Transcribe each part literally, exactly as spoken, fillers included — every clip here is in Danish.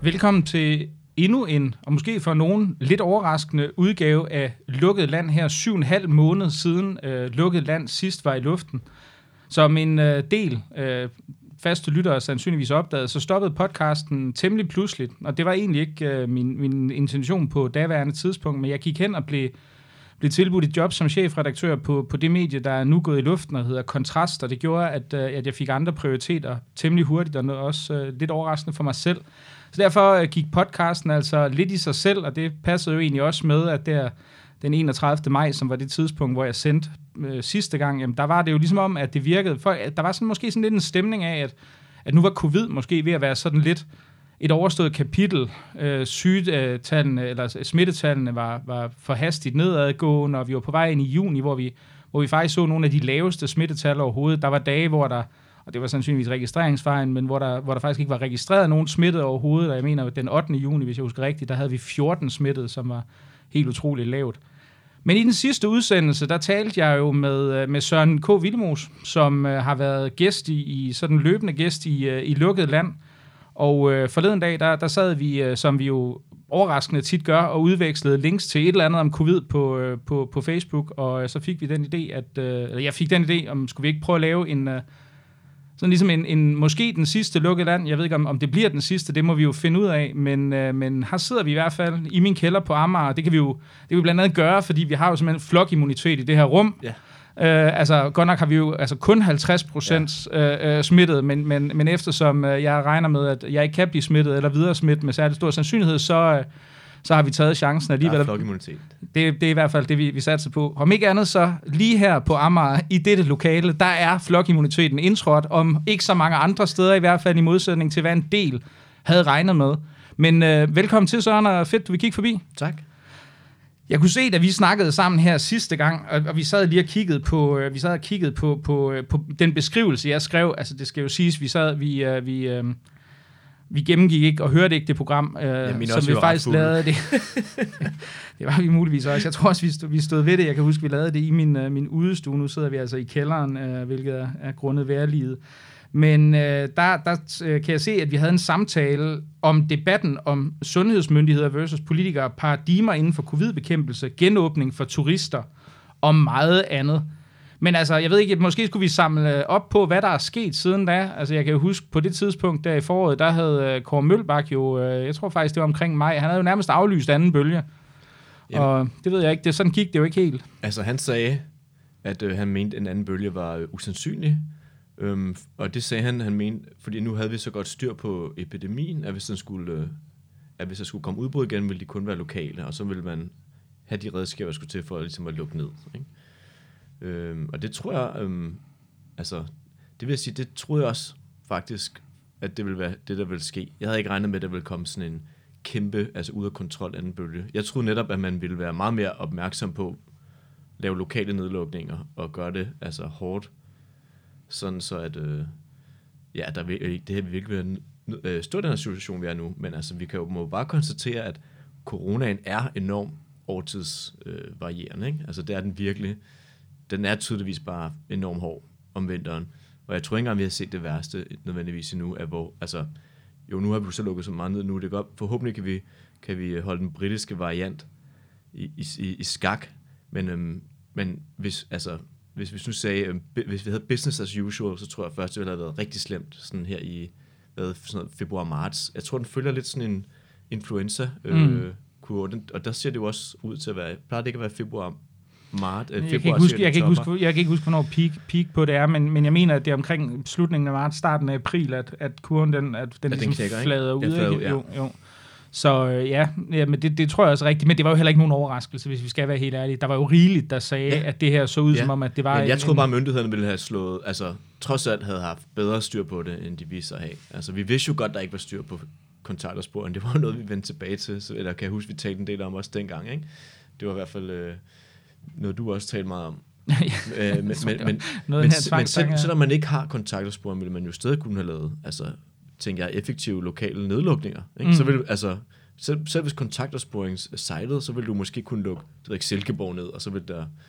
Velkommen til endnu en, og måske for nogen lidt overraskende udgave af Lukket Land her syv og en halv måned siden øh, Lukket Land sidst var i luften. Som en øh, del øh, faste lyttere sandsynligvis opdagede, så stoppede podcasten temmelig pludseligt, og det var egentlig ikke øh, min, min intention på daværende tidspunkt, men jeg gik hen og blev, blev tilbudt et job som chefredaktør på, på det medie, der er nu gået i luften og hedder Kontrast, og det gjorde, at, øh, at jeg fik andre prioriteter temmelig hurtigt, og også øh, lidt overraskende for mig selv. Så derfor gik podcasten altså lidt i sig selv, og det passede jo egentlig også med, at der den enogtredivte maj, som var det tidspunkt, hvor jeg sendte øh, sidste gang, jamen, der var det jo ligesom om, at det virkede. For, at der var sådan, måske sådan lidt en stemning af, at, at nu var covid måske ved at være sådan lidt et overstået kapitel. Øh, Sygetallene, eller smittetallene var, var for hastigt nedadgående, og vi var på vej ind i juni, hvor vi, hvor vi faktisk så nogle af de laveste smittetal overhovedet. Der var dage, hvor der og det var sandsynligvis registreringsfejlen, men hvor der, hvor der faktisk ikke var registreret nogen smittet overhovedet, og jeg mener, at den ottende juni, hvis jeg husker rigtigt, der havde vi fjorten smittet, som var helt utroligt lavt. Men i den sidste udsendelse, der talte jeg jo med, med Søren K. Willemoes, som uh, har været gæst i, i sådan løbende gæst i, uh, i Lukket Land, og uh, forleden dag, der, der sad vi, uh, som vi jo overraskende tit gør, og udvekslede links til et eller andet om covid på, uh, på, på Facebook, og uh, så fik vi den idé, at uh, jeg fik den idé, om skulle vi ikke prøve at lave en... Uh, Sådan ligesom en, en, måske den sidste Lukket Land. Jeg ved ikke, om, om det bliver den sidste, det må vi jo finde ud af. Men, øh, men her sidder vi i hvert fald i min kælder på Amager. Det kan vi jo det kan vi blandt andet gøre, fordi vi har jo simpelthen flokimmunitet i det her rum. Ja. Øh, altså, godt nok har vi jo altså, kun halvtreds procent ja. øh, smittet, men, men, men eftersom øh, jeg regner med, at jeg ikke kan blive smittet eller videre smittet med særlig stor sandsynlighed, så... Øh, så har vi taget chancen alligevel. Der er flokimmunitet. Det, det er i hvert fald det, vi, vi satser på. Om ikke andet så, lige her på Amager, i dette lokale, der er flokimmuniteten indtrådt, om ikke så mange andre steder, i hvert fald i modsætning til, hvad en del havde regnet med. Men øh, velkommen til, Søren, og fedt, du vil kigge forbi. Tak. Jeg kunne se, da vi snakkede sammen her sidste gang, og, og vi sad lige og kiggede på, øh, vi sad og kiggede på, på, øh, på den beskrivelse, jeg skrev. Altså, det skal jo siges, vi sad, vi... Øh, vi øh, Vi gennemgik ikke og hørte ikke det program, øh, ja, som vi faktisk lavede det. Det var vi muligvis også. Jeg tror også, vi stod, vi stod ved det. Jeg kan huske, vi lavede det i min, uh, min udestue. Nu sidder vi altså i kælderen, uh, hvilket er, er grundet vejrliget. Men uh, der, der uh, kan jeg se, at vi havde en samtale om debatten om sundhedsmyndigheder versus politikere, paradigmer inden for covidbekæmpelse, genåbning for turister og meget andet. Men altså, jeg ved ikke, måske skulle vi samle op på, hvad der er sket siden da. Altså, jeg kan jo huske, på det tidspunkt der i foråret, der havde Kåre Mølbak jo, jeg tror faktisk, det var omkring maj, han havde jo nærmest aflyst anden bølge. Jamen. Og det ved jeg ikke, det, sådan gik det jo ikke helt. Altså, han sagde, at øh, han mente, at en anden bølge var øh, usandsynlig. Øhm, og det sagde han, han mente, fordi nu havde vi så godt styr på epidemien, at hvis den skulle, øh, at hvis der skulle komme udbrud igen, ville de kun være lokale, og så ville man have de redskaber, der skulle til for ligesom at lukke ned, ikke? Øhm, og det tror jeg, øhm, altså, det vil jeg sige, det troede jeg også faktisk, at det ville være det, der ville ske. Jeg havde ikke regnet med, at der ville komme sådan en kæmpe, altså ud af kontrol anden bølge. Jeg troede netop, at man ville være meget mere opmærksom på at lave lokale nedlukninger og gøre det altså hårdt, sådan så at, øh, ja, der vil, det her vil virkelig være øh, stor den her situation, vi er nu, men altså, vi kan jo må bare konstatere, at coronaen er enormt årtidsvarierende, øh, ikke? Altså, det er den virkelig. Den er tydeligvis bare enormt hård om vinteren. Og jeg tror ikke engang, vi har set det værste nødvendigvis endnu, af hvor, altså, jo, nu har vi så lukket så meget ned nu, det går, forhåbentlig kan vi, kan vi holde den britiske variant i, i, i skak, men, øhm, men hvis, altså, hvis vi nu sagde, øhm, hvis vi havde business as usual, så tror jeg først, det ville have været rigtig slemt, sådan her i hvad, sådan februar-marts. Jeg tror, den følger lidt sådan en influenza-kurve, mm. øh, og der ser det jo også ud til at være, plejer det ikke at være februar Mart, øh, jeg, kan ikke huske, jeg, kan ikke huske, jeg kan ikke huske, hvornår peak, peak på det er, men, men jeg mener, at det er omkring slutningen af marts, starten af april, at, at kurven den, at den, ja, ligesom den knækker, flader ud. Ja, ikke? Ja. Jo, jo. Så øh, ja, ja men det, det tror jeg også rigtigt, men det var jo heller ikke nogen overraskelse, hvis vi skal være helt ærlige. Der var jo rigeligt, der sagde, ja. at det her så ud ja. som om, at det var... Men jeg troede bare, at myndighederne ville have slået, altså trods alt havde haft bedre styr på det, end de viste at have. Altså vi vidste jo godt, der ikke var styr på kontaktersporen. Det var noget, vi vendte tilbage til, så, eller kan jeg huske, vi talte en del om også dengang, ikke? Det var i hvert fald... Øh, noget du også talte meget om. øh, men men, men, men selv, selvom man ikke har kontaktersporen, vil man jo stadig kunne have lavet, altså, tænker jeg, effektive lokale nedlukninger. Ikke? Mm. Så vil, altså, selv, selv hvis kontaktersporings sejlede, så vil du måske kunne lukke det ikke, Silkeborg ned, og så vil der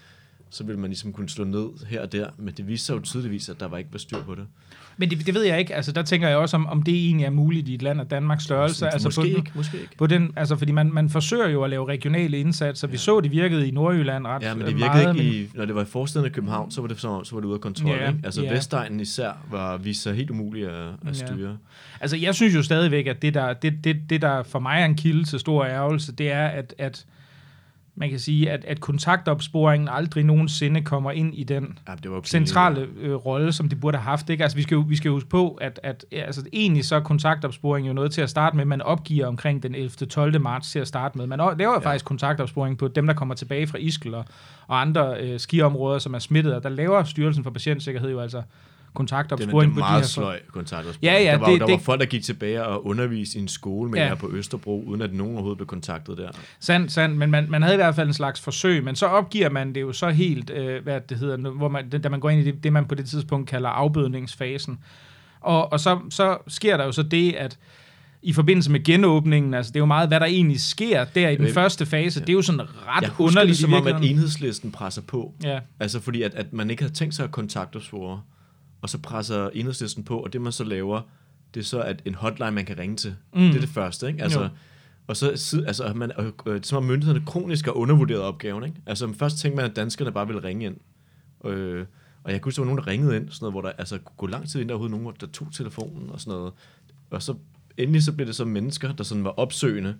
så ville man ligesom kunne slå ned her og der, men det viste sig jo tydeligvis, at der var ikke var styr på det. Men det, det ved jeg ikke. Altså, der tænker jeg også, om, om det egentlig er muligt i et land af Danmarks størrelse. Altså, måske, på ikke, den, måske ikke. På den, altså, fordi man, man forsøger jo at lave regionale indsatser. Vi ja. så, det virkede i Nordjylland ret Ja, men det virkede virkede ikke i, når det var i forstaden af København, så var det, så, så var det ude af kontrol. Ja, ikke? Altså ja. Vestegnen især var vist sig helt umuligt at, at styre. Ja. Altså, jeg synes jo stadigvæk, at det der, det, det, det, der for mig er en kilde til stor ærgelse, det er, at, at man kan sige, at, at kontaktopsporingen aldrig nogensinde kommer ind i den ja, det var centrale øh, rolle, som de burde have haft. Ikke? Altså, vi skal jo vi skal huske på, at, at altså, egentlig så er kontaktopsporing jo noget til at starte med. Man opgiver omkring den ellevte til tolvte marts til at starte med. Man laver ja. faktisk kontaktopsporing på dem, der kommer tilbage fra Ischgl og, og andre øh, skiområder, som er smittet. Og der laver Styrelsen for Patientsikkerhed jo altså kontaktopsporing på de her. Det er meget sløj kontaktopsporing. Ja, ja, der var, det, der det, var folk, der gik tilbage og underviste i en skole med ja. her på Østerbro, uden at nogen overhovedet blev kontaktet der. Sandt, sandt, men man, man havde i hvert fald en slags forsøg, men så opgiver man det jo så helt, øh, hvad det hedder, hvor man, da man går ind i det, det, man på det tidspunkt kalder afbødningsfasen. Og, og så, så sker der jo så det, at i forbindelse med genåbningen, altså det er jo meget, hvad der egentlig sker der i den første fase, ja. det er jo sådan ret jeg underligt. Det som om, at Enhedslisten presser på. Ja. Altså fordi, at, at man ikke havde tænkt sig at kontaktopspore, og så presser Enhedslisten på, og det man så laver, det er så at en hotline, man kan ringe til. Mm. Det er det første, ikke? Altså, og så altså, man, øh, som om myndighederne kronisk har undervurderet opgaven, ikke? Altså først tænkte man, at danskerne bare ville ringe ind. Øh, og jeg kunne huske, der var nogen, der ringede ind, sådan noget, hvor der altså, kunne gå lang tid ind, der overhovedet nogen, der tog telefonen og sådan noget. Og så endelig så blev det så mennesker, der sådan var opsøgende,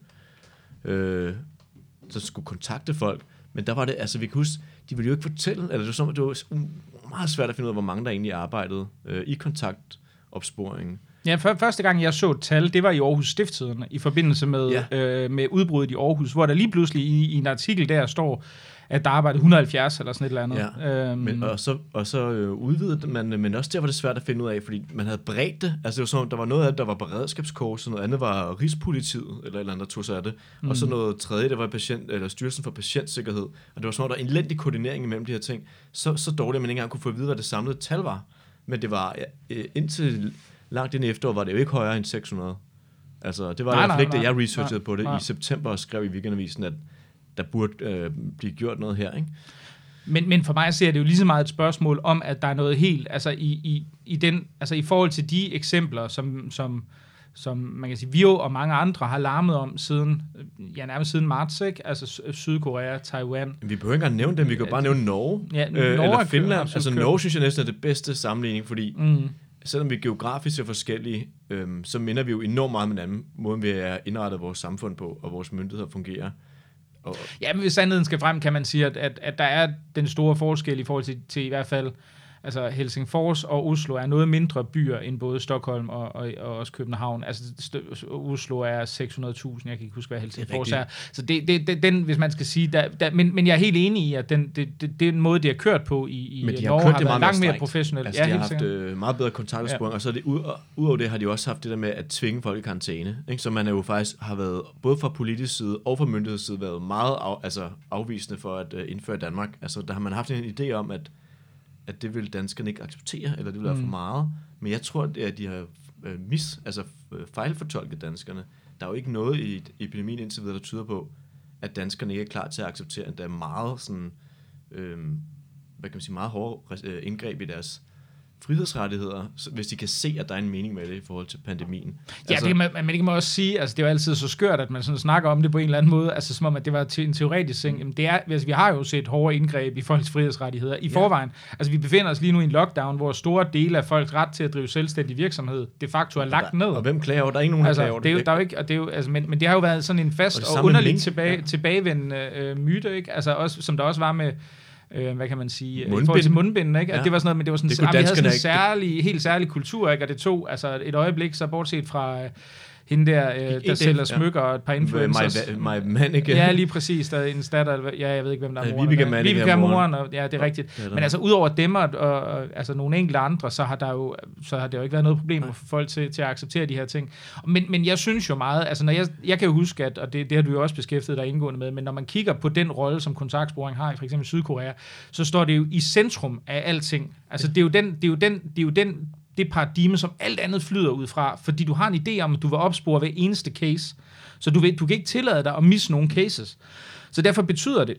øh, der skulle kontakte folk. Men der var det, altså vi kan huske, de ville jo ikke fortælle, eller det var, som, det var meget svært at finde ud af, hvor mange der egentlig arbejdede øh, i kontaktopsporingen. Ja, for, første gang jeg så et tal, det var i Aarhus Stiftstidende, i forbindelse med, ja. øh, med udbruddet i Aarhus, hvor der lige pludselig i, i en artikel der står, at der arbejdede et hundrede og halvfjerds eller sådan et eller andet. Ja. Øhm. Men, og så, og så øh, udvidede man, men også der var det svært at finde ud af, fordi man havde bredt det. Altså det var sådan, der var noget af det, der var beredskabskurs, og noget andet var Rigspolitiet, eller et eller andet, der tog sig af det. Mm. Og så noget tredje, der var patient, eller Styrelsen for Patientsikkerhed. Og det var sådan, der var en elendig koordinering imellem de her ting. Så, så dårligt, at man ikke engang kunne få at vide, hvad det samlede tal var. Men det var, ja, indtil langt ind i efterår, var det jo ikke højere end seks hundrede. Altså det var nej, i hvert fald ikke, da jeg researchede nej, på det nej. i september og skrev i Weekendavisen, at der burde øh, blive gjort noget her, ikke? Men, men for mig ser det jo lige så meget et spørgsmål om, at der er noget helt, altså i, i, i, den, altså i forhold til de eksempler, som, som, som man kan sige, vi og mange andre har larmet om siden, ja nærmest siden marts, ikke? Altså Sydkorea, Taiwan. Vi behøver ikke engang nævne dem, vi kan bare nævne Norge, ja, Norge øh, eller Finland. Altså Norge synes jeg næsten er det bedste sammenligning, fordi mm. selvom vi geografisk er forskellige, øhm, så minder vi jo enormt meget med anden måde, vi er indrettet vores samfund på, og vores myndigheder fungerer. Og ja, men hvis sandheden skal frem, kan man sige, at, at, at der er den store forskel i forhold til, til i hvert fald, altså Helsingfors og Oslo er noget mindre byer end både Stockholm og, og, og også København. Altså st- Oslo er seks hundrede tusind, jeg kan ikke huske, hvad Helsingfors er. er. Så det, det, det, den, hvis man skal sige, der, der, men, men jeg er helt enig i, at den, det, det, det er en måde, de har kørt på i, i men de Norge, har, har været langt mere professionelt. Altså, ja, de har haft øh, meget bedre kontaktopsporing, ja. Og så er det, ud, ud over det har de også haft det der med at tvinge folk i karantæne. Ikke? Så man er jo faktisk har været, både fra politisk side og fra myndigheds side, været meget af, altså, afvisende for at uh, indføre Danmark. Altså der har man haft en idé om, at at det vil danskerne ikke acceptere, eller det vil være mm. for meget. Men jeg tror, at de har øh, mis, altså fejlfortolket danskerne. Der er jo ikke noget i epidemien indtil videre, der tyder på, at danskerne ikke er klar til at acceptere, at der er meget sådan, øh, hvad kan man sige, meget hårde indgreb i deres frihedsrettigheder, hvis de kan se, at der er en mening med det i forhold til pandemien. Ja, altså, det kan man, man kan man også sige, altså det er jo altid så skørt, at man sådan snakker om det på en eller anden måde, altså som om, at det var en teoretisk ting. Jamen, det er, altså, vi har jo set hårde indgreb i folks frihedsrettigheder i ja. forvejen. Altså vi befinder os lige nu i en lockdown, hvor store dele af folks ret til at drive selvstændig virksomhed de facto er lagt der, ned. Og hvem klager over? Der er ikke nogen, der altså, klager over det. Er jo, der er jo ikke, og det er jo, altså, men, men det har jo været sådan en fast og, og underligt tilbage, ja. tilbagevendende øh, myte, ikke? Altså også, som der også var med Øh, hvad kan man sige, mundbind. i forhold til mundbinden, ikke? Ja. At det var sådan noget, men det var sådan, det at vi havde sådan en særlig, helt særlig kultur, ikke? Og det tog altså et øjeblik, så bortset fra øh, hende der, øh, der det, sælger smykker ja. og et par influencers. My, my Manike. Ja, lige præcis. Der er en statter, ja, jeg ved ikke, hvem der er moren. Vibeke Manike. Vibeke er moren, og ja, det er rigtigt. Det er men altså, udover dem og, og, og altså, nogle enkelte andre, så har der jo, så har det jo ikke været noget problem at få folk til, til at acceptere de her ting. Men, men jeg synes jo meget, altså, når jeg, jeg kan jo huske, at, og det, det har du jo også beskæftiget dig indgående med, men når man kigger på den rolle, som kontaktsporing har i for eksempel Sydkorea, så står det jo i centrum af alting. Altså, det er jo den, det er jo den, det er jo den det paradigme, som alt andet flyder ud fra, fordi du har en idé om, at du vil opspore hver eneste case, så du, ved, du kan ikke tillade dig at misse nogle cases. Så derfor betyder det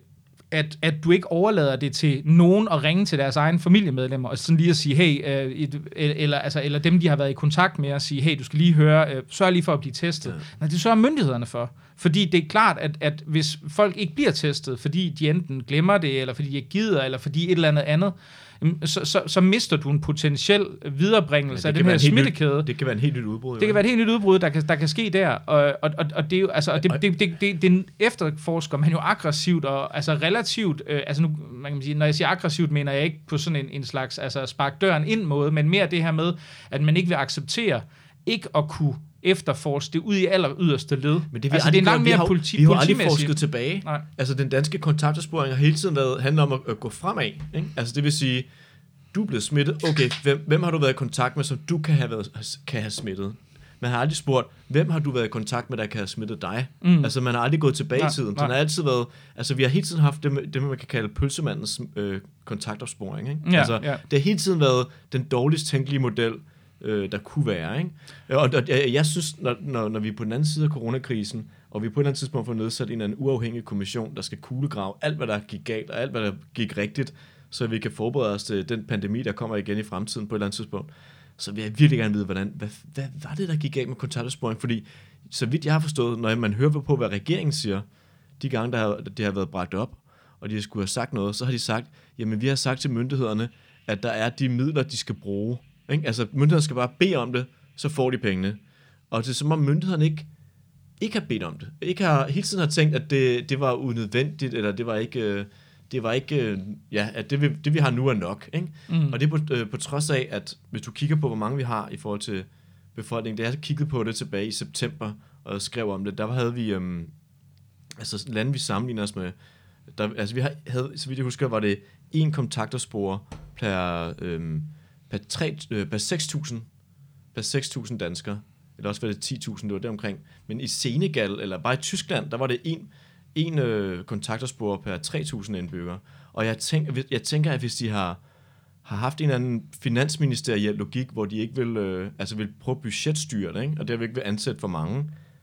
at, at du ikke overlader det til nogen at ringe til deres egne familiemedlemmer, og sådan lige at sige, hey, øh, et, eller, altså, eller dem, de har været i kontakt med, at sige, hey, du skal lige høre, øh, sørg lige for at blive testet. Ja. Nej, det sørger myndighederne for. Fordi det er klart, at, at hvis folk ikke bliver testet, fordi de enten glemmer det, eller fordi de ikke gider, eller fordi et eller andet andet, Så, så, så mister du en potentiel viderebringelse ja, af den her smittekæde. Nyt, det kan være en helt nyt udbrud. Det jo. kan være et helt nyt udbrud, der kan, der kan ske der. Og, og, og, og det er jo, altså, og det, det, det, det, det efterforsker man jo aggressivt, og altså relativt, øh, altså nu, man kan sige, når jeg siger aggressivt, mener jeg ikke på sådan en, en slags, altså spark døren ind måde, men mere det her med, at man ikke vil acceptere, ikke at kunne efterforske det ud i aller yderste led. Men det, altså, det er langt mere har, politi- vi har aldrig forsket tilbage. Nej. Altså, den danske kontaktopsporing har hele tiden været, handler om at, at gå fremad. Ikke? Altså, det vil sige, du er blevet smittet. Okay, hvem, hvem har du været i kontakt med, som du kan have, været, kan have smittet? Man har aldrig spurgt, hvem har du været i kontakt med, der kan have smittet dig? Mm. Altså, man har aldrig gået tilbage nej, i tiden. Så man har altid været, altså, vi har hele tiden haft det, det man kan kalde pølsemandens øh, kontaktopsporing. Ikke? Ja, altså, ja. Det har hele tiden været den dårligst tænkelige model, øh, der kunne være. Ikke? Og, og jeg, jeg synes, når, når, når vi er på den anden side af coronakrisen, og vi på et eller andet tidspunkt får nedsat en eller anden uafhængig kommission, der skal kuglegrave alt, hvad der gik galt, og alt, hvad der gik rigtigt, så vi kan forberede os til den pandemi, der kommer igen i fremtiden på et eller andet tidspunkt, så vil jeg virkelig gerne vide, hvordan, hvad, hvad var det, der gik galt med kontaktopsporing? Fordi, så vidt jeg har forstået, når man hører på, hvad regeringen siger, de gange, der har, det har været bragt op, og de skulle have sagt noget, så har de sagt, jamen vi har sagt til myndighederne, at der er de midler, de skal bruge. Ikke? Altså myndighederne skal bare bede om det, så får de pengene. Og det er som om myndighederne ikke, ikke har bedt om det. Ikke har hele tiden har tænkt, at det, det var unødvendigt, eller det var ikke... Det var ikke, ja, at det vi, det vi har nu er nok, ikke? Mm. Og det er på, øh, på trods af, at hvis du kigger på, hvor mange vi har i forhold til befolkningen, det har jeg kigget på det tilbage i september, og skrev om det, der havde vi, øhm, altså lande vi sammenligner os med, der, altså vi havde, så vidt jeg husker, var det en kontakterspor per, øhm, per, tre, øh, per seks tusind, per seks tusind danskere, eller også var det ti tusind, det var deromkring, men i Senegal, eller bare i Tyskland, der var det en, en øh, kontakterspor per tre tusind indbyggere. Og jeg tænker, jeg tænker, at hvis de har, har haft en eller anden finansministeriel logik, hvor de ikke vil, øh, altså vil prøve budgetstyre det, ikke? Og derved ikke vil ansætte for mange,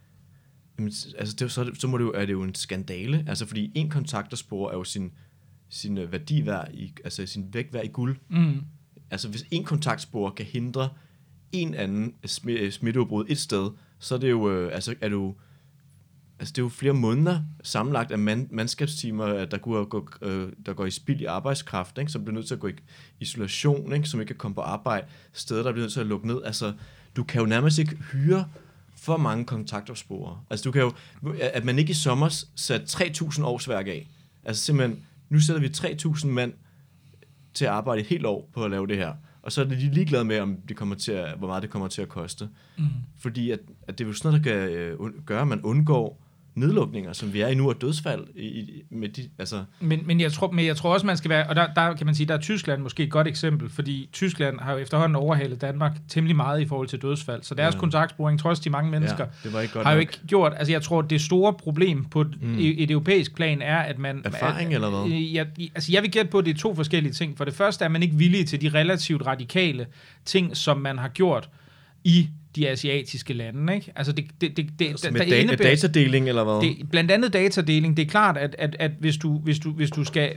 jamen, altså det, så, så må det jo, er det jo en skandale. Altså fordi en kontakterspor er jo sin, sin værdi værd i, altså sin vægt værd i guld. Mm. Altså hvis en kontaktspor kan hindre en anden smitteudbrud et sted, så er det jo, øh, altså er det jo Altså, det er jo flere måneder sammenlagt af man, mandskabstimer, der går, gå, øh, der går i spild i arbejdskraft, ikke? Som bliver nødt til at gå i isolation, ikke? Som ikke kan komme på arbejde, steder, der bliver nødt til at lukke ned. Altså, du kan jo nærmest ikke hyre for mange kontaktopsporere. Altså, du kan jo, at man ikke i sommer satte tre tusind årsværk af. Altså, simpelthen, nu sætter vi tre tusind mand til at arbejde et helt år på at lave det her. Og så er de ligeglade med, om det kommer til at, hvor meget det kommer til at koste. Mm. Fordi at, at det er jo sådan noget, der kan øh, gøre, at man undgår nedlukninger, som vi er i nu, og dødsfald i, i, med de, altså. Men, men, jeg tror, men jeg tror også, man skal være, og der, der kan man sige, der er Tyskland måske et godt eksempel, fordi Tyskland har jo efterhånden overhalet Danmark temmelig meget i forhold til dødsfald, så deres ja. kontaktsporing, trods de mange mennesker, ja, det var ikke godt har jo nok. ikke gjort, altså jeg tror, det store problem på mm. et, et europæisk plan er, at man... Erfaring at, eller hvad? Jeg, altså jeg vil gætte på, at det er to forskellige ting. For det første er man ikke villig til de relativt radikale ting, som man har gjort i de asiatiske lande, ikke? Altså det det det det altså der, der indebærer, datadeling eller hvad? Det, blandt andet datadeling. Det er klart, at at at hvis du hvis du hvis du skal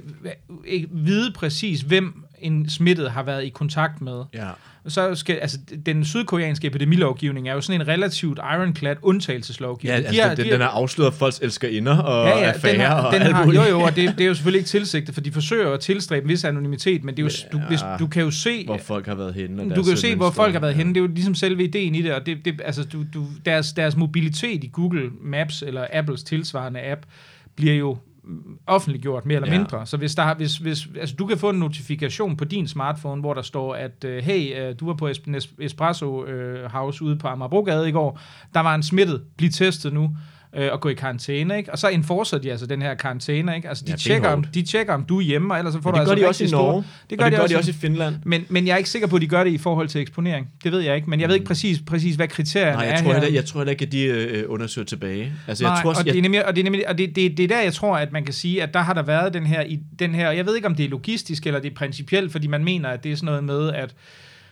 vide præcis hvem en smittet har været i kontakt med, ja. så skal altså den sydkoreanske epidemilovgivning er jo sådan en relativt ironclad undtagelseslovgivning. Ja, altså de har, den, de har, den har afsløret folks elskerinder og ja, ja, affærer har, og den alt har, muligt. Jo jo, og det, det er jo selvfølgelig ikke tilsigtet, for de forsøger at tilstræbe en vis anonymitet, men det er jo, ja, du, hvis, du kan jo se hvor folk har været henne. Du kan jo se hvor folk har været henne. Det er jo ligesom selve ideen i det, og det, det altså du, du deres deres mobilitet i Google Maps eller Apples tilsvarende app bliver jo offentliggjort mere eller ja. mindre. Så hvis der hvis hvis altså du kan få en notifikation på din smartphone, hvor der står at uh, hey, uh, du var på es- Espresso uh, House ude på Amagerbrogade i går. Der var en smittet, bliv testet nu øh, og gå i karantæne, ikke? Og så enforcer de altså den her karantæne, ikke? Altså de ja, tjekker om de tjekker om du er hjemme, og ellers så får du altså rigtig store. Det gør de også i Norge. Det gør, og det de, gør også, de også i Finland. Men men jeg er ikke sikker på at de gør det i forhold til eksponering. Det ved jeg ikke, men jeg ved ikke præcis præcis hvad kriterierne Nej, jeg er tror her. Heller, jeg tror heller ikke at de øh, undersøger tilbage. Altså Nej, jeg tror også, og det er nemlig, og det er nemlig, og det, det, det er der jeg tror at man kan sige at der har der været den her i den her, og jeg ved ikke om det er logistisk eller det er principielt, fordi man mener at det er sådan noget med at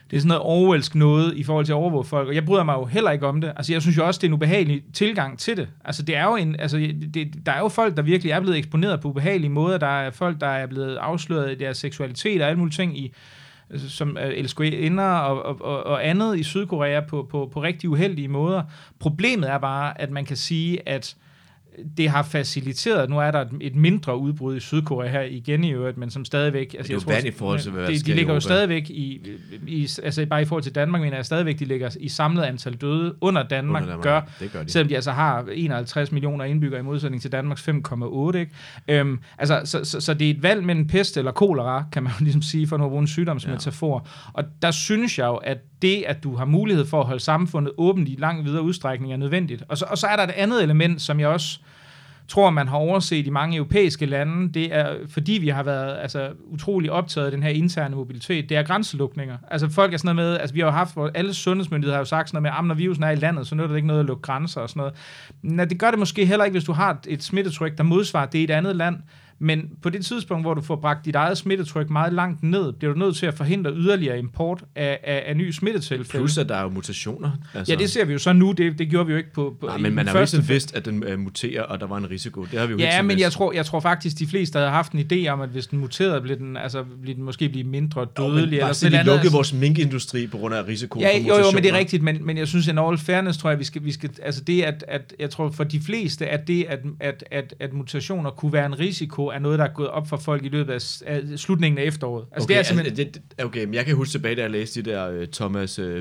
det er sådan noget overvælsk noget i forhold til at overvåge folk, og jeg bryder mig jo heller ikke om det. Altså, jeg synes jo også, det er en ubehagelig tilgang til det. Altså, det er jo en, altså, det, der er jo folk, der virkelig er blevet eksponeret på ubehagelige måder. Der er folk, der er blevet afsløret i deres seksualitet og alle mulige ting i, som elskerinder og, og, og, og andet i Sydkorea på, på, på rigtig uheldige måder. Problemet er bare, at man kan sige, at det har faciliteret, nu er der et mindre udbrud i Sydkorea her igen i øvrigt, men som stadigvæk... Altså, det er jo vand i forhold til, hvad de, de ligger jo stadigvæk i, i... Altså bare i forhold til Danmark, mener jeg stadigvæk, de ligger i samlet antal døde under Danmark, under Danmark. Gør, det gør de. Selvom de altså har enoghalvtreds millioner indbyggere i modsætning til Danmarks fem komma otte, ikke? Øhm, altså, så, så, så det er et valg mellem pest eller kolera, kan man jo ligesom sige, for at bruge en sygdomsmetafor. Ja. Og der synes jeg jo, at det, at du har mulighed for at holde samfundet åbent i lang videre udstrækning, er nødvendigt. Og så, og så er der et andet element, som jeg også tror, man har overset i mange europæiske lande. Det er, fordi vi har været altså, utrolig optaget af den her interne mobilitet, det er grænselukninger. Altså folk er sådan noget med, altså vi har jo haft, hvor alle sundhedsmyndigheder har jo sagt sådan noget med, at når virusen er i landet, så nytter det ikke noget at lukke grænser og sådan noget. Men det gør det måske heller ikke, hvis du har et, et smittetryk, der modsvarer det i et andet land. Men på det tidspunkt, hvor du får bragt dit eget smittetryk meget langt ned, bliver du nødt til at forhindre yderligere import af, af, af nye smittetilfælde. Plus, at der er jo mutationer. Altså. Ja, det ser vi jo så nu. Det, det gjorde vi jo ikke på, på Nej, men man har jo vidst, at den uh, muterer, og der var en risiko. Det har vi jo ja, ikke men jeg tror, jeg tror faktisk, de fleste havde haft en idé om, at hvis den muterede, blev den, altså, blev den måske blive mindre dødelig. Jo, men bare vi lukkede vores minkindustri på grund af risiko ja, for mutationer. Jo, jo, men det er rigtigt. Men, men jeg synes, in all fairness, tror jeg, vi skal, vi skal altså det, at, at jeg tror for de fleste, at det, at, at, at, at mutationer kunne være en risiko, er noget, der er gået op for folk i løbet af, af slutningen af efteråret. Altså, okay, det er simpelthen... altså, det, okay, men jeg kan huske tilbage, da jeg læste de der uh, Thomas uh,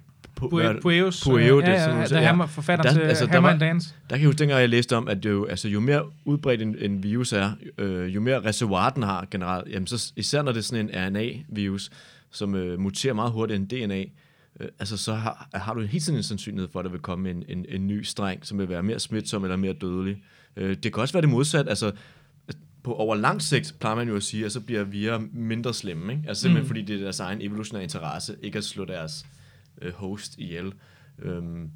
Pueos, Pueo, ja, ja, ja, ja, ja, forfatteren til altså, Hammer and Dance. Der kan jeg huske, dengang jeg læste om, at det jo, altså, jo mere udbredt en, en virus er, øh, jo mere reservoir den har generelt, jamen, så, især når det er sådan en R N A-virus, som øh, muterer meget hurtigt end D N A, øh, altså, så har, har du helt sådan en sandsynlighed for, at der vil komme en, en, en ny streng, som vil være mere smitsom eller mere dødelig. Øh, det kan også være det modsat, altså på over lang sigt plejer man jo at sige, at så bliver virer mindre slemme, ikke? Altså simpelthen mm. fordi det er deres egen evolutionære interesse, ikke at slå deres øh, host ihjel. Øhm,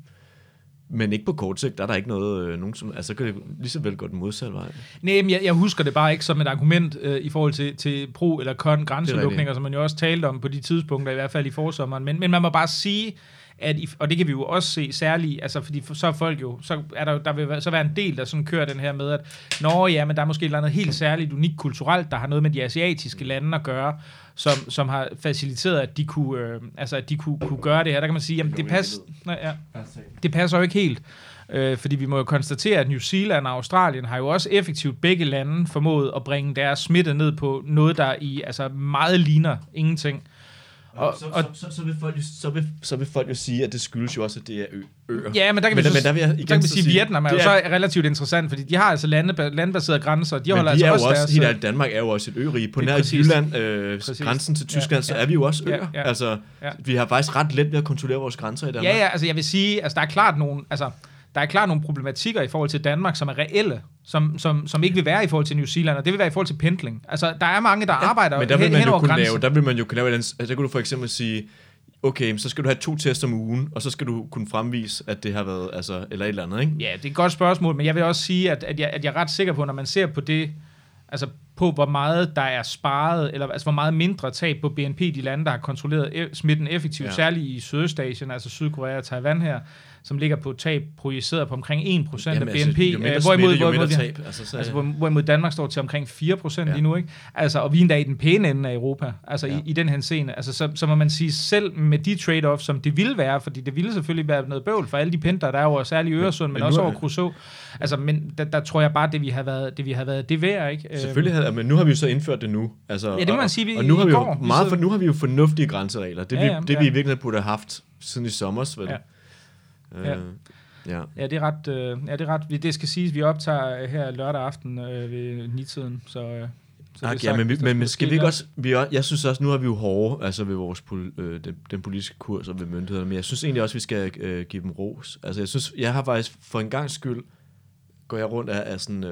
men ikke på kort sigt, der er der ikke noget, øh, nogen som, altså så kan det lige så vel gå den modsatte vej. Nej, men jeg, jeg husker det bare ikke som et argument øh, i forhold til, til pro- eller kon grænselukninger, som man jo også talte om på de tidspunkter, i hvert fald i forsommeren. Men, men man må bare sige, at i, og det kan vi jo også se særligt, altså fordi så er folk jo, så er der, der vil så være en del, der sådan kører den her med, at nå ja, men der er måske et eller andet helt særligt, unikt kulturelt, der har noget med de asiatiske lande at gøre, som, som har faciliteret, at de kunne, øh, altså at de kunne, kunne gøre det her. Der kan man sige, jamen det, pas, nej, ja, det passer jo ikke helt. Øh, fordi vi må jo konstatere, at New Zealand og Australien har jo også effektivt begge lande formået at bringe deres smitte ned på noget, der i altså meget ligner ingenting. Og, så, og, så, så, så, vil folk jo, så, vil, så vil folk jo sige, at det skyldes jo også, at det er ø- øer. Ja, men der kan men, vi, så, men der vil jeg igen der kan vi sige, at Vietnam er jo er, så relativt interessant, fordi de har altså lande, landbaserede grænser. De men holder de altså er også jo også, deres... Helt Danmark er jo også et ørige. På nær Jylland, øh, grænsen til Tyskland, ja, ja, så er vi jo også øer. Ja, ja, altså, ja. Vi har faktisk ret let ved at kontrollere vores grænser i Danmark. Ja, ja, altså jeg vil sige, altså der er klart nogle... Altså, der er klart nogle problematikker i forhold til Danmark, som er reelle, som, som, som ikke vil være i forhold til New Zealand, og det vil være i forhold til pendling. Altså, der er mange, der ja, arbejder men der vil hen, man hen jo over kunne grænsen. lave, der vil man jo kunne lave, altså, der kunne du for eksempel sige, okay, så skal du have to test om ugen, og så skal du kunne fremvise, at det har været, altså, eller et eller andet, ikke? Ja, det er et godt spørgsmål, men jeg vil også sige, at, at, jeg, at jeg er ret sikker på, når man ser på det, altså på hvor meget der er sparet, eller altså hvor meget mindre tab på B N P de lande, der har kontrolleret e- smitten effektivt, ja. Særligt i Sydøstasien, altså Sydkorea og Taiwan her, som ligger på tab projiceret på omkring en procent af B N P, altså, jo mindre hvorimod, smitte, jo hvorimod, tab. Altså, så, altså, hvorimod Danmark står til omkring fire procent ja. lige nu, ikke? Altså, og vi er endda i den pæne ende af Europa, altså ja. i, i den henseende. Altså, så, så må man sige, selv med de trade-offs, som det ville være, fordi det ville selvfølgelig være noget bøvl for alle de pendlere, der er over særligt i Øresund, men, men også over Kruså. Altså, men der, der tror jeg bare, det vi har været, det vi har været, det værd, ikke? Selvfølgelig havde, men nu har vi jo så indført det nu. Altså, ja, det må man sige, vi, og, og nu har vi jo går, meget så... for, nu har vi jo fornuftige grænseregler. Det, ja, ja, vi, det ja. vi i virkeligheden burde have haft siden i sommer, vel? Ja. Øh, ja. Ja. ja, det er ret. Øh, ja, det er ret. Det skal siges, vi optager her lørdag aften øh, ved ni-tiden, så. Øh, så Ak, ja, men, vi, men, men skal vi ikke også? Vi også, jeg synes også, nu har vi jo hårde, altså ved vores øh, den, den politiske kurs og ved myndighederne, men jeg synes egentlig også, vi skal øh, give dem ros. Altså, jeg synes, jeg har faktisk for en gang skyld går jeg rundt af, af sådan øh,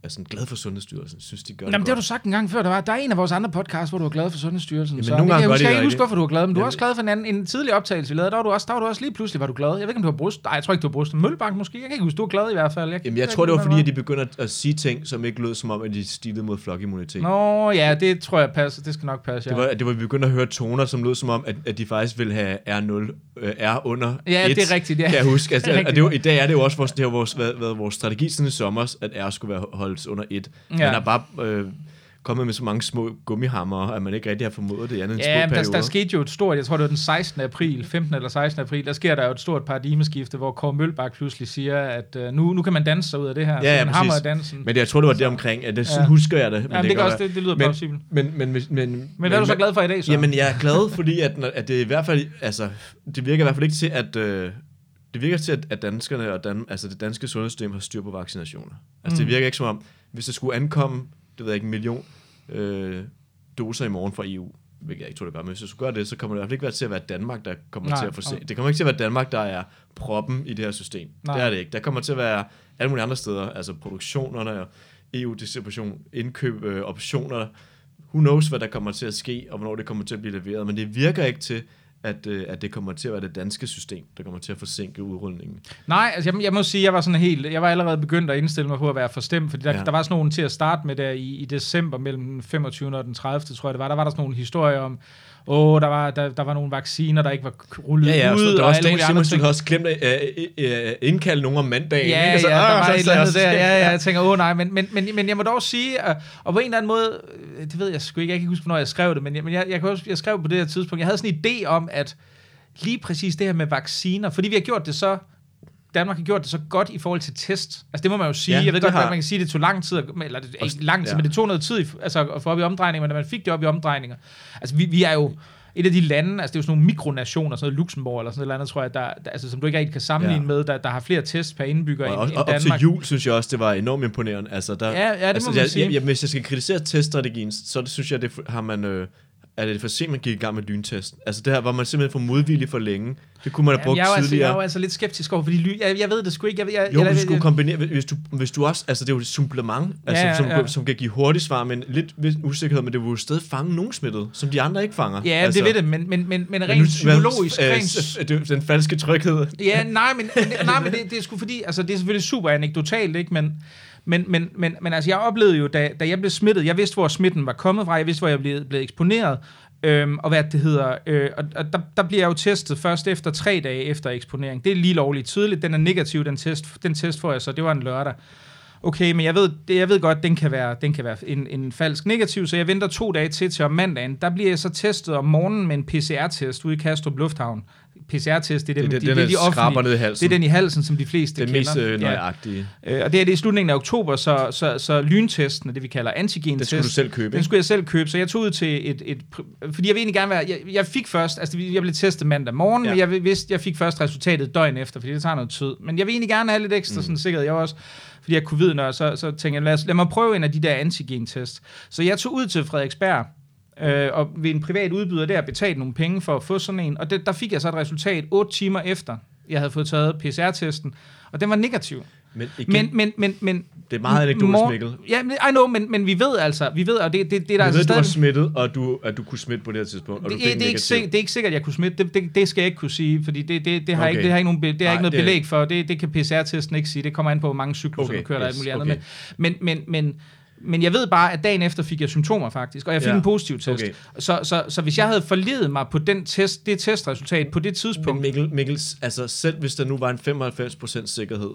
er sådan glad for Sundhedsstyrelsen, synes de gør Jamen, det det har du sagt en gang før. Der, var, der er en af vores andre podcasts, hvor du er glad for Sundhedsstyrelsen. Jamen, så nogle gange jeg, gør husker, de jeg det ikke huske, rigtigt. hvorfor du var glad, men du er Jamen, også glad for en, anden, en tidlig optagelse, vi lavede. Der var du også, der var du også lige pludselig, var du glad. Jeg ved ikke, om du har brust. Nej, jeg tror ikke, du har brustet. Møllebank måske. Jeg kan ikke huske, du er glad i hvert fald. Jeg, Jamen, jeg, jeg tror, det var fordi, at de begynder at sige ting, som ikke lød som om, at de stilede mod flokimmunitet. Nå, ja, det tror jeg passer. Det skal nok passe, ja. Det var, det var, vi begyndte at høre toner, som lød som om, at, at de faktisk ville have R nul, øh, R under Ja, et, det er rigtigt, ja. kan jeg huske. Altså, Det er og det var, i dag er det jo også vores, det har vores, været, været vores strategi siden i sommer, at R skulle være holdt under et. Ja. Man har bare øh, kommet med så mange små gummihammer, at man ikke rigtig har formået det andet end Ja, små men der, der perioder. skete jo et stort, jeg tror det var den sekstende april, femtende eller sekstende april, der sker der jo et stort paradigmeskifte, hvor Kåre Mølbak pludselig siger, at uh, nu, nu kan man danse sig ud af det her. Ja, ja, så man hammer præcis. dansen. Men det, jeg tror, det var det omkring, at det, sådan Ja. husker jeg det. Men Ja, det, kan kan også, være- det, det lyder men, plausibelt. men, men, men, men, men, Men hvad er du så glad for i dag, så? Jamen, jeg er glad, fordi at, at det i hvert fald, altså, det virker i hvert fald ikke til, at øh, det virker til, at, at danskerne og Dan, altså det danske sundhedssystem har styr på vaccinationer. Altså, Mm. det virker ikke som om, hvis der skulle ankomme, det ved jeg ikke, en million øh, doser i morgen fra E U, hvilket jeg ikke tror, det gør, men hvis jeg skulle gøre det, så kommer det i hvert fald ikke være til at være Danmark, der kommer Nej, til at forse. nej. Det kommer ikke til at være Danmark, der er proppen i det her system. Nej. Det er det ikke. Der kommer til at være alle mulige andre steder, altså produktionerne og E U-distribution, indkøb, øh, optioner. Who knows, hvad der kommer til at ske, og hvornår det kommer til at blive leveret. Men det virker ikke til, at, øh, at det kommer til at være det danske system, der kommer til at forsinke udrulningen. Nej, altså jeg, jeg må sige, jeg var sådan helt, jeg var allerede begyndt at indstille mig på at være forstemt, fordi der, Ja. der var sådan nogle til at starte med der i, i december mellem den femogtyvende og den tredivte tror jeg det var, der var der sådan nogle historier om, åh, der var, der, der var nogle vacciner, der ikke var rullet Ja, ja, og ud, så, der var og også alle Dan mulige andre Simonsen, ting. der også glemt at øh, øh, indkalde nogen om mandagen. Ja, ikke? Så, ja, der ah, var så- et så- eller andet så- der. Ja, ja, jeg tænker, åh nej, men, men, men, men jeg må dog sige, og, og på en eller anden måde, øh, det ved jeg sgu ikke, jeg kan ikke huske, hvornår jeg skrev det, men jeg, men jeg, jeg, kan også, jeg skrev på det her tidspunkt, jeg havde sådan en idé om, at lige præcis det her med vacciner, fordi vi har gjort det så, Danmark har gjort det så godt i forhold til test. Altså det må man jo sige. Ja, Jeg ved det godt, har- at man kan sige, at det tog lang tid, at- eller det, ikke lang tid, ja. men det tog noget tid i- altså, at få op i omdrejninger, men da man fik det op i omdrejninger. Altså vi, vi er jo et af de lande, altså det er jo sådan nogle mikronationer, sådan noget Luxembourg eller sådan noget andet, tror jeg, der, der, altså, som du ikke rigtig kan sammenligne Ja. med, der, der har flere tests per indbygger Og, end, og, end og op til Danmark. jul, synes jeg også, det var enormt imponerende. Altså, der, Ja, ja, det altså, må man jeg, sige. Jeg, jeg, hvis jeg skal kritisere teststrategien, så det, synes jeg, det har man... Øh, er det for sent, man gik i gang med lyntesten? Altså det her var man simpelthen for modvillig for længe. Det kunne man have Jamen, brugt jeg, er jo altså, tidligere. jeg er jo altså lidt skeptisk over, fordi ly, jeg, jeg ved det sgu ikke. Jeg, jeg, Jo, jeg, du jeg, skulle jeg, kombinere, hvis du, hvis du også, altså det er jo et supplement, altså, Ja, ja, som, ja. som kan give hurtigt svar, men lidt vis- usikkerhed, men det vil jo stadig fange nogen smittet, som de andre ikke fanger. ja, altså, det ved det, men, men, men, men men rent nu- psykologisk, øh, rent, s- det er jo den falske tryghed. ja, nej, men, men, nej, men det, det er sgu fordi, altså det er selvfølgelig super anekdotalt, ikke, men, men, men, men, men altså jeg oplevede jo, da, da jeg blev smittet, jeg vidste, hvor smitten var kommet fra, jeg vidste, hvor jeg blev, blev eksponeret, Øhm, og hvad det hedder, øh, og, og der, der bliver jeg jo testet først efter tre dage efter eksponering. Det er lige lovligt tydeligt, den er negativ, den test, den test får jeg så, det var en lørdag. Okay, men jeg ved, det, jeg ved godt, den kan være, den kan være en, en falsk negativ, så jeg venter to dage til til om mandagen. Der bliver jeg så testet om morgenen med en P C R-test ude i Kastrup Lufthavn. P C R-test, det er dem, Det er de, den, det er de der skraber ned i offentlige. halsen. Det er den i halsen, som de fleste Den kender. mest øh, Ja. nøjagtige. Øh, og det er det i slutningen af oktober, så, så, så lyntesten, det vi kalder antigen-test, Det skulle du selv købe, den ikke? skulle jeg selv købe, så jeg tog ud til et, et fordi jeg vil egentlig gerne være, jeg, jeg fik først, altså jeg blev testet mandag morgen, Ja. men jeg vidste, jeg fik først resultatet døgn efter, fordi det tager noget tid. Men jeg vil egentlig gerne have lidt ekstra Mm. sådan sikkerhed, jeg var også, fordi jeg kunne vide, så, så tænkte jeg, lad, os, lad mig prøve en af de der antigen-test. Så jeg tog ud til Frederiksberg, øh, og ved en privat udbyder der betalte nogle penge for at få sådan en, og det, der fik jeg så et resultat otte timer efter, jeg havde fået taget P C R-testen, og den var negativ. Men, igen, Men, men, men, men det er meget anekdotisk, mor- Mikkel. Ja, men- I know, men, men vi ved altså, vi ved, og det, det, det er der Jeg altså ved, du var stadig... smittet, og du, at du kunne smitte på det her tidspunkt, og Det, du fik det, er ikke negativ. sikkert, det er ikke sikkert, at jeg kunne smitte. Det, det, det skal jeg ikke kunne sige, fordi det, det, det har Okay. ikke, det har ikke, nogen, be- det har Nej, ikke noget det er- belæg for. Det, det kan P C R-testen ikke sige. Det kommer an på, hvor mange cykluser Okay, du kører, og alt yes, muligt andet okay. med. Men, men, men, men jeg ved bare, at dagen efter fik jeg symptomer faktisk, og jeg fik Ja. en positiv test. Okay. Så, så, så hvis jeg havde forledet mig på den test, det testresultat på det tidspunkt... Men Mikkel, Mikkel, altså selv hvis der nu var en femoghalvfems procent sikkerhed,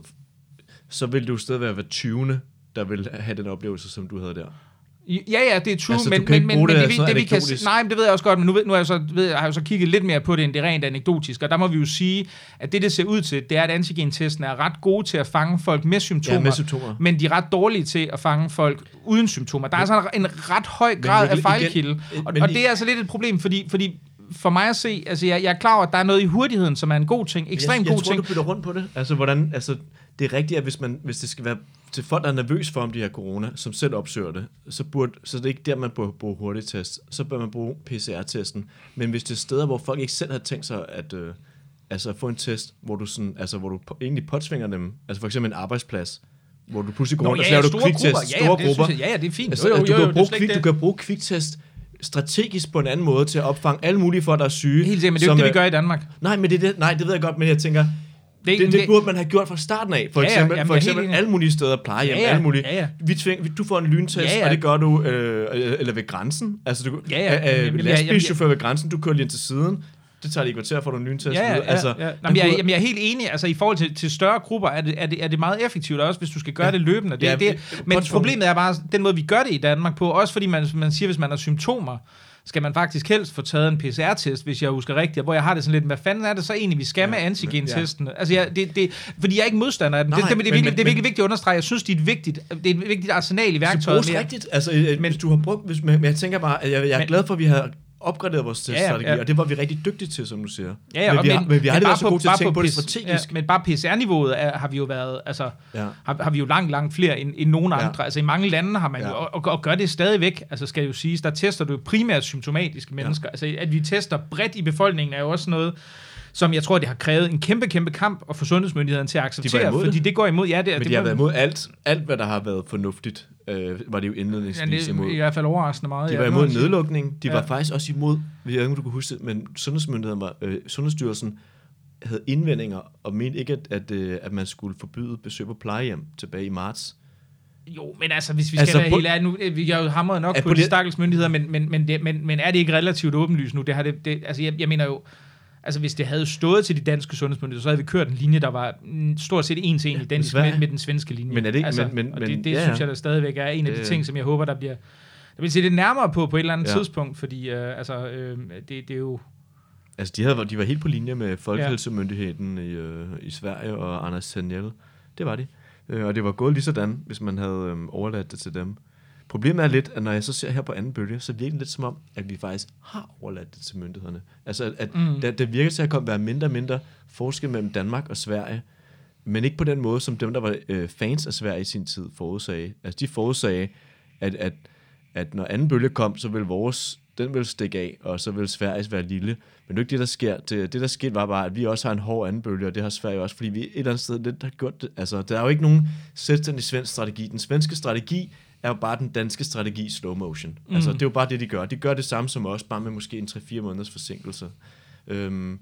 så ville du stadig være hver tyvende, der ville have den oplevelse, som du havde der. Ja, ja, det er true, Altså, du men, kan men, ikke men, bruge men det det, vi, sådan det vi kan... anekdotisk. Nej, men det ved jeg også godt, men nu, ved, nu er jeg så, ved, jeg har jeg så kigget lidt mere på det, end det rent anekdotisk, og der må vi jo sige, at det, det ser ud til, det er, at antigentesten er ret gode til at fange folk med symptomer, Ja, med symptomer. men de er ret dårlige til at fange folk uden symptomer. Der er altså en ret høj grad af Mikkel, fejlkilde, igen, og, men og i- det er altså lidt et problem, fordi... fordi for mig at se, altså jeg, jeg er klar over, at der er noget i hurtigheden, som er en god ting, ekstremt jeg, jeg god tror, ting. du bytter rundt på det. Altså, hvordan, altså, det er rigtigt, at hvis, man, hvis det skal være til folk, der er nervøs for om de her corona, som selv opsøger det, så, burde, så det er ikke der, man bør bruge hurtigtest. Så bør man bruge P C R-testen. Men hvis det er steder, hvor folk ikke selv har tænkt sig at, øh, altså at få en test, hvor du, sådan, altså, hvor du på, egentlig påtvinger dem, altså for eksempel en arbejdsplads, hvor du pludselig går Nå, rundt, ja, og så laver du store kviktest, grupper. Ja, store ja, det grupper. synes jeg, ja, ja, det er fint. Altså, Jo, jo, altså, jo, du, jo, kan det er bruge slet kvik, ikke du det. kan bruge kviktest strategisk på en anden måde til at opfange alle mulige folk, der er syge. Helt sikkert, men det er jo ikke det, vi gør i Danmark. Nej, men det, det, nej, det ved jeg godt, men jeg tænker, det, det, det burde man have gjort fra starten af. For Ja, ja, eksempel, jamen, for jeg er eksempel helt enig. alle mulige steder, plejehjem, Ja, ja, alle mulige. ja, ja. Vi tving, du får en lyntest, Ja, ja. og det gør du, øh, eller ved grænsen. Altså, du, Ja, ja. øh, Jamen, jamen, lastbilschauffør ved grænsen, du kører lige ind til siden. Det tager de i kvarter, får du en lyntest. Ja, ja, videre. ja, altså, ja. Nå, man men jeg, kunne- jamen, jeg er helt enig. Altså, i forhold til, til større grupper er det, er, det, er det meget effektivt, også hvis du skal gøre Ja. det løbende. Det, Ja, det, det- men godt problemet er bare den måde, vi gør det i Danmark på. Også fordi man, man siger, hvis man har symptomer, skal man faktisk helst få taget en P C R-test, hvis jeg husker rigtigt, hvor jeg har det sådan lidt, hvad fanden er det så egentlig, vi skal Ja, med men- antigen-testen? Altså, jeg, det, det, fordi jeg er ikke modstander af den. Nej, det, det, det, men- er virkelig, men- det er virkelig men- vigtigt at understrege. Jeg synes, det er et vigtigt, det er et vigtigt arsenal i Det værktøjet. bruges men jeg- rigtigt. Altså, øh, Men- hvis du har brugt, hvis, men jeg tænker bare, at jeg, jeg er Men- glad for, at vi har opgraderet vores teststrategi, Ja, ja, ja. og det var vi rigtig dygtige til, som du siger. Ja, ja, men, og vi har, men vi har aldrig bare været så gode til at bare tænke på det P C strategisk. Ja, men bare P C R-niveauet er, har vi jo været, altså, Ja. har, har vi jo langt, langt flere end, end nogen Ja. andre. Altså i mange lande har man Ja. jo, og, og gør det stadigvæk, altså skal jo siges, der tester du jo primært symptomatiske mennesker. Altså at vi tester bredt i befolkningen er jo også noget, som jeg tror, det har krævet en kæmpe, kæmpe kamp at få sundhedsmyndighederne til at acceptere, imod fordi det. det går imod, ja, det, Men det de har må- været imod alt, alt hvad der har været fornuftigt, øh, var det jo ja, indledningsvis det, imod. i hvert fald overraskende meget. De ja, var det må imod man sige. nedlukning, de Ja. var faktisk også imod, jeg ved ikke, om du kan huske det, men sundhedsmyndigheden var, øh, Sundhedsstyrelsen havde indvendinger, og mente ikke, at, at, øh, at man skulle forbyde besøg på plejehjem tilbage i marts. Jo, men altså, hvis vi skal Altså, være på- helt ærlige nu, vi har jo hamret nok Ja, på, på de det- stakkels myndigheder, men, men, men, det, men, men er det ikke relativt åbenlyst nu? Det har det, det, altså, jeg, jeg mener jo, altså hvis det havde stået til de danske sundhedsmyndigheder, så havde vi kørt en linje, der var mm, stort set en til en identisk Sverige. med, med den svenske linje. Men er det ikke- altså, men- men- og det, men- det ja, synes ja. jeg, der stadigvæk er en af de Det- ting, som jeg håber, der bliver, der vil se lidt nærmere på på et eller andet Ja. tidspunkt, fordi øh, altså, øh, det, det er jo... Altså, de, havde, de var helt på linje med Folkehelsemyndigheden i, øh, i Sverige og Anders Tegnell. Det var de. Øh, og det var gået lige sådan, hvis man havde øh, overladt det til dem. Problemet er lidt, at når jeg så ser her på anden bølge, så virker det lidt som om, at vi faktisk har overladt det til myndighederne. Altså, at, at Mm. det, det virker til at komme være mindre og mindre forskel mellem Danmark og Sverige, men ikke på den måde, som dem, der var øh, fans af Sverige i sin tid, forudsagde. Altså, de forudsagde, at, at, at når anden bølge kom, så ville vores, den ville stikke af, og så ville Sveriges være lille. Men det er ikke det, der sker. Det, det, der skete, var bare, at vi også har en hård anden bølge, og det har Sverige også, fordi vi et eller andet sted lidt har gjort det. Altså, der er jo ikke nogen selvstændig svensk strategi. Den svenske strategi er jo bare den danske strategi i slow motion. Mm. Altså, det er jo bare det, de gør. De gør det samme som os, bare med måske en tre fire måneders forsinkelse. Øhm,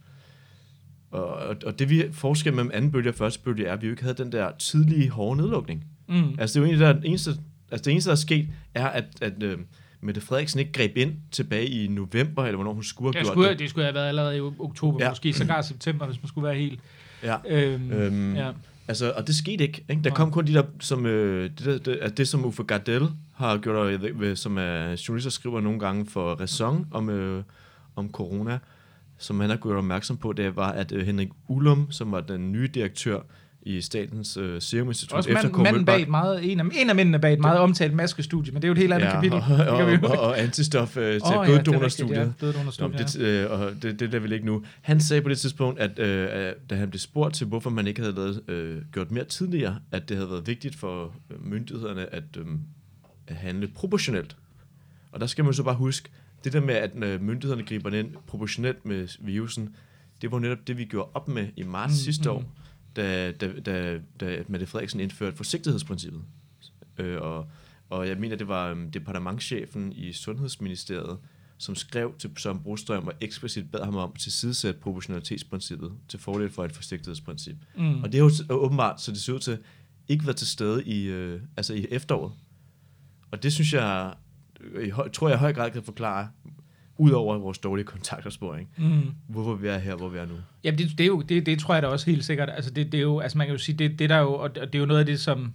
og, og, og det vi forskellen mellem anden bølge og første bølge er, at vi jo ikke havde den der tidlige hårde nedlukning. Mm. Altså, det er jo egentlig der eneste, altså det eneste, der er sket, er, at, at øh, Mette Frederiksen ikke greb ind tilbage i november, eller hvornår hun skulle have Det gjort skulle, det. det skulle have været allerede i oktober, Ja. ja. måske sågar september, hvis man skulle være helt... Ja. Øhm, Øhm, ja. Altså, og det skete ikke. ikke? Der Nej. kom kun de der, som, øh, det, der, det, det, som Uffe Gardell har gjort, og jeg ved, som er journalister skriver nogle gange for Ræson om, øh, om corona, som han har gjort opmærksom på, det var, at øh, Henrik Ullum, som var den nye direktør i Statens øh, Serum Institut, Også efter mand, Kåre manden bag Mølbak- et meget, en af, en af mændene bag et meget omtalt maskestudie, men det er jo et helt andet ja, kapitel. og, Det kan vi jo- og, og, og antistof øh, til Åh, oh, ja, det er bloddonorstudiet. rigtigt, ja, bloddonorstudiet, Nå, det, øh, og det, det der vil ikke nu. Han sagde på det tidspunkt, at øh, da han blev spurgt til, hvorfor man ikke havde lavet, øh, gjort mere tidligere, at det havde været vigtigt for øh, myndighederne at, øh, at handle proportionelt. Og der skal man så bare huske, det der med, at øh, myndighederne griber ind proportionelt med virusen, det var netop det, vi gjorde op med i marts Mm, sidste mm. år, da, da, da, da Mette Frederiksen indførte forsigtighedsprincippet. Øh, og, og jeg mener, det var um, departementschefen i Sundhedsministeriet, som skrev til Søren Brostrøm og eksplicit bad ham om at tilsidesætte proportionalitetsprincippet til fordel for et forsigtighedsprincip. Mm. Og det er jo t- åbenbart, så det ser ud til ikke være til stede i, øh, altså i efteråret. Og det synes jeg, i høj, tror jeg i høj grad kan forklare, ud over vores dårlige kontaktopsporing, Mm. hvorfor vi er her, hvor vi er nu. Jamen, det, det, er jo, det, det tror jeg da også helt sikkert. Altså, det, det er jo, altså man kan jo sige, det, det der er jo, og det er jo noget af det, som...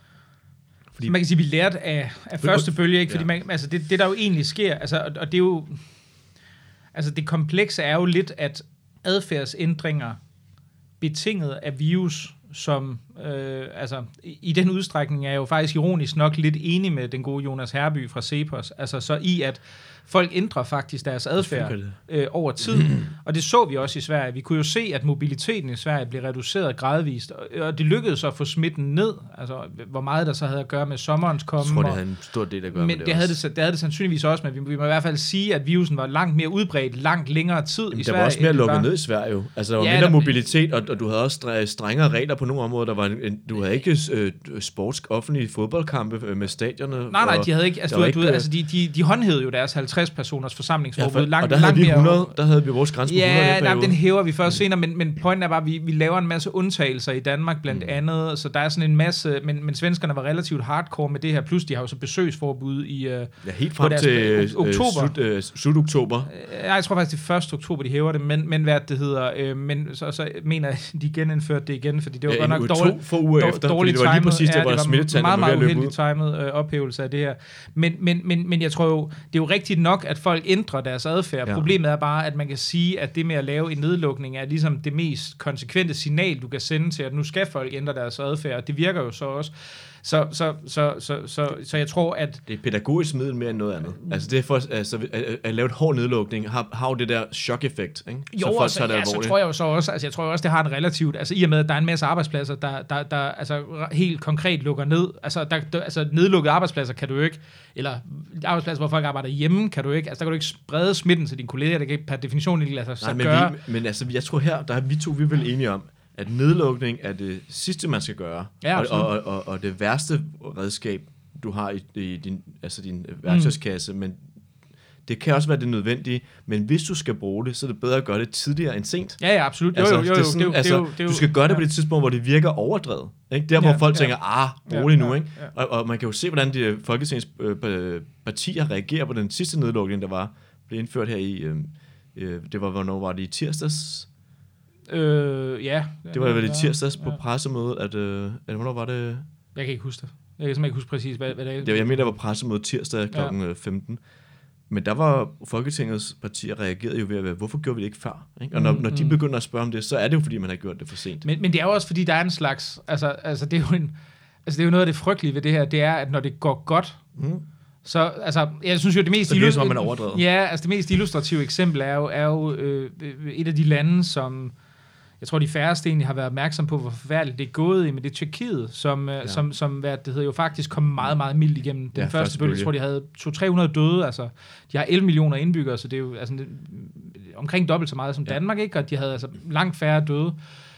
Fordi, Man kan sige, vi lærte af, af første bølge, ikke? Fordi Ja. man, altså det, det, der jo egentlig sker, altså, og, og det er jo... Altså, det komplekse er jo lidt, at adfærdsændringer betinget af virus, som... Øh, altså, i, i den udstrækning er jeg jo faktisk ironisk nok lidt enig med den gode Jonas Herby fra Cepos. Altså, så i at folk ændrer faktisk deres adfærd øh, over tid. Og det så vi også i Sverige. Vi kunne jo se, at mobiliteten i Sverige blev reduceret gradvist, og, og det lykkedes at få smitten ned. Altså, hvor meget der så havde at gøre med sommerens komme. jeg tror, det havde en stor del at gøre Men med det, det, det, havde også. det, det havde det sandsynligvis også, men vi, vi må i hvert fald sige, at virusen var langt mere udbredt, langt længere tid Jamen, i der Sverige. var også mere end det lukket var- ned i Sverige jo. Altså, der var Ja, mindre der- mobilitet, og, og du havde også stre- strengere regler på nogle områder. Der var en, du havde ikke øh, sports offentlige fodboldkampe med stadioner. Nej, nej, de havde ikke, altså, du, ikke, du, altså de, de, de håndhævede jo deres halvtreds personers forsamlingsforbud. Ja, langt, og der havde langt vi mere hundrede, der havde vi vores grænse på hundrede. Ja, nej, den hæver vi først senere, men, men pointen er bare, at vi, vi laver en masse undtagelser i Danmark blandt mm. andet, så der er sådan en masse, men, men svenskerne var relativt hardcore med det her, plus de har jo så besøgsforbud i øh, ja, helt frem til øh, oktober. Slut, øh, slut oktober. Ja, jeg tror faktisk, det er første oktober, de hæver det, men, men hvad det hedder, øh, men så, så mener jeg, de genindførte det igen, fordi det var ja, godt nok dårligt. For uger efter, dårligt det var lige præcis, ja, der var smittetallet. Meget, meget uheldigt timet øh, ophævelse af det her. Men, men, men, men jeg tror jo, det er jo rigtigt nok, at folk ændrer deres adfærd. Ja. Problemet er bare, at man kan sige, at det med at lave en nedlukning er ligesom det mest konsekvente signal, du kan sende til, at nu skal folk ændre deres adfærd. Det virker jo så også. Så, så, så, så, så, så jeg tror, at... Det er pædagogisk middel mere end noget andet. Altså det er for altså, at, at lave et hård nedlukning, har, har jo det der chok-effekt, ikke? Jo, så, folk, så, ja, så tror jeg jo så også, altså jeg tror også, det har en relativt, altså i og med, at der er en masse arbejdspladser, der, der, der altså helt konkret lukker ned, altså, der, der, altså nedlukkede arbejdspladser kan du jo ikke, eller arbejdspladser, hvor folk arbejder hjemme, kan du ikke, altså der kan du ikke sprede smitten til dine kolleger, det kan per definition ikke lade sig Nej, men gøre. Vi, men altså, jeg tror her, der er vi to, vi er vel enige om, at nedlukning er det sidste, man skal gøre, ja, og, og, og, og det værste redskab, du har i, i din, altså din værktøjskasse, mm. men det kan også være det nødvendige, men hvis du skal bruge det, så er det bedre at gøre det tidligere end sent. Ja, ja, absolut. Jo, altså, jo, jo, jo. Det er sådan, det er jo, altså, det er jo, det er jo, du skal gøre det på det tidspunkt, hvor det virker overdrevet. Ikke? Der, hvor ja, folk ja. tænker, ah, rolig ja, nu. Ikke? Ja. Og, og man kan jo se, hvordan de Folketingets øh, partier reagerer på den sidste nedlukning, der var blev indført her i, øh, øh, det var, hvornår var det i tirsdags? Øh, ja. Det var vel i tirsdags på ja. pressemødet, at, øh, at, hvornår var det? Jeg kan ikke huske det. Jeg kan simpelthen ikke huske præcis, hvad, hvad det er. Det, jeg mener, der var pressemødet tirsdag klokken ja. femten. Men der var Folketingets partier reagerede jo ved at være, hvorfor gjorde vi det ikke før? Ikke? Og når, mm, når de begynder at spørge om det, så er det jo, fordi man har gjort det for sent. Men, men det er jo også, fordi der er en slags, altså, altså, det er jo en, altså det er jo noget af det frygtelige ved det her, det er, at når det går godt, mm. så, altså, jeg synes jo, det mest, så det er, som man er overdrevet. Ja, altså det mest illustrative eksempel er jo, er jo øh, et af de lande, som jeg tror, de færreste egentlig har været opmærksom på, hvor forfærdeligt det er gået i, men det er Tyrkiet, som, ja. som, som hvad det hedder, jo faktisk kom meget, meget mildt igennem den ja, første, første bølge. Jeg tror, de havde to til tre hundrede døde, altså de har elleve millioner indbyggere, så det er jo altså, det, omkring dobbelt så meget som ja. Danmark, ikke? Og de havde altså langt færre døde.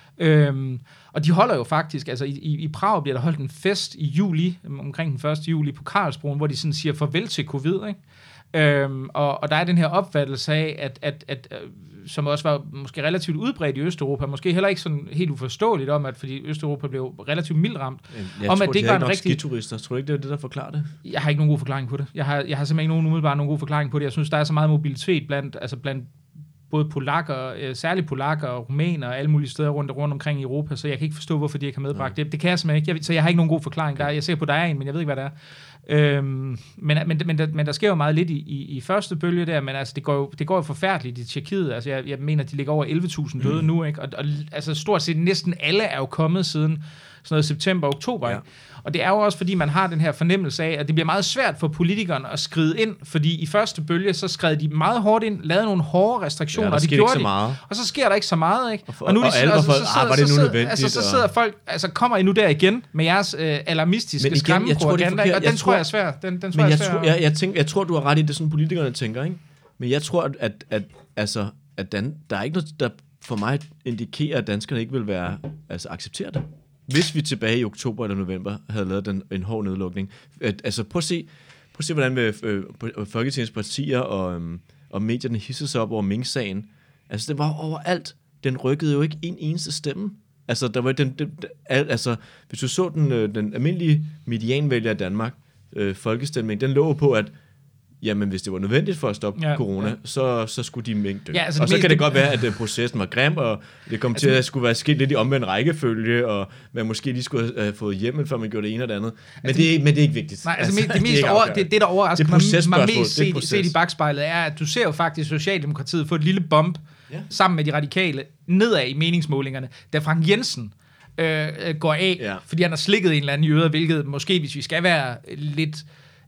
Øhm, og de holder jo faktisk, altså i, i, i Prag bliver der holdt en fest i juli, omkring den første juli på Karlsbroen, hvor de sådan siger farvel til covid, ikke? Øhm, og, og der er den her opfattelse af, at, at, at, at som også var måske relativt udbredt i Østeuropa, måske heller ikke sådan helt uforståeligt om, at fordi Østeuropa blev relativt mildt ramt. Jeg om, tror, at det ikke var en rigtig skiturister. Tror du ikke, det er det, der forklarer det? Jeg har ikke nogen god forklaring på det. Jeg har, jeg har simpelthen ikke nogen umiddelbart nogen god forklaring på det. Jeg synes, der er så meget mobilitet blandt, altså blandt både polakker, øh, særligt polakker og rumæner og alle mulige steder rundt, rundt omkring i Europa, så jeg kan ikke forstå, hvorfor de ikke har medbragt ja. det. Det kan jeg simpelthen ikke. Jeg, så jeg har ikke nogen god forklaring. Der, jeg er sikker på, der er en, men jeg ved ikke, hvad det er. Øhm, men, men, men, der, men der sker jo meget lidt i, i, i første bølge der, men altså, det går jo, det går jo forfærdeligt i Tjekkiet. Altså, jeg, jeg mener, de ligger over elleve tusind døde mm. nu, ikke? Og, og altså, stort set næsten alle er jo kommet siden sådan noget september og oktober, ja. Og det er jo også, fordi man har den her fornemmelse af, at det bliver meget svært for politikerne at skride ind, fordi i første bølge, så skred de meget hårdt ind, lavede nogle hårde restriktioner, ja, og det gjorde de, og så sker der ikke så meget, ikke? Og, for, og, nu og, de, og alle altså, folk, så, ah, var det nu nødvendigt? Altså, så sidder folk, altså kommer I nu der igen med jeres øh, alarmistiske skræmmepropaganda, og den jeg tror jeg er svær. Den, den tror men jeg, jeg, tror, jeg, jeg, tænker, jeg tror, du har ret i det, sådan politikerne tænker, ikke? Men jeg tror, at, at, at, altså, at dan, der er ikke noget, der for mig indikerer, at danskerne ikke vil være, altså acceptere det. Hvis vi tilbage i oktober eller november havde lavet den, en hård nedlukning. At, altså prøv at se, prøv at se hvordan med, øh, Folketingets partier og, øhm, og medierne hissede sig op over Mink-sagen. Altså det var overalt. Den rykkede jo ikke en eneste stemme. Altså der var den, den, den altså hvis du så den, øh, den almindelige medianvælger i Danmark, øh, folkestemning, den lå på at jamen, hvis det var nødvendigt for at stoppe ja, corona, ja. Så, så skulle de mink dø. Ja, altså og så kan det godt være, at uh, processen var grim, og det kom altså, til at skulle være sket lidt i omvendt rækkefølge, og man måske lige skulle have uh, fået hjemmel, før man gjorde det ene og det andet. Men, altså, det, er, men det er ikke vigtigt. Nej, altså, altså det, mest det, over, det, det, der overrasker mig, mig mest set, set i bagspejlet, er, at du ser jo faktisk Socialdemokratiet få et lille bump ja. sammen med de radikale nedad i meningsmålingerne, da Frank Jensen øh, går af, ja. fordi han har slikket en eller anden jøde, hvilket måske, hvis vi skal være lidt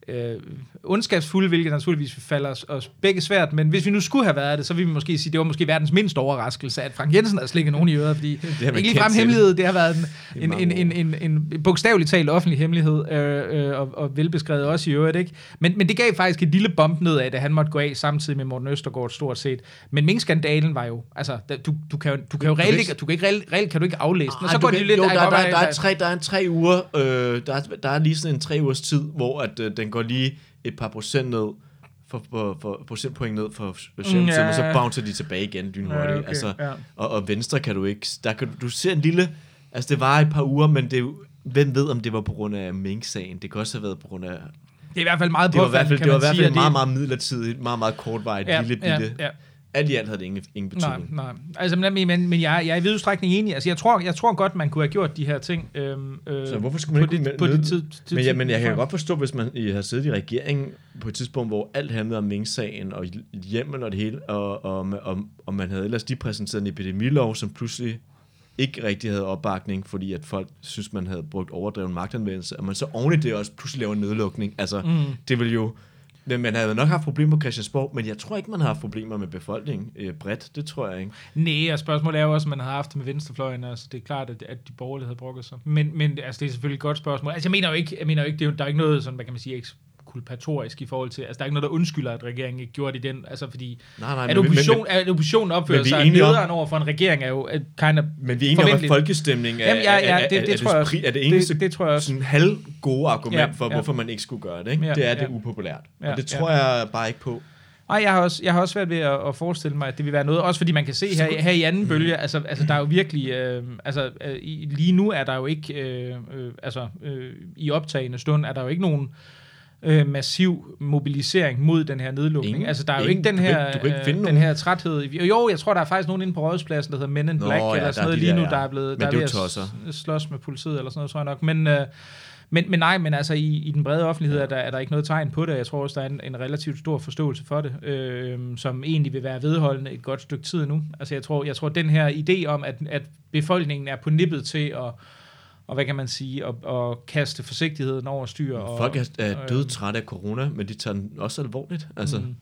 øh, ondskabsfulde, hvilket naturligvis falder os, os begge svært, men hvis vi nu skulle have været det, så ville vi måske sige, at det var måske verdens mindste overraskelse, at Frank Jensen havde slikket nogen i øret, fordi det er ikke ligefrem hemmelighed, det har været en, en, en, en, en, en bogstaveligt talt offentlig hemmelighed, øh, øh, og, og velbeskrevet også i øvrigt, ikke? Men, men det gav faktisk et lille bump nedad, da han måtte gå af samtidig med Morten Østergaard stort set. Men Mink-skandalen var jo, altså, du, du kan jo, du kan jo reelt ikke, du kan ikke, reelt, reelt kan du ikke aflæse den, og så går de lidt... Jo, der, der, der, der, er tre, der er en tre uger, øh, der, er, der er lige sådan en tre ugers tid, hvor at, øh, den går lige et par procent ned, for, for, for procentpoint ned for Socialdemokratiet, ja, ja. Og så bouncer de tilbage igen lynhurtigt. Ja, okay, altså, ja. og, og Venstre kan du ikke... Der kan, du ser en lille... Altså, det var et par uger, men det, hvem ved, om det var på grund af Mink-sagen? Det kan også have været på grund af... Det er i hvert fald meget påfaldende, kan Det var i hvert fald sige, meget, meget midlertidigt, meget, meget kortvarigt, ja, lille bitte... Ja, ja. Alt i alt havde det ingen, ingen betydning. Nej, nej. Altså, men, men, men jeg, jeg er i vid udstrækning enig. Altså, jeg tror, jeg tror godt, man kunne have gjort de her ting. Øhm, øh, så hvorfor skulle man ikke på det tid, tid, men, ja, men jeg kan godt forstå, hvis man I har siddet i regeringen på et tidspunkt, hvor alt handlede om Mink-sagen og hjemmen og det hele, og, og, og, og man havde ellers de præsenteret en epidemilov, som pludselig ikke rigtig havde opbakning, fordi at folk synes, man havde brugt overdreven magtanvendelse, og man så oven i det også pludselig laver en nedlukning. Altså, mm. det vil jo... Men man havde nok haft problemer på Christiansborg, men jeg tror ikke, man har haft problemer med befolkningen øh, bredt. Det tror jeg ikke. Nej, og spørgsmålet er jo også, at man har haft med venstrefløjen. Altså, det er klart, at, at de borgerlige havde brokket sig. Men, men altså, det er selvfølgelig et godt spørgsmål. Altså, jeg mener jo ikke, jeg mener jo ikke det er, der er ikke noget, sådan, hvad kan man sige, kulpatorisk i forhold til, altså der er ikke noget, der undskylder, at regeringen ikke gjorde det i den, altså fordi, nej, nej, at, opposition, men, at oppositionen opfører sig nederen over for en regering er jo kind of men vi er enige om, at folkestemning er, Jamen, ja, ja, det, det, det, tror jeg, er det eneste det, det tror jeg sådan halv gode argument ja, for, ja. hvorfor man ikke skulle gøre det. Ikke? Ja, det er, ja. det er upopulært. Ja, og det tror ja. jeg bare ikke på. Nej, jeg har også jeg har også svært ved at, at forestille mig, at det vil være noget, også fordi man kan se her, her i anden bølge, altså, altså der er jo virkelig, øh, altså øh, lige nu er der jo ikke, øh, øh, altså øh, i optagende stund er der jo ikke nogen Øh, massiv mobilisering mod den her nedlukning. Ingen, altså der er jo ikke den her, du kan ikke, du kan ikke øh, den her træthed. Jo, jeg tror der er faktisk nogen inde på Rådhuspladsen, der hedder Men in Black, Nå, ja, eller sådan noget lige der, nu, der er blevet der er ved at slås med politiet eller sådan noget, tror jeg nok. Men øh, men, men nej, men altså i, i den brede offentlighed er der, er der ikke noget tegn på det. Jeg tror også, der er en, en relativt stor forståelse for det, øh, som egentlig vil være vedholdende et godt stykke tid nu. Altså jeg tror, jeg tror den her idé om, at, at befolkningen er på nippet til at og hvad kan man sige, og, og kaste forsigtigheden over styr. Og, folk er, er døde trætte af corona, men de tager den også alvorligt. Altså. Mm.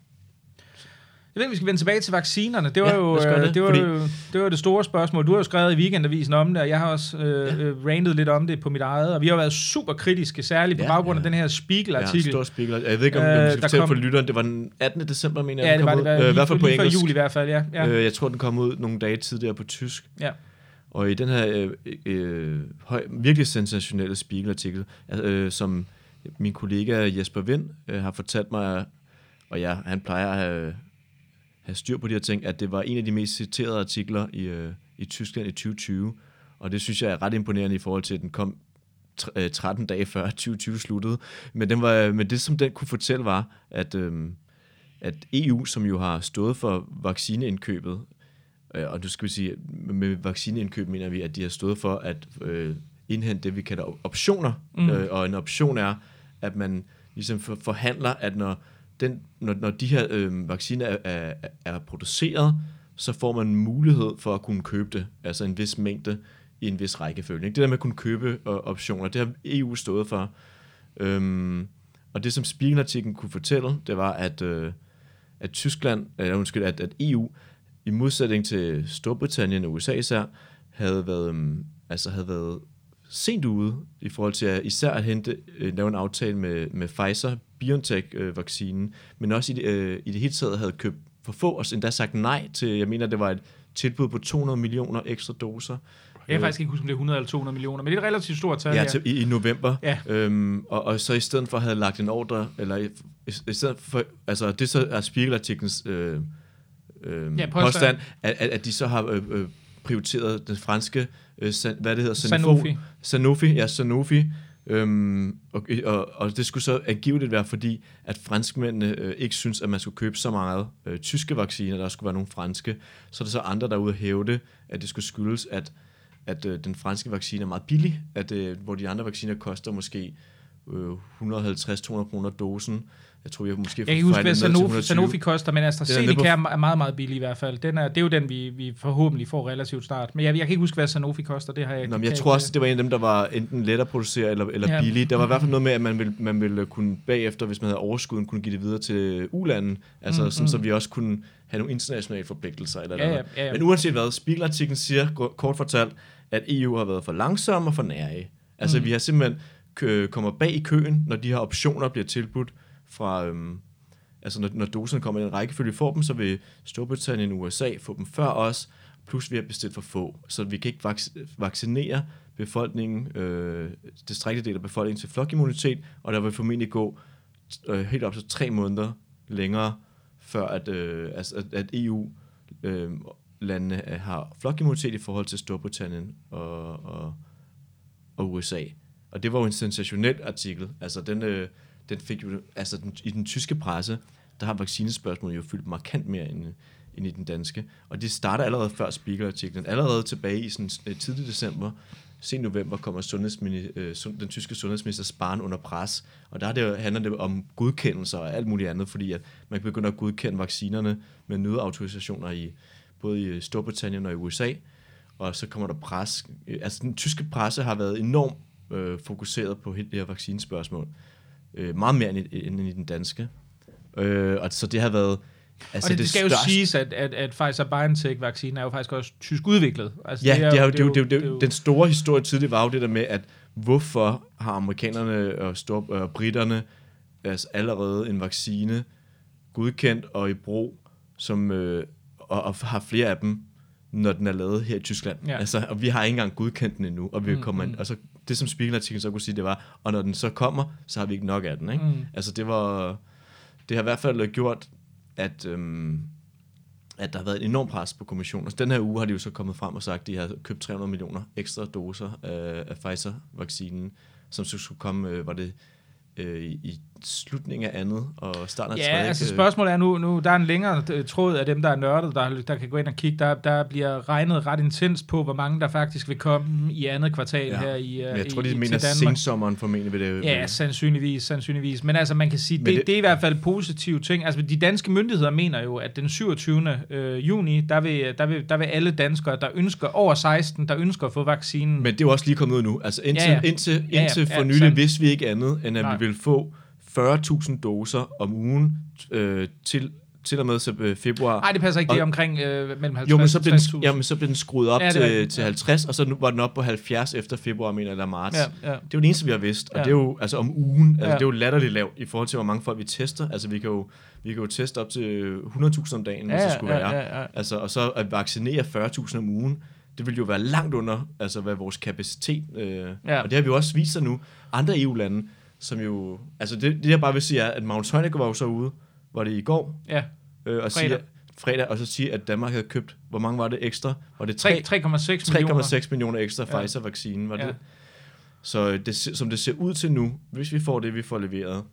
Jeg ved, vi skal vende tilbage til vaccinerne. Det var, ja, jo, det. Det, var jo, det var det store spørgsmål. Du har jo skrevet i Weekendavisen om det, og jeg har også øh, ja. rantet lidt om det på mit eget, og vi har været super kritiske, særligt på ja, baggrund af ja. den her Spiegel-artikel. Ja, stor Spiegel. Jeg ved ikke, om øh, vi skal fortælle for lytteren, det var den attende december, mener jeg, ja, det var det, var, øh, i hvert fald på engelsk. Jul i hvert fald, ja. ja. Øh, jeg tror, den kom ud nogle dage tidligere på tysk. Ja. Og i den her øh, øh, høj, virkelig sensationelle Spiegel-artikel, øh, som min kollega Jesper Vind øh, har fortalt mig, og ja, han plejer at have, have styr på de her ting, at det var en af de mest citerede artikler i, øh, i Tyskland i tyve tyve. Og det synes jeg er ret imponerende i forhold til, at den kom tretten dage før tyve tyve sluttede. Men, den var, men det, som den kunne fortælle, var, at, øh, at E U, som jo har stået for vaccineindkøbet, og nu skal vi sige, med vaccineindkøb mener vi, at de har stået for at øh, indhente det, vi kalder optioner. Mm. Øh, og en option er, at man ligesom forhandler, at når, den, når, når de her øh, vacciner er, er, er produceret, så får man mulighed for at kunne købe det, altså en vis mængde i en vis rækkefølge. Det der med at kunne købe øh, optioner, det har E U stået for. Øhm, og det, som Spiegel-artiklen kunne fortælle, det var, at, øh, at Tyskland, eller undskyld, at, at E U i modsætning til Storbritannien og U S A især, havde været, um, altså havde været sent ude i forhold til at især at hente, uh, lave en aftale med, med Pfizer-BioNTech-vaccinen, uh, men også i det, uh, i det hele taget havde købt for få, og endda sagt nej til, jeg mener, det var et tilbud på to hundrede millioner ekstra doser. Jeg kan faktisk ikke huske, om det er hundrede eller to hundrede millioner, men det er et relativt stort tal. Ja, til, i, i november. Ja. Øhm, og, og så i stedet for havde lagt en ordre, eller i, i, i stedet for, altså det så er Spiegel-artiklens øh, Øh, ja, påstand, at, at de så har øh, øh, prioriteret den franske, øh, san, hvad det hedder, Sanofi. Sanofi, ja, Sanofi. Øhm, og, og, og det skulle så angiveligt være, fordi at franskmændene øh, ikke synes, at man skulle købe så meget øh, tyske vacciner, der skulle være nogle franske. Så er der så andre, der er ude og hævde, at det skulle skyldes, at, at øh, den franske vaccine er meget billig, at, øh, hvor de andre vacciner koster måske et hundrede og halvtreds til to hundrede kroner dosen. Jeg tror, vi har måske... Jeg kan ikke huske, hvad Sanofi, Sanofi koster, men AstraZeneca er, er meget, meget billig i hvert fald. Den er, det er jo den, vi, vi forhåbentlig får relativt snart. Men jeg, jeg kan ikke huske, hvad Sanofi koster. Det har jeg, Nå, men jeg tror også, det var en af dem, der var enten let at producere eller, eller ja. billig. Der var i hvert fald noget med, at man ville, man ville kunne bagefter, hvis man havde overskuden, kunne give det videre til U-landen. Altså mm, sådan, mm. så vi også kunne have nogle internationale forpligtelser. Eller ja, ja, ja, ja. Men uanset hvad, Spiegel-artiklen siger kort fortalt, at E U har været for langsom og for nære. Altså mm. vi har simpelthen kø- kommer bag i køen, når de her optioner bliver tilbudt fra... Øhm, altså når, når doserne kommer i en rækkefølge, får dem, så vil Storbritannien og U S A få dem før os, plus vi har bestilt for få. Så vi kan ikke vac- vaccinere befolkningen, øh, det strækte del af befolkningen til flokimmunitet, og der vil formentlig gå øh, helt op til tre måneder længere, før at, øh, altså, at, at E U-landene øh, har flokimmunitet i forhold til Storbritannien og, og, og U S A. Og det var jo en sensationel artikel. Altså den... Øh, Den fik jo, altså den, i den tyske presse, der har vaccinespørgsmålet jo fyldt markant mere end, end i den danske. Og det starter allerede før Spiegel-artiklen. Allerede tilbage i sådan, uh, tidlig december, sen november, kommer uh, sund, den tyske sundhedsminister Spahn under pres. Og der det, handler det om godkendelser og alt muligt andet, fordi at man begynder at godkende vaccinerne med nødautorisationer i både i Storbritannien og i U S A. Og så kommer der pres. Altså den tyske presse har været enormt uh, fokuseret på hele det her vaccinespørgsmål. Øh, meget mere end i, end i den danske. Øh, og så det har været... Altså og det, det skal største... jo siges, at, at, at Pfizer-BioNTech-vaccinen er jo faktisk også tysk udviklet. Altså, ja, det er, det er, jo, det er, jo, det er, jo, det er jo... Den store historie tidligt var jo det der med, at hvorfor har amerikanerne og, stor, og britterne altså allerede en vaccine godkendt og i brug, som, øh, og, og har flere af dem, når den er lavet her i Tyskland. Ja. Altså, og vi har ikke engang godkendt den endnu, og vi mm, kommer mm. og så det, som Spiegel-artiklen så kunne sige, det var, og når den så kommer, så har vi ikke nok af den, ikke? Mm. Altså, det var... Det har i hvert fald gjort, at, øhm, at der har været en enorm pres på kommissionen. Og den her uge har de jo så kommet frem og sagt, at de har købt tre hundrede millioner ekstra doser af, af Pfizer-vaccinen, som så skulle komme, øh, var det øh, i slutningen af andet og starten af ja, tredje. Ja, altså spørgsmålet er nu, nu, der er en længere tråd af dem, der er nørdet, der, der kan gå ind og kigge. Der, der bliver regnet ret intens på, hvor mange der faktisk vil komme i andet kvartal ja. her i Jeg tror, i, de mener sensommeren formentlig ved det. Ja, sandsynligvis, sandsynligvis. Men altså, man kan sige, det, det, det er i hvert fald positive ting. Altså, de danske myndigheder mener jo, at den syvogtyvende juni, der vil, der, vil, der vil alle danskere, der ønsker over seksten, der ønsker at få vaccinen. Men det er jo også lige kommet ud nu. Altså, indtil, ja, ja. indtil, indtil ja, ja. for nylig ja, vidste vi ikke andet, end at Nej. vi vil få fyrre tusind doser om ugen øh, til, til og med februar. Nej, det passer ikke. Det er omkring øh, mellem halvtreds jo, men så blev den, jamen, så blev den skruet op ja, til, rigtigt, til halvtreds, ja. og så nu var den op på halvfjerds efter februar, mener eller marts. Ja, ja. Det er jo det eneste, vi har vidst. Og ja. det er jo altså om ugen. Altså, ja. Det er jo latterligt lavt i forhold til, hvor mange folk vi tester. Altså, vi kan jo, vi kan jo teste op til hundrede tusind om dagen, ja, hvis det skulle ja, være. Ja, ja. Altså, og så at vaccinere fyrre tusind om ugen, det vil jo være langt under, altså, hvad vores kapacitet. Øh, ja. Og det har vi jo også vist sig nu. Andre E U-lande, som jo... Altså, det, det jeg bare vil sige er, at Magnus Heunicke var jo så ude, var det i går? Ja, øh, og fredag. Siger, fredag. Og så sige, at Danmark havde købt, hvor mange var det ekstra? Var det tre komma seks millioner? tre komma seks millioner ekstra ja. Pfizer-vaccinen, var det? Ja. Så det, som det ser ud til nu, hvis vi får det, vi får leveret,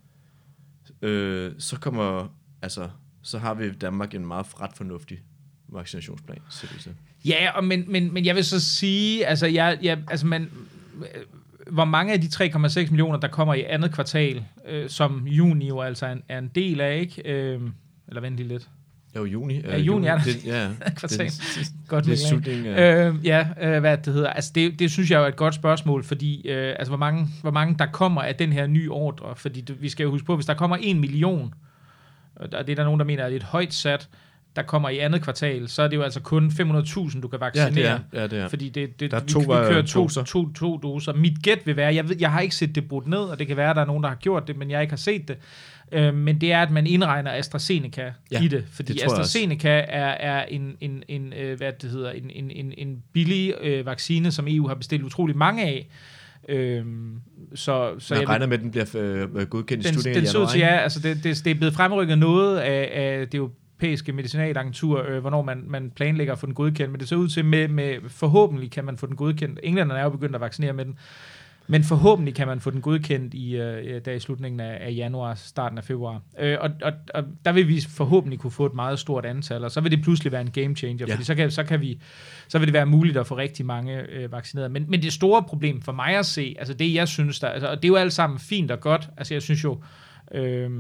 øh, så kommer... Altså, så har vi i Danmark en meget ret fornuftig vaccinationsplan, ser det til. Ja, og men, men, men jeg vil så sige, altså, jeg, jeg, altså man... hvor mange af de tre komma seks millioner, der kommer i andet kvartal, øh, som juni jo altså er en, er en del af, ikke? Øh, eller vent lige lidt. Jo, juni. Ja, juni er der. Det, ja, kvartal. Det, godt det er slutningen. Ja, øh, ja øh, hvad det hedder. Altså, det, det synes jeg jo er et godt spørgsmål, fordi øh, altså, hvor mange, hvor mange der kommer af den her nye ordre, fordi det, vi skal jo huske på, hvis der kommer en million, og det er der nogen, der mener, er lidt højt sat, der kommer i andet kvartal, så er det jo altså kun fem hundrede tusind, du kan vaccinere. Ja, det er. Ja, det er. Fordi det, det, der er vi, to, vi kører to, doser. To, to doser. Mit gæt vil være, jeg, ved, jeg har ikke set det brudt ned, og det kan være, at der er nogen, der har gjort det, men jeg ikke har set det. Øh, men det er, at man indregner AstraZeneca ja, i det. Fordi det AstraZeneca er, er en, en, en, øh, hvad det hedder, en, en, en, en billig øh, vaccine, som E U har bestilt utrolig mange af. Øhm, så, så jeg jeg regner med, at den bliver øh, godkendt den, i slutningen af januar. Ja, altså det, det, det er blevet fremrykket noget af, af det europæiske medicinalagentur, øh, hvornår man, man planlægger at få den godkendt, men det ser ud til, med, med forhåbentlig kan man få den godkendt. Englænderne er jo begyndt at vaccinere med den. Men forhåbentlig kan man få den godkendt i, øh, der i slutningen af, af januar, starten af februar. Øh, og, og, og der vil vi forhåbentlig kunne få et meget stort antal, og så vil det pludselig være en game changer, ja. fordi så kan, så kan vi, så vil det være muligt at få rigtig mange øh, vaccineret. Men, men det store problem for mig at se, altså det jeg synes, der, altså, og det er jo alt sammen fint og godt, altså jeg synes jo, øh,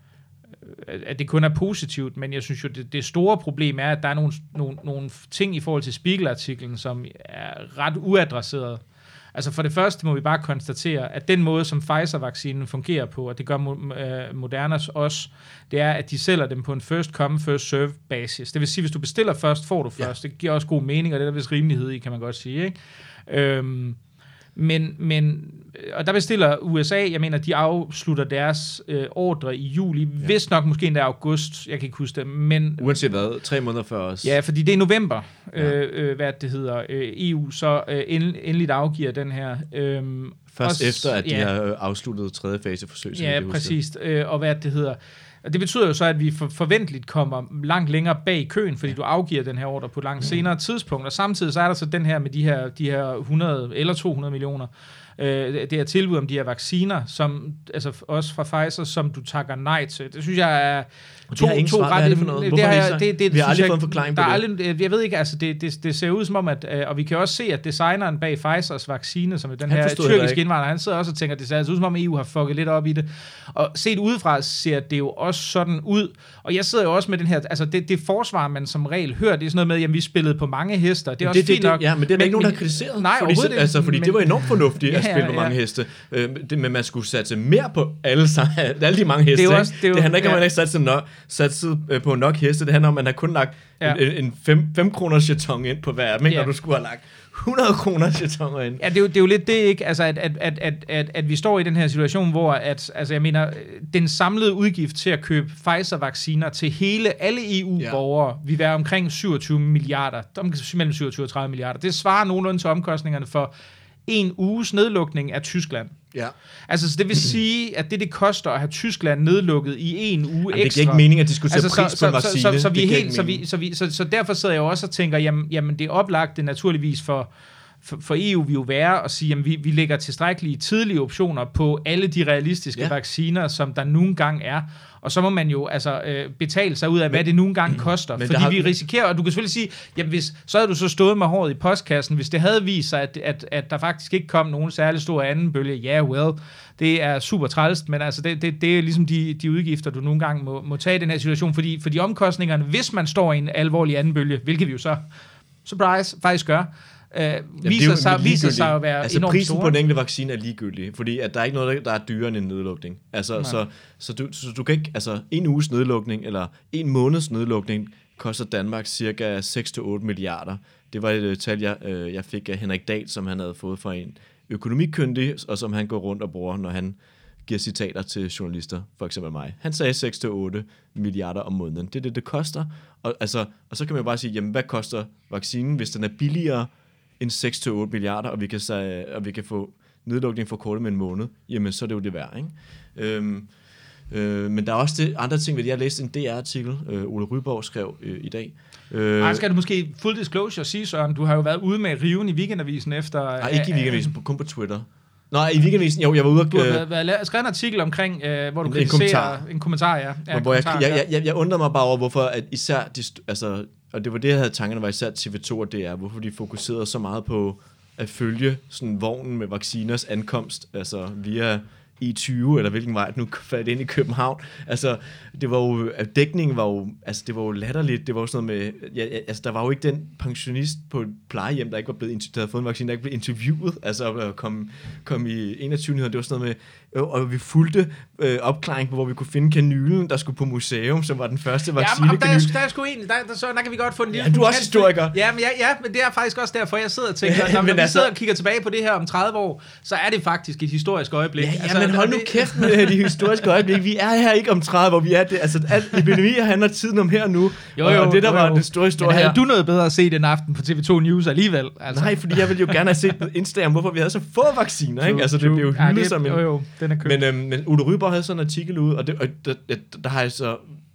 at det kun er positivt, men jeg synes jo, det, det store problem er, at der er nogle, nogle, nogle ting i forhold til Spiegel-artiklen, som er ret uadresseret. Altså for det første må vi bare konstatere, at den måde, som Pfizer-vaccinen fungerer på, og det gør Modernas også, det er, at de sælger dem på en first come, first serve basis. Det vil sige, hvis du bestiller først, får du først. Ja. Det giver også god mening, og det er der vist rimelighed i, kan man godt sige, ikke? Øhm, men, men, og der bestiller U S A, jeg mener, de afslutter deres øh, ordre i juli, ja. Vist nok måske endda august, jeg kan ikke huske det, men... Uanset hvad, tre måneder før os. Ja, fordi det er november, ja. øh, hvad det hedder, øh, E U så øh, endeligt afgiver den her... Øh, Først også, efter, at de ja. har afsluttet tredje fase forsøg. Ja, præcis, øh, og hvad det hedder... Det betyder jo så, at vi for, forventeligt kommer langt længere bag køen, fordi du afgiver den her ordre på et langt senere tidspunkt, og samtidig så er der så den her med de her, de her hundrede eller to hundrede millioner, øh, det her tilbud om de her vacciner, som, altså også fra Pfizer, som du takker nej til. Det synes jeg er to, to ret... Hvad er det for noget? Hvorfor det, her, det, det, vi har aldrig jeg, fået en forklaring på det. Aldrig, jeg ved ikke, altså det, det, det ser ud som om, at, og vi kan også se, at designeren bag Pfizers vaccine, som er den her tyrkiske indvandrer, han sidder også og tænker, at det ser altså ud som om, E U har fucket lidt op i det. Og set udefra ser det jo også sådan ud. Og jeg sidder jo også med den her, altså det, det forsvar, man som regel hører, det er sådan noget med, at vi spillede på mange hester. Det er også det, fint det, nok. Ja, men det er der ikke nogen, der har kritiseret. Nej, fordi, overhovedet altså, fordi men, det var enormt fornuftigt ja, at spille ja, på mange ja. heste. Øh, det, men man skulle satse mere på alle, alle de mange heste. Det, også, det, det handler ikke om, ja. at man ikke satset, nok, satset på nok heste. Det handler om, at man har kun lagt ja. en, en fem, fem kroners jeton ind på hver af dem, ja. Når du skulle have lagt hundrede kroners jetoner ind. Ja, det er, jo, det er jo lidt det, ikke? Altså, at, at, at, at, at, at vi står i den her situation, hvor at, altså, jeg mener, den samlede udgift til at købe Pfizer-vacciner til hele, alle E U-borgere, ja. vil være omkring syvogtyve milliarder, mellem syvogtyve og tredive milliarder. Det svarer nogenlunde til omkostningerne for en uges nedlukning af Tyskland. Ja. Altså, så det vil sige, at det, det koster at have Tyskland nedlukket i en uge jamen, ekstra. Det giver ikke mening at diskutere altså, pris så, på en vaccine. Så, så, så, vi helt, så, vi, så, vi, så, så derfor sidder jeg jo også og tænker, jamen, jamen det er oplagt, det naturligvis for, for, for E U vil jo være at sige, jamen vi, vi lægger tilstrækkelige tidlige optioner på alle de realistiske ja. vacciner, som der nogle gange er. Og så må man jo altså øh, betale sig ud af, hvad men, det nogle gange koster. Fordi har... vi risikerer, og du kan selvfølgelig sige, jamen hvis, så havde du så stået med håret i postkassen, hvis det havde vist sig, at, at, at der faktisk ikke kom nogen særlig stor anden bølge. Ja, yeah, well, det er super trælst, men altså det, det, det er ligesom de, de udgifter, du nogle gange må, må tage i den her situation. Fordi, fordi omkostningerne, hvis man står i en alvorlig anden bølge, hvilket vi jo så, surprise, faktisk gør, Uh, ja, viser, sig, viser sig at være altså, enormt prisen store. på den enkelte vaccine er ligegyldig, fordi at der er ikke noget, der er dyrere end en nedlukning. Altså, så, så, du, så du kan ikke, altså en uges nedlukning, eller en måneds nedlukning, koster Danmark cirka seks til otte milliarder. Det var et tal, jeg, øh, jeg fik af Henrik Dahl, som han havde fået fra en økonomikyndig, og som han går rundt og bruger, når han giver citater til journalister, for eksempel mig. Han sagde seks til otte milliarder om måneden. Det er det, det koster. Og, altså, og så kan man bare sige, jamen hvad koster vaccinen, hvis den er billigere end seks til otte milliarder, og vi kan, så, og vi kan få nedlukning forkortet med en måned, jamen så er det jo det værd, ikke? Øhm, øh, men der er også det, andre ting, ved det. Jeg læste en D R-artikel, øh, Ole Ryborg skrev øh, i dag. Øh, Ej, skal du måske full disclosure sige, Søren, du har jo været ude med riven i Weekendavisen efter... Nej, ikke i Weekendavisen, øh, kun på Twitter. Nej, i Weekendavisen, jo, jeg var ude og... Du har skrevet en artikel omkring, øh, hvor du kritiserer... En kommentar. En kommentar, ja. ja en hvor kommentar, jeg, jeg, jeg, jeg undrer mig bare over, hvorfor at især... De, altså, og det var det, jeg havde tankerne, var især T V to og D R, hvorfor de fokuserede så meget på at følge sådan vognen med vacciners ankomst, altså via E tyve, eller hvilken vej nu faldt ind i København. Altså, det var jo, dækningen var jo, altså det var jo latterligt, det var jo sådan noget med, ja, altså der var jo ikke den pensionist på et plejehjem, der ikke var blevet, der havde fået en vaccine, der ikke blev interviewet, altså at komme kom i enogtyve-nyheder, det var sådan noget med, og vi fulgte øh, opklaring på, hvor vi kunne finde kanylen, der skulle på museum, som var den første vaccine. Ja, der, er, der er sgu egentlig, der, der, så der kan vi godt få en lille... Ja, du er også historiker. Ja, men, ja, ja, men det er faktisk også derfor, jeg sidder og tænker, når, når vi altså, sidder og kigger tilbage på det her om tredive år, så er det faktisk et historisk øjeblik. Ja, ja altså, men hold nu kæft med de historiske øjeblikke. Vi er her ikke om tredive år, vi er det. Altså, al epidemier handler tiden om her og nu. Jo, jo, og det, der jo, jo. var den store historie her... her... Havde du noget bedre at se den aften på T V to News alligevel? Altså. Nej, fordi jeg ville jo gerne have set på Instagram, hvorfor vi havde så få vacciner, true, ikke? Altså, det blev jo hyldet ja, som en... Jo, jo, den er købt. Men, øhm, men Ole Ryborg havde sådan en artikel ude, og, det, og der, der, der har jeg så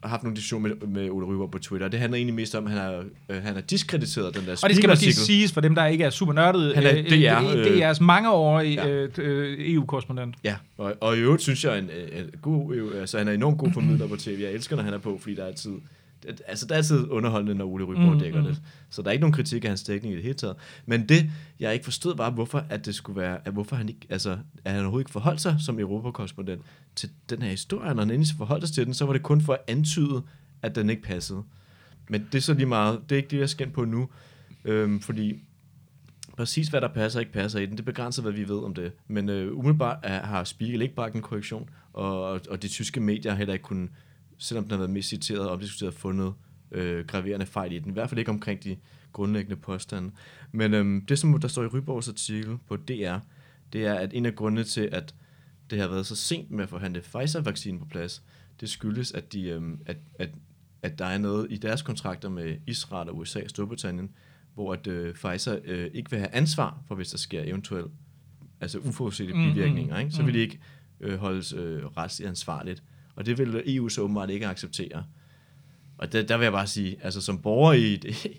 haft nogle diskussioner med, med Ole Ryborg på Twitter, og det handler egentlig mest om, at han har, øh, han har diskrediteret den der og det skal måske siges for dem, der ikke er super nørdede. Han er D R, øh, D R's mangeårige ja. øh, E U-korrespondent. Ja, og, og i øvrigt synes jeg, en, en god, altså han er enormt god formidler på T V. Jeg elsker, når han er på, fordi der er altid, altså der er altid underholdende, når Ole Ryborg mm, dækker mm. det. Så der er ikke nogen kritik af hans dækning i det hele taget. Men det, jeg ikke forstod, var, hvorfor at det skulle være, at hvorfor han ikke, altså, at han overhovedet ikke forholdt sig som Europakorrespondent til den her historie. Når han endelig forholdt sig til den, så var det kun for at antyde, at den ikke passede. Men det er så lige meget, det er ikke det, jeg skal på nu. Øhm, fordi præcis hvad der passer og ikke passer i den, det begrænser, hvad vi ved om det. Men øh, umiddelbart er, har Spiegel ikke bragt en korrektion, og, og, og de tyske medier har heller ikke kunnet, selvom den har været mest citeret og omdiskuteret, fundet øh, graverende fejl i den. I hvert fald ikke omkring de grundlæggende påstande. Men øhm, det, som der står i Ryborgs artikel på D R, det er, at en af grundene til, at det har været så sent med at forhandle Pfizer-vaccinen på plads, det skyldes, at, de, øhm, at, at, at der er noget i deres kontrakter med Israel og U S A og Storbritannien, hvor at øh, Pfizer øh, ikke vil have ansvar for, hvis der sker eventuelt altså uforudsete bivirkninger. Ikke? Så vil de ikke øh, holdes øh, retsligt ansvarligt. Og det vil E U så åbenbart ikke acceptere. Og der, der vil jeg bare sige, altså som borger i,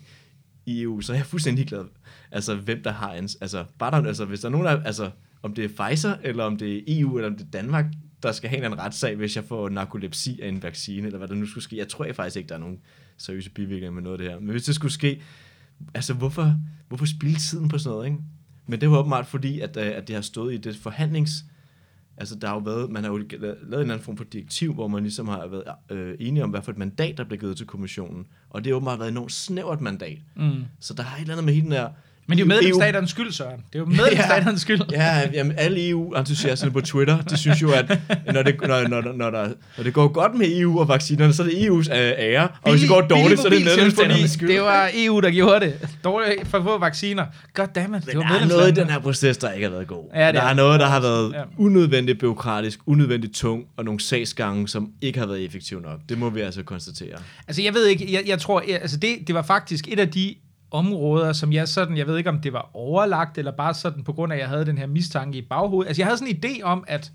i E U, så er jeg fuldstændig glad. Altså hvem der har ans, altså bare der, altså hvis der er nogen der, altså om det er Pfizer eller om det er E U eller om det er Danmark, der skal have en retssag, hvis jeg får narkolepsi af en vaccine eller hvad der nu skulle ske. Jeg tror jeg faktisk ikke der er nogen seriøse bivirkninger med noget af det her. Men hvis det skulle ske, altså hvorfor hvorfor spilde tiden på sådan noget, ikke? Men det var åbenbart fordi at at det har stået i det forhandlings. Altså, der har jo været, man har jo lavet en eller anden form for direktiv, hvor man ligesom har været øh, enige om, hvad for et mandat, der blev givet til kommissionen. Og det har åbenbart været et enormt snævert mandat. Mm. Så der har et eller andet med hele den der... Men det er jo medlemsstaternes skyld, Søren. Det er jo medlemsstaternes skyld. Ja, jamen, alle E U-entusiasterne på Twitter, de synes jo, at når det, når, når, når, der, når det går godt med E U og vaccinerne, så er det E U's øh, ære. Og hvis det går dårligt, så er det medlemsstaternes skyld. Det var E U, der gjorde det. Dårligt for at få vacciner. Goddammit, det var medlemsstaternes. Der er noget i den her proces, der ikke har været god. Ja, der er, er noget, der har været ja. unødvendigt bureaukratisk, unødvendigt tung, og nogle sagsgange, som ikke har været effektive nok. Det må vi altså konstatere. Altså, jeg ved ikke, jeg, jeg tror, jeg, altså det, det var faktisk et af de områder, som jeg sådan, jeg ved ikke, om det var overlagt, eller bare sådan, på grund af, at jeg havde den her mistanke i baghovedet. Altså, jeg havde sådan en idé om, at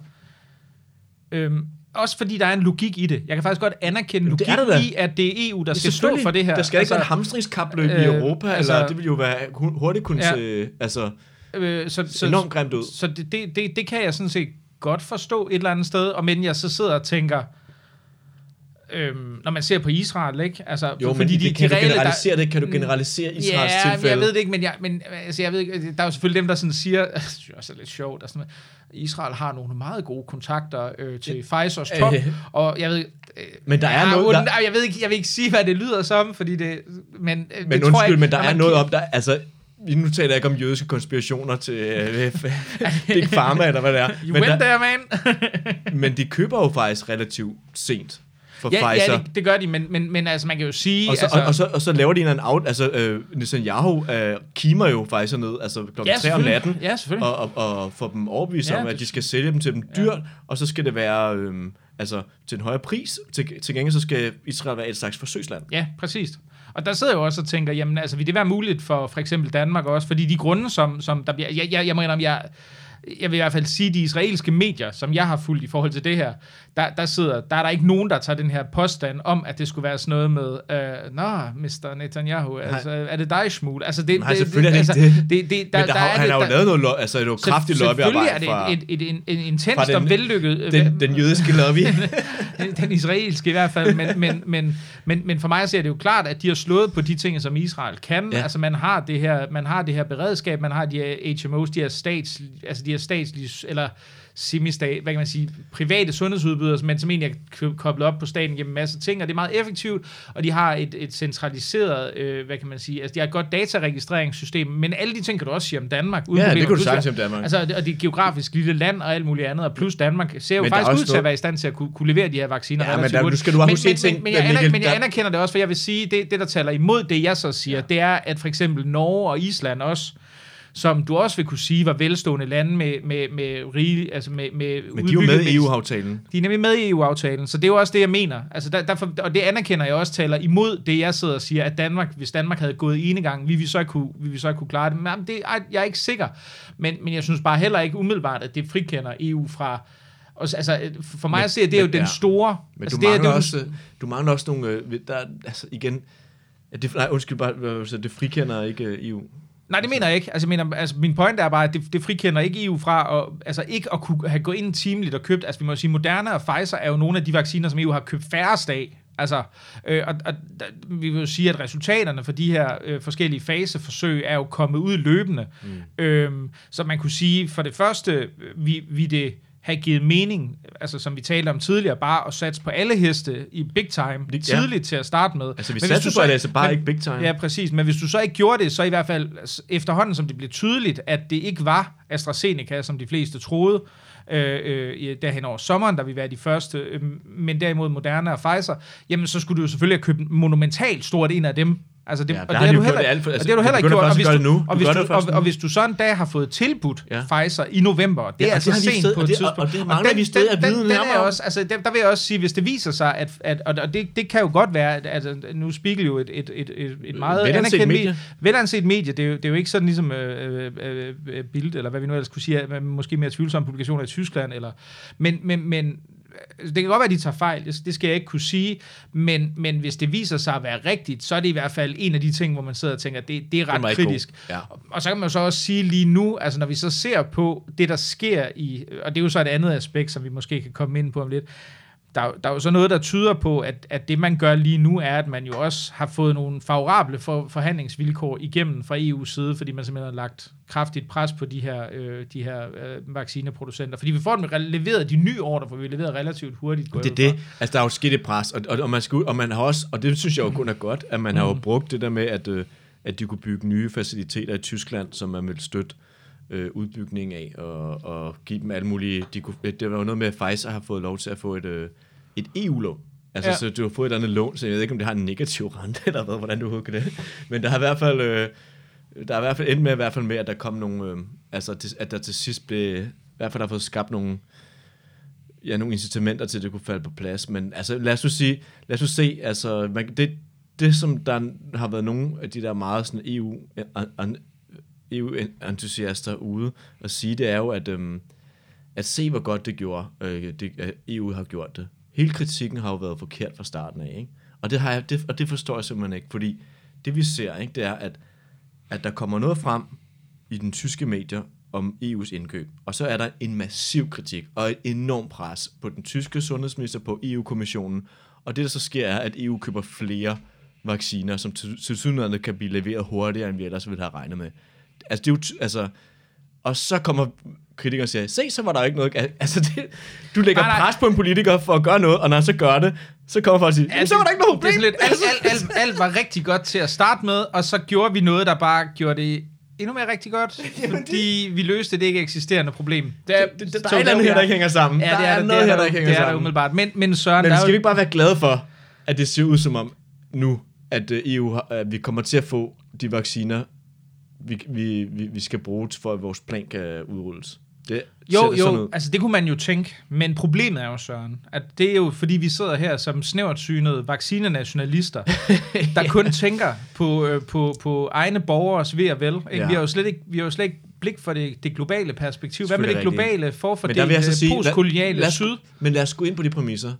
øhm, også fordi der er en logik i det. Jeg kan faktisk godt anerkende logik i, at det er E U, der skal stå for det her. Der skal altså, ikke være en hamstringskapløb øh, i Europa, altså, eller det vil jo være hurtigt kunne ja, se altså, øh, så, så, enormt grimt ud. Så det, det, det, det kan jeg sådan set godt forstå et eller andet sted, og men jeg så sidder og tænker, Øhm, når man ser på Israel, ikke? Altså, jo, fordi men de, kan de du regler, generalisere der, det? Kan du generalisere Israels ja, tilfælde? jeg ved det ikke, men, jeg, men altså, jeg ved ikke, der er jo selvfølgelig dem, der sådan siger, det er også lidt sjovt, at Israel har nogle meget gode kontakter øh, til ja. Pfizers top, øh. og jeg ved... Øh, men der er jeg, noget... Der... Jeg, ved ikke, jeg vil ikke sige, hvad det lyder som, fordi det... Men, men det undskyld, tror jeg, men der er noget om, der... Altså, nu taler jeg ikke om jødiske konspirationer til øh, Big Pharma, eller hvad det er. You men went there, man! Men de køber jo faktisk relativt sent. For ja, Pfizer. ja det, det gør de, men, men, men altså, man kan jo sige... Og så, altså, og, og, så, og så laver de en anden out... Altså, øh, Netanyahu øh, kimer jo Pfizer ned, altså klokken ja, tre om natten, ja, og, og, og får dem overbevist ja, om, at de skal sælge dem til dem dyrt, ja. Og så skal det være øh, altså, til en højere pris. Til, til gengæld så skal Israel være et slags forsøgsland. Ja, præcis. Og der sidder jeg jo også og tænker, jamen altså, vil det være muligt for for eksempel Danmark også? Fordi de grunde, som, som der bliver... Jeg, jeg, jeg må indrømme, jeg... Jeg vil i hvert fald sige, de israelske medier, som jeg har fulgt i forhold til det her, der, der sidder, der er der ikke nogen, der tager den her påstand om, at det skulle være sådan noget med, øh, nå, mister Netanyahu, altså, er det dig, Shmuel? Altså, det, Nej, det, selvfølgelig det, er det altså, ikke det. det, det der, Men der, der der har, han det, har jo der, lavet noget, altså, noget kraftigt lobbyarbejde fra... Selvfølgelig er det en, en, en, en intens og vellykket... Den, den jødiske lobby. Den israelske i hvert fald, men, men, men, men, men for mig så er det jo klart, at de har slået på de ting, som Israel kan. Ja. Altså, man har det her, man har det her beredskab, man har de her H M O's, de her stats, altså de her statslige, eller semi-stat, hvad kan man sige, private sundhedsudbydere, men som egentlig er koblet op på staten gennem en masse ting, og det er meget effektivt, og de har et, et centraliseret, øh, hvad kan man sige, altså de har et godt dataregistreringssystem, men alle de ting kan du også sige om Danmark. Uden ja, det kan du sagtens sige om Danmark. Altså, og det er geografisk lille land og alt muligt andet, og plus Danmark ser jo men faktisk ud til at være i stand til at kunne, kunne levere de her vacciner. Ja, men der, nu skal du have men, ting. Men, men, jeg anerkender, men jeg anerkender det også, for jeg vil sige, det, det der taler imod det, jeg så siger, ja. Det er, at for eksempel Norge og Island også, som du også vil kunne sige, var velstående lande med, med, med rige, altså med, med men de er jo med i E U-aftalen. De er nemlig med i E U-aftalen, så det er jo også det, jeg mener. Altså der, derfor, og det anerkender jeg også, taler imod det, jeg sidder og siger, at Danmark, hvis Danmark havde gået ene gang, vi ville så kunne, vi ville så kunne klare det. Men det, jeg er ikke sikker. Men, men jeg synes bare heller ikke umiddelbart, at det frikender E U fra Og, altså, for mig men, at se, det er jo den store... Men altså, du, det mangler er, også, du mangler også nogle... Der, altså igen... Det, nej, undskyld bare, det frikender ikke E U. Nej, det mener jeg ikke. Altså, jeg mener, altså, min point er bare, at det, det frikender ikke E U fra og, altså, ikke at kunne have gået ind teamligt og købt. Altså, vi må sige, Moderna og Pfizer er jo nogle af de vacciner, som E U har købt færrest af. Altså, øh, og, og vi vil jo sige, at resultaterne for de her øh, forskellige faseforsøg er jo kommet ud løbende. Mm. Øhm, så man kunne sige, for det første, vi, vi det have givet mening, altså som vi talte om tidligere, bare at satse på alle heste i big time, ja. tidligt til at starte med. Altså vi satser på det, altså bare men, ikke big time. Ja, præcis. Men hvis du så ikke gjorde det, så i hvert fald efterhånden, som det blev tydeligt, at det ikke var AstraZeneca, som de fleste troede, øh, øh, derhen over sommeren, da vi var de første, øh, men derimod Moderna og Pfizer, jamen så skulle du jo selvfølgelig have købt monumentalt stort en af dem. Altså det, ja, og det har du heller, altså, og det har du heller ikke gjort, og hvis, du, og, hvis du, og, og hvis du så en dag har fået tilbudt ja. Pfizer i november, det ja, er altså sent sted, på et tidspunkt. Og det mangler vi stadig at vide nærmere. Også, altså, der, der vil jeg også sige, hvis det viser sig, at, at og det, det kan jo godt være, at altså, nu Spiegel jo et, et, et, et, et meget anerkendt medie, velanset medie, det er, jo, det er jo ikke sådan ligesom øh, øh, øh, Bild, eller hvad vi nu ellers kunne sige, måske mere tvivlsomme publikationer i Tyskland, eller, men, men, men det kan godt være, at de tager fejl, det skal jeg ikke kunne sige, men, men hvis det viser sig at være rigtigt, så er det i hvert fald en af de ting, hvor man sidder og tænker, det, det er ret det kritisk. Ja. Og, og så kan man jo så også sige lige nu, altså når vi så ser på det, der sker i, og det er jo så et andet aspekt, som vi måske kan komme ind på om lidt, Der, der er jo så noget, der tyder på, at, at det, man gør lige nu, er, at man jo også har fået nogle favorable for, forhandlingsvilkår igennem fra E U's side, fordi man simpelthen har lagt kraftigt pres på de her, øh, de her øh, vaccineproducenter. Fordi vi får dem leveret de nye ordre, for vi er leveret relativt hurtigt. Det er det. Altså, der er jo sket et pres, og, og, og, man skal, og man har også, og det synes jeg jo kun er godt, at man mm. har jo brugt det der med, at, øh, at de kunne bygge nye faciliteter i Tyskland, som man vil støtte øh, udbygning af, og, og give dem alle mulige... De kunne, det var jo noget med, at Pfizer har fået lov til at få et... Øh, et E U-lån. Altså, ja. Så du har fået et andet lån, så jeg ved ikke, om det har en negativ rente, eller hvad, hvordan du husker det. Men der har i hvert fald, øh, der er i hvert fald endt med, i hvert fald med, at der kom nogle, øh, altså, at der til sidst blev, i hvert fald der har fået skabt nogle, ja, nogle incitamenter til, at det kunne falde på plads. Men altså, lad os nu sige, lad os nu se, altså, man, det, det som der har været nogle af de der meget sådan E U, E U-entusiaster ude og sige, det er jo, at, øh, at se, hvor godt det gjorde, øh, det, at E U har gjort det. Hele kritikken har jo været forkert fra starten af, ikke? Og det har jeg, det, og det forstår jeg simpelthen ikke, fordi det vi ser, ikke, det er, at, at der kommer noget frem i den tyske medier om E U's indkøb, og så er der en massiv kritik og et enormt pres på den tyske sundhedsminister, på E U-kommissionen, og det der så sker er, at E U køber flere vacciner, som tilsyneladende kan blive leveret hurtigere, end vi ellers ville have regnet med. Altså, det er jo, altså, og så kommer kritikere siger, se, så var der ikke noget... Altså, det, du lægger nej, nej. pres på en politiker for at gøre noget, og når han så gør det, så kommer folk og siger, så var der ikke noget problem. Det er lidt, alt, alt, alt, alt var rigtig godt til at starte med, og så gjorde vi noget, der bare gjorde det endnu mere rigtig godt, fordi vi løste det ikke eksisterende problem. Der, det, det, der er noget her, der ikke hænger sammen. Ja, det er, der er noget her, der ikke hænger sammen. Det er der umiddelbart. Men, men Søren... Men skal vi ikke bare være glade for, at det ser ud som om nu, at E U har, at vi kommer til at få de vacciner, vi, vi, vi, vi skal bruge for, at vores plan kan udrulles? Det jo, jo, altså det kunne man jo tænke, men problemet er jo, Søren, at det er jo, fordi vi sidder her som snævertsynede vaccinenationalister, der kun tænker på, øh, på, på egne borgers ved og vel. Ikke? Ja. Vi har jo slet ikke, vi har jo slet ikke blik for det, det globale perspektiv. Hvad med det globale forfordelte postkoloniale syd? Men lad os gå ind på de præmisser.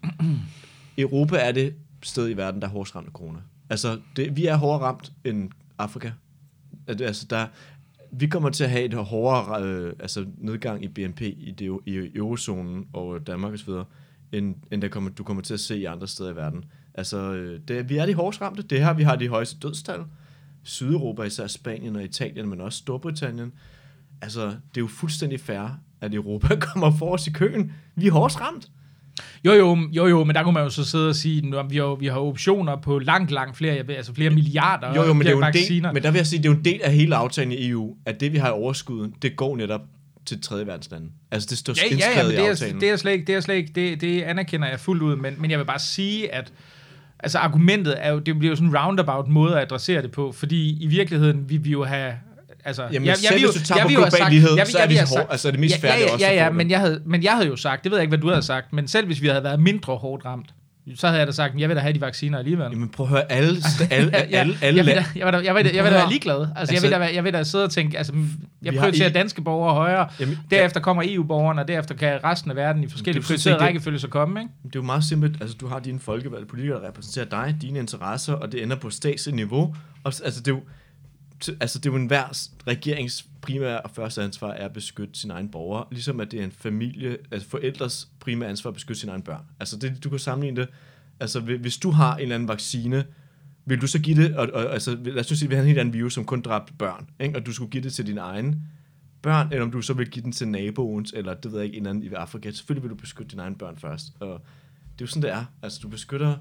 Europa er det sted i verden, der er hårdest ramt af corona. Altså, det, vi er hårdere ramt end Afrika. Altså, der vi kommer til at have et hårdere øh, altså nedgang i B N P i, det, i eurozonen og Danmark og så videre, end, end der kommer, du kommer til at se i andre steder i verden. Altså, det, vi er de hårdest ramte. Det her, vi har de højeste dødstal. Sydeuropa, især Spanien og Italien, men også Storbritannien. Altså, det er jo fuldstændig fair, at Europa kommer for os i køen. Vi er hårdest ramt. Jo, jo, jo, jo, men der kunne man jo så sidde og sige, at vi har, vi har optioner på langt, langt flere, jeg ved, altså flere milliarder jo, jo, men, det er jo vacciner. Del, men der vil jeg sige, det er jo en del af hele aftalen i E U, at det, vi har i overskuden, det går netop til tredje verdenslande. Altså, det står ja, indskrevet ja, ja, i aftalen. Det er, det er slet ikke, det er slet ikke, det, det anerkender jeg fuldt ud, men, men jeg vil bare sige, at altså, argumentet er jo, det bliver jo sådan en roundabout måde at adressere det på, fordi i virkeligheden, vi vil jo have... Altså, Jamen jeg, selv jeg, hvis du tager på global lighed, så er det så hårdt, altså er det mest ja, færdige ja, også. Ja, ja, men jeg, havde, men jeg havde jo sagt, det ved jeg ikke, hvad du havde sagt, men selv hvis vi havde været mindre hårdt ramt, så havde jeg da sagt, jeg vil da have de vacciner alligevel. Jamen prøv at høre, alle, alle, ja, alle, alle jeg vil da, jeg vil da, jeg vil da, jeg vil da være ligeglad. Altså, altså, jeg, vil da, jeg vil da sidde og tænke, altså, jeg prioriterer danske borgere højere, jamen, derefter kommer E U-borgerne, og derefter kan resten af verden i forskellige prioriterede rækkefølge så komme, ikke? Det er jo meget simpelt, altså du har dine folkevalgte politikere, der repræsenterer dig, dine interesser, og det ender på statsligt niveau. Og, altså, det er jo, altså, det er jo enhver regerings primære og første ansvar er at beskytte sine egne borgere, ligesom at det er en familie, altså forældres primære ansvar at beskytte sine egne børn. Altså det, du kan sammenligne det, altså hvis du har en eller anden vaccine, vil du så give det, og, og altså lad os sige, at vi har en helt anden virus, som kun dræbte børn, ikke? Og du skulle give det til dine egne børn, eller om du så vil give den til naboens, eller det ved jeg ikke, en anden i Afrika. Selvfølgelig vil du beskytte dine egne børn først, og det er jo sådan, det er. Altså du beskytter,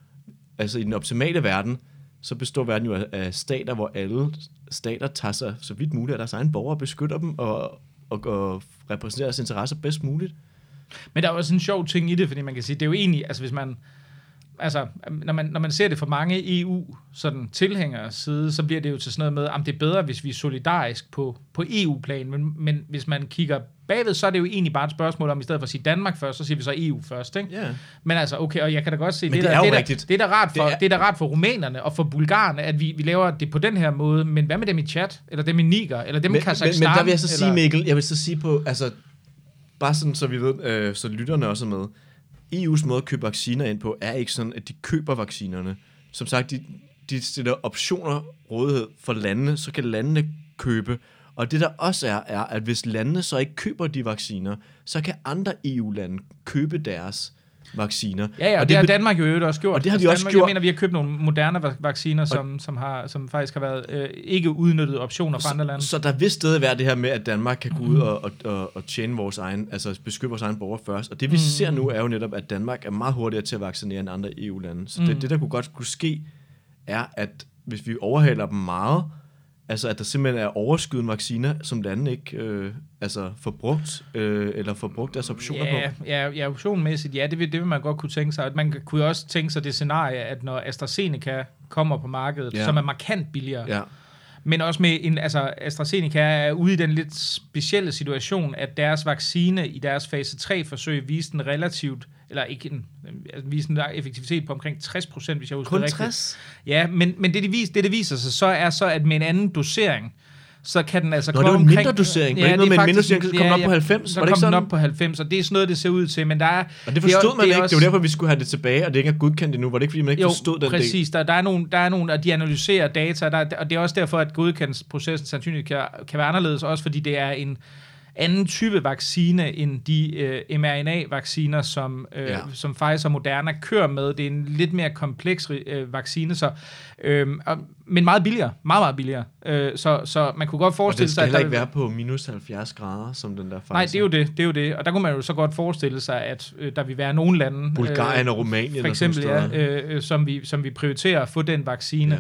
altså i den optimale verden, så består verden jo af stater, hvor alle stater tager sig så vidt muligt af deres egne borgere, beskytter dem og, og, og repræsenterer deres interesser bedst muligt. Men der er også en sjov ting i det, fordi man kan sige, det er jo egentlig, altså hvis man, altså når man, når man ser det fra mange E U sådan tilhængers side, så bliver det jo til sådan noget med, at det er bedre, hvis vi er solidarisk på, på E U-plan, men, men hvis man kigger bagved, så er det jo egentlig bare et spørgsmål om, i stedet for at sige Danmark først, så siger vi så E U først, ikke? Yeah. Men altså, okay, og jeg kan da godt se, det, det, det, der, er det, der, det, er der rart for, det, er, det er der rart for rumænerne og for bulgarerne, at vi, vi laver det på den her måde, men hvad med dem i Chad, eller dem i Niger, eller dem i Kazakhstan? Men, men der vil jeg så eller... sige, Mikkel, jeg vil så sige på, altså, bare sådan, så vi ved, øh, så lytterne også er med, E U's måde at købe vacciner ind på, er ikke sådan, at de køber vaccinerne. Som sagt, de, de stiller optioner rådighed for landene, så kan landene købe. Og det der også er, er, at hvis landene så ikke køber de vacciner, så kan andre E U-lande købe deres vacciner. Ja, ja, og, og det, det har Danmark jo øvrigt også gjort. Og det har altså vi også Danmark, gjort. Jeg mener, vi har købt nogle moderne vacciner, som, som, har, som faktisk har været øh, ikke udnyttede optioner fra andre lande. Så der vil stadig være det her med, at Danmark kan gå ud og, og, og, og tjene vores egen, altså beskytte vores egen borgere først. Og det vi mm. ser nu er jo netop, at Danmark er meget hurtigere til at vaccinere end andre E U-lande. Så mm. det, det der kunne godt kunne ske, er, at hvis vi overhaler dem meget, altså at der simpelthen er overskydende vacciner, som landene ikke øh, altså får brugt, øh, eller får brugt deres optioner ja, på. Ja, ja, optionmæssigt, ja, det vil, det vil man godt kunne tænke sig. Man kunne også tænke sig det scenarie, at når AstraZeneca kommer på markedet, ja. som er markant billigere, ja. men også med en, altså AstraZeneca er ude i den lidt specielle situation, at deres vaccine i deres fase tre-forsøg viste en relativt, eller ikke en, altså viste en effektivitet på omkring tres procent, hvis jeg husker Kun rigtigt. tres? Ja, men, men det, det, vis, det, det viser sig så, er så, at med en anden dosering, så kan den altså Nå, komme det var en omkring... mindre dosering. Ja, var ikke noget med en mindre dosering, så kom ja, den op ja, på halvfems. Så var det kom ikke sådan? den op på halvfems, og det er sådan noget, det ser ud til, men der er... Og det forstod det er, man det er ikke. også, det var derfor, vi skulle have det tilbage, og det ikke er godkendt endnu. Var det ikke, fordi man ikke jo, forstod den præcis. del? præcis. Der, der, er nogle, der er nogle, og de analyserer data, der, og det er også derfor, at godkendelsesprocessen sandsynligt kan, kan være anderledes, også fordi det er en anden type vaccine end de øh, mRNA-vacciner, som, øh, ja. som Pfizer og Moderna kører med. Det er en lidt mere kompleks øh, vaccine, så, øh, og, men meget billigere. Meget, meget billigere. Øh, så, så man kunne godt forestille sig... Og det skal sig, heller ikke være på minus halvfjerds grader, som den der Pfizer. Nej, det er jo det, det er jo det. Og der kunne man jo så godt forestille sig, at øh, der vil være nogle lande... Bulgarien og Rumænien. For eksempel, ja, øh, som, vi, som vi prioriterer at få den vaccine. Ja.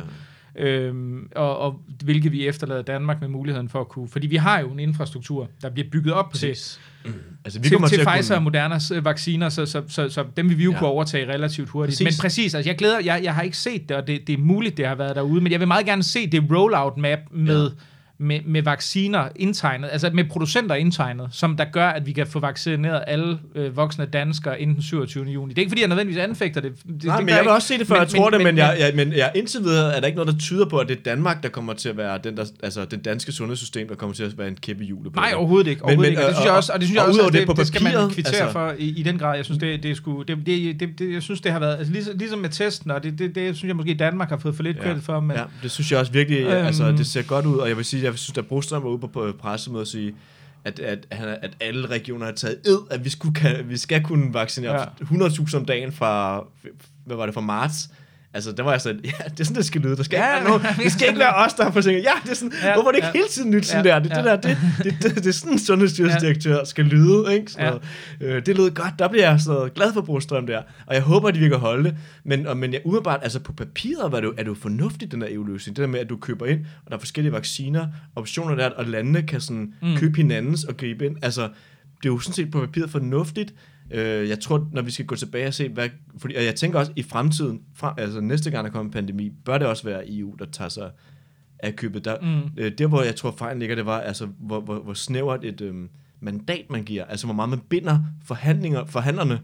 Øhm, og, og hvilket vi efterlader Danmark med muligheden for at kunne, fordi vi har jo en infrastruktur, der bliver bygget op Præcis. til, mm. altså, vi til, til, til til Pfizer kunne... og Modernas vacciner, så, så, så, så dem vil vi jo ja. kunne overtage relativt hurtigt. Præcis. Men præcis, altså jeg glæder, jeg, jeg har ikke set det, og det, det er muligt, det har været derude, men jeg vil meget gerne se det rollout map med, ja. med, med vacciner indtegnet, altså med producenter indtegnet, som der gør, at vi kan få vaccineret alle øh, voksne danskere inden den syvogtyvende juni. Det er ikke, fordi jeg nødvendigvis anfægter det. det Nej, det men jeg vil ikke. også se det, før men, jeg tror men, det, men, men, jeg, jeg, men jeg, indtil videre er der ikke noget, der tyder på, at det er Danmark, der kommer til at være den, der, altså den danske sundhedssystem, der kommer til at være en kæppe i hjulet. Nej, overhovedet ikke. Overhovedet men, men, ikke. Og det synes jeg også, og det synes jeg også, det, det, det skal man kvittere altså, for i, i den grad. Jeg synes, det, det, skulle, det, det, det, det, jeg synes, det har været, altså ligesom, ligesom med testen, og det, det, det synes jeg måske, Danmark har fået for lidt credit for. Men, ja, det synes jeg også virkelig, øhm, altså det ser godt ud, og jeg vil sige, jeg synes, at Brostrøm var ude på pressemøde at sige, at, at, at alle regioner har taget ed, at vi, skulle, kan, vi skal kunne vaccinere ja. hundrede tusind om dagen fra, hvad var det, fra marts. Altså, der var jeg sådan, ja, det er sådan, det skal lyde. Der skal ja, ikke være nogen, det skal ikke være os, der har forsinket. Ja, det er sådan, ja, hvorfor er det ikke ja, hele tiden nyt sådan ja, der? Det, ja. det der, det, det, det, det er sådan, en sundhedsstyrelsesdirektør ja. skal lyde, ikke? Så, ja. øh, det lød godt, der bliver jeg så glad for Brostrøm der, og jeg håber, at de vil kan holde det. Men, og, men jeg umiddelbart, altså på papiret var det jo, er det jo fornuftigt, den der E U-løsning. Det der med, at du køber ind, og der er forskellige vacciner, optioner der, og landene kan sådan mm. købe hinandens og gribe ind. Altså, det er jo sådan set på papiret fornuftigt. Uh, jeg tror, når vi skal gå tilbage og se, hvad, fordi, og jeg tænker også, i fremtiden, fra, altså næste gang der kommer en pandemi, bør det også være E U, der tager sig af købet. Der, mm. uh, der hvor jeg tror fejlen ligger, det var, altså, hvor, hvor, hvor snævert et um, mandat man giver, altså hvor meget man binder forhandlinger, forhandlerne,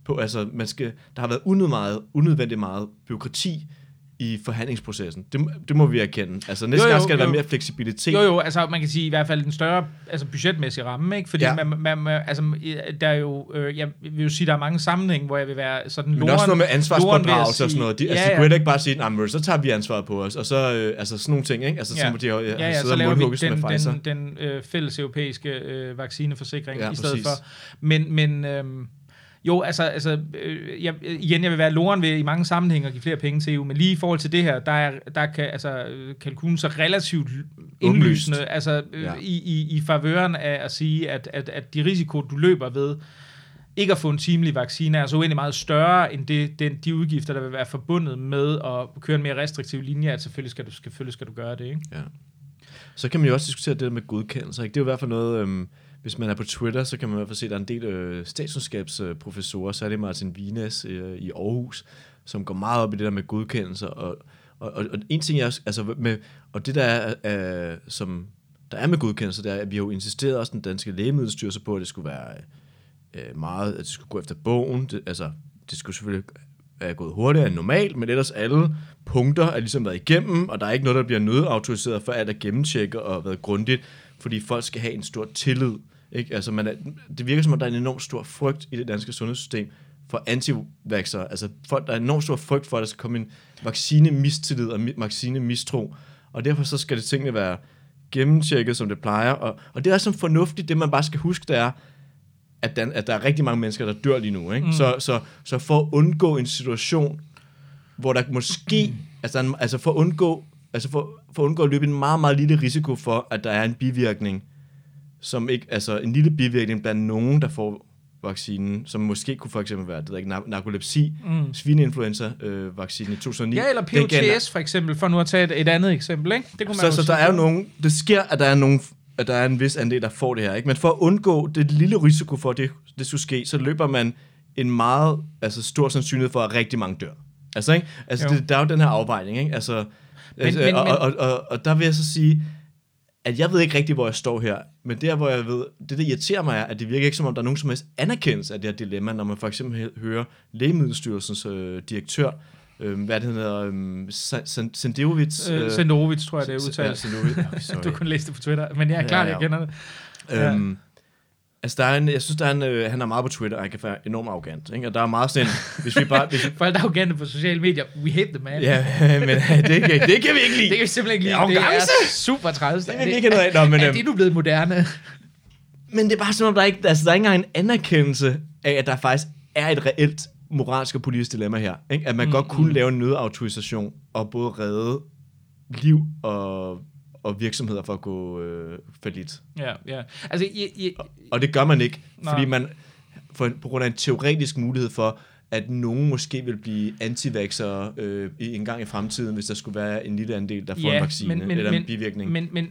på, altså, man skal, der har været unødvendigt meget, unødvendigt meget byråkrati i forhandlingsprocessen. Det, det må vi erkende. Altså næste jo, jo, gang skal der jo. være mere fleksibilitet. Jo, jo, altså man kan sige i hvert fald en større altså, budgetmæssig ramme, ikke? Fordi ja. man, man, man, altså, der er jo, øh, jeg vil jo sige, der er mange sammenhæng, hvor jeg vil være sådan loren. Men også noget med ansvarspådragelse og sådan noget. De, ja, altså, ja. de kunne ikke bare sige, nah, så tager vi ansvaret på os, og så, øh, altså sådan nogle ting, ikke? Altså, ja. så må de jo ja, ja, ja, så laver vi den, den, den øh, fælles europæiske øh, vaccineforsikring ja, i stedet præcis. for. Men, men øh, Jo, altså, altså øh, jeg, igen, jeg vil være loren ved i mange sammenhænge at give flere penge til E U, men lige i forhold til det her, der, er, der kan altså, kalkulen så relativt indlysende altså, øh, ja. i, i, i favøren af at sige, at, at, at de risiko, du løber ved ikke at få en timelig vaccine, er så uendelig meget større end det, den, de udgifter, der vil være forbundet med at køre en mere restriktiv linje, at selvfølgelig skal du, selvfølgelig skal du gøre det, ikke? Ja. Så kan man jo også diskutere det der med godkendelser, ikke? Det er jo i hvert fald noget... Øhm Hvis man er på Twitter, så kan man i hvert fald se, at der er en del øh, statskundskabsprofessorer, så er det Martin Vines øh, i Aarhus, som går meget op i det der med godkendelser. Og, og, og, og en ting er, altså med, og det der er, øh, som der er med godkendelser, det er, at vi har jo insisteret også den danske lægemiddelstyrelse på, at det skulle være øh, meget, at det skulle gå efter bogen. Det, altså, det skulle selvfølgelig være gået hurtigere end normalt, men ellers alle punkter er ligesom været igennem, og der er ikke noget, der bliver nødautoriseret, for alt er gennemtjekket og været grundigt, fordi folk skal have en stor tillid. Ikke? Altså man er, det virker som om, der er en enorm stor frygt i det danske sundhedssystem for anti-vaxxere. Altså folk, der er en enorm stor frygt for, at der skal komme en vaccinemistillid og vaccinemistro. Og derfor så skal det tingene være gennemtjekket, som det plejer. Og, og det er sådan fornuftigt. Det man bare skal huske, det er, at, den, at der er rigtig mange mennesker, der dør lige nu. Ikke? Mm. Så, så, så for at undgå en situation, hvor der måske... Mm. Altså, altså for at undgå... Altså for, for at undgå at løbe en meget, meget lille risiko for, at der er en bivirkning, som ikke, altså en lille bivirkning blandt nogen, der får vaccinen, som måske kunne for eksempel være, det ved ikke, narkolepsi, mm. svineinfluenza-vaccinen øh, i to tusind og ni. Ja, eller P O T S for eksempel, for nu at tage et, et andet eksempel, ikke? Det kunne man så, så der er jo nogen, det sker, at der er nogen, at der er en vis andel, der får det her, ikke? Men for at undgå det lille risiko for, at det, det skulle ske, så løber man en meget, altså stor sandsynlighed for, at rigtig mange dør. Altså, ikke? Altså, det, der er jo den her afvejning, ikke? Altså, Men, altså, men, og, og, og, og, og der vil jeg så sige, at jeg ved ikke rigtig, hvor jeg står her, men der, hvor jeg ved, det der irriterer mig er, at det virker ikke som om, der er nogen som helst anerkendelse af det her dilemma, når man for eksempel hører Lægemiddelstyrelsens øh, direktør, øh, hvad det hedder, øh, Senderovits. Øh, Senderovits, tror jeg, det er udtalt. Ja, du kunne læse det på Twitter, men jeg er klart, ja, ja. jeg kender det. Ja. Øhm, Altså, der er en, jeg synes, der er en, øh, han er meget på Twitter, og han kan være enormt arrogant, ikke? Og der er meget sådan, hvis vi bare... Hvis vi... Folk er arrogante på sociale medier, we hate the man. Ja, men det kan, det kan vi ikke lide. Det kan vi simpelthen ikke lide. Det er super træls. Det vil vi ikke noget af. Nå, men, er det nu blevet moderne? Men det er bare sådan, at der ikke, altså, der er ikke engang en anerkendelse af, at der faktisk er et reelt moralsk og politisk dilemma her. Ikke? At man mm, godt kunne mm. lave en nødautorisation og både redde liv og... og virksomheder for at gå øh, fallit. Ja, ja. Altså, jeg, jeg, og, og det gør man ikke, nej. fordi man for, på grund af en teoretisk mulighed for, at nogen måske vil blive anti-vaxxere øh, en gang i fremtiden, hvis der skulle være en lille andel, der får ja, en vaccine men, men, eller men, en bivirkning. Men, men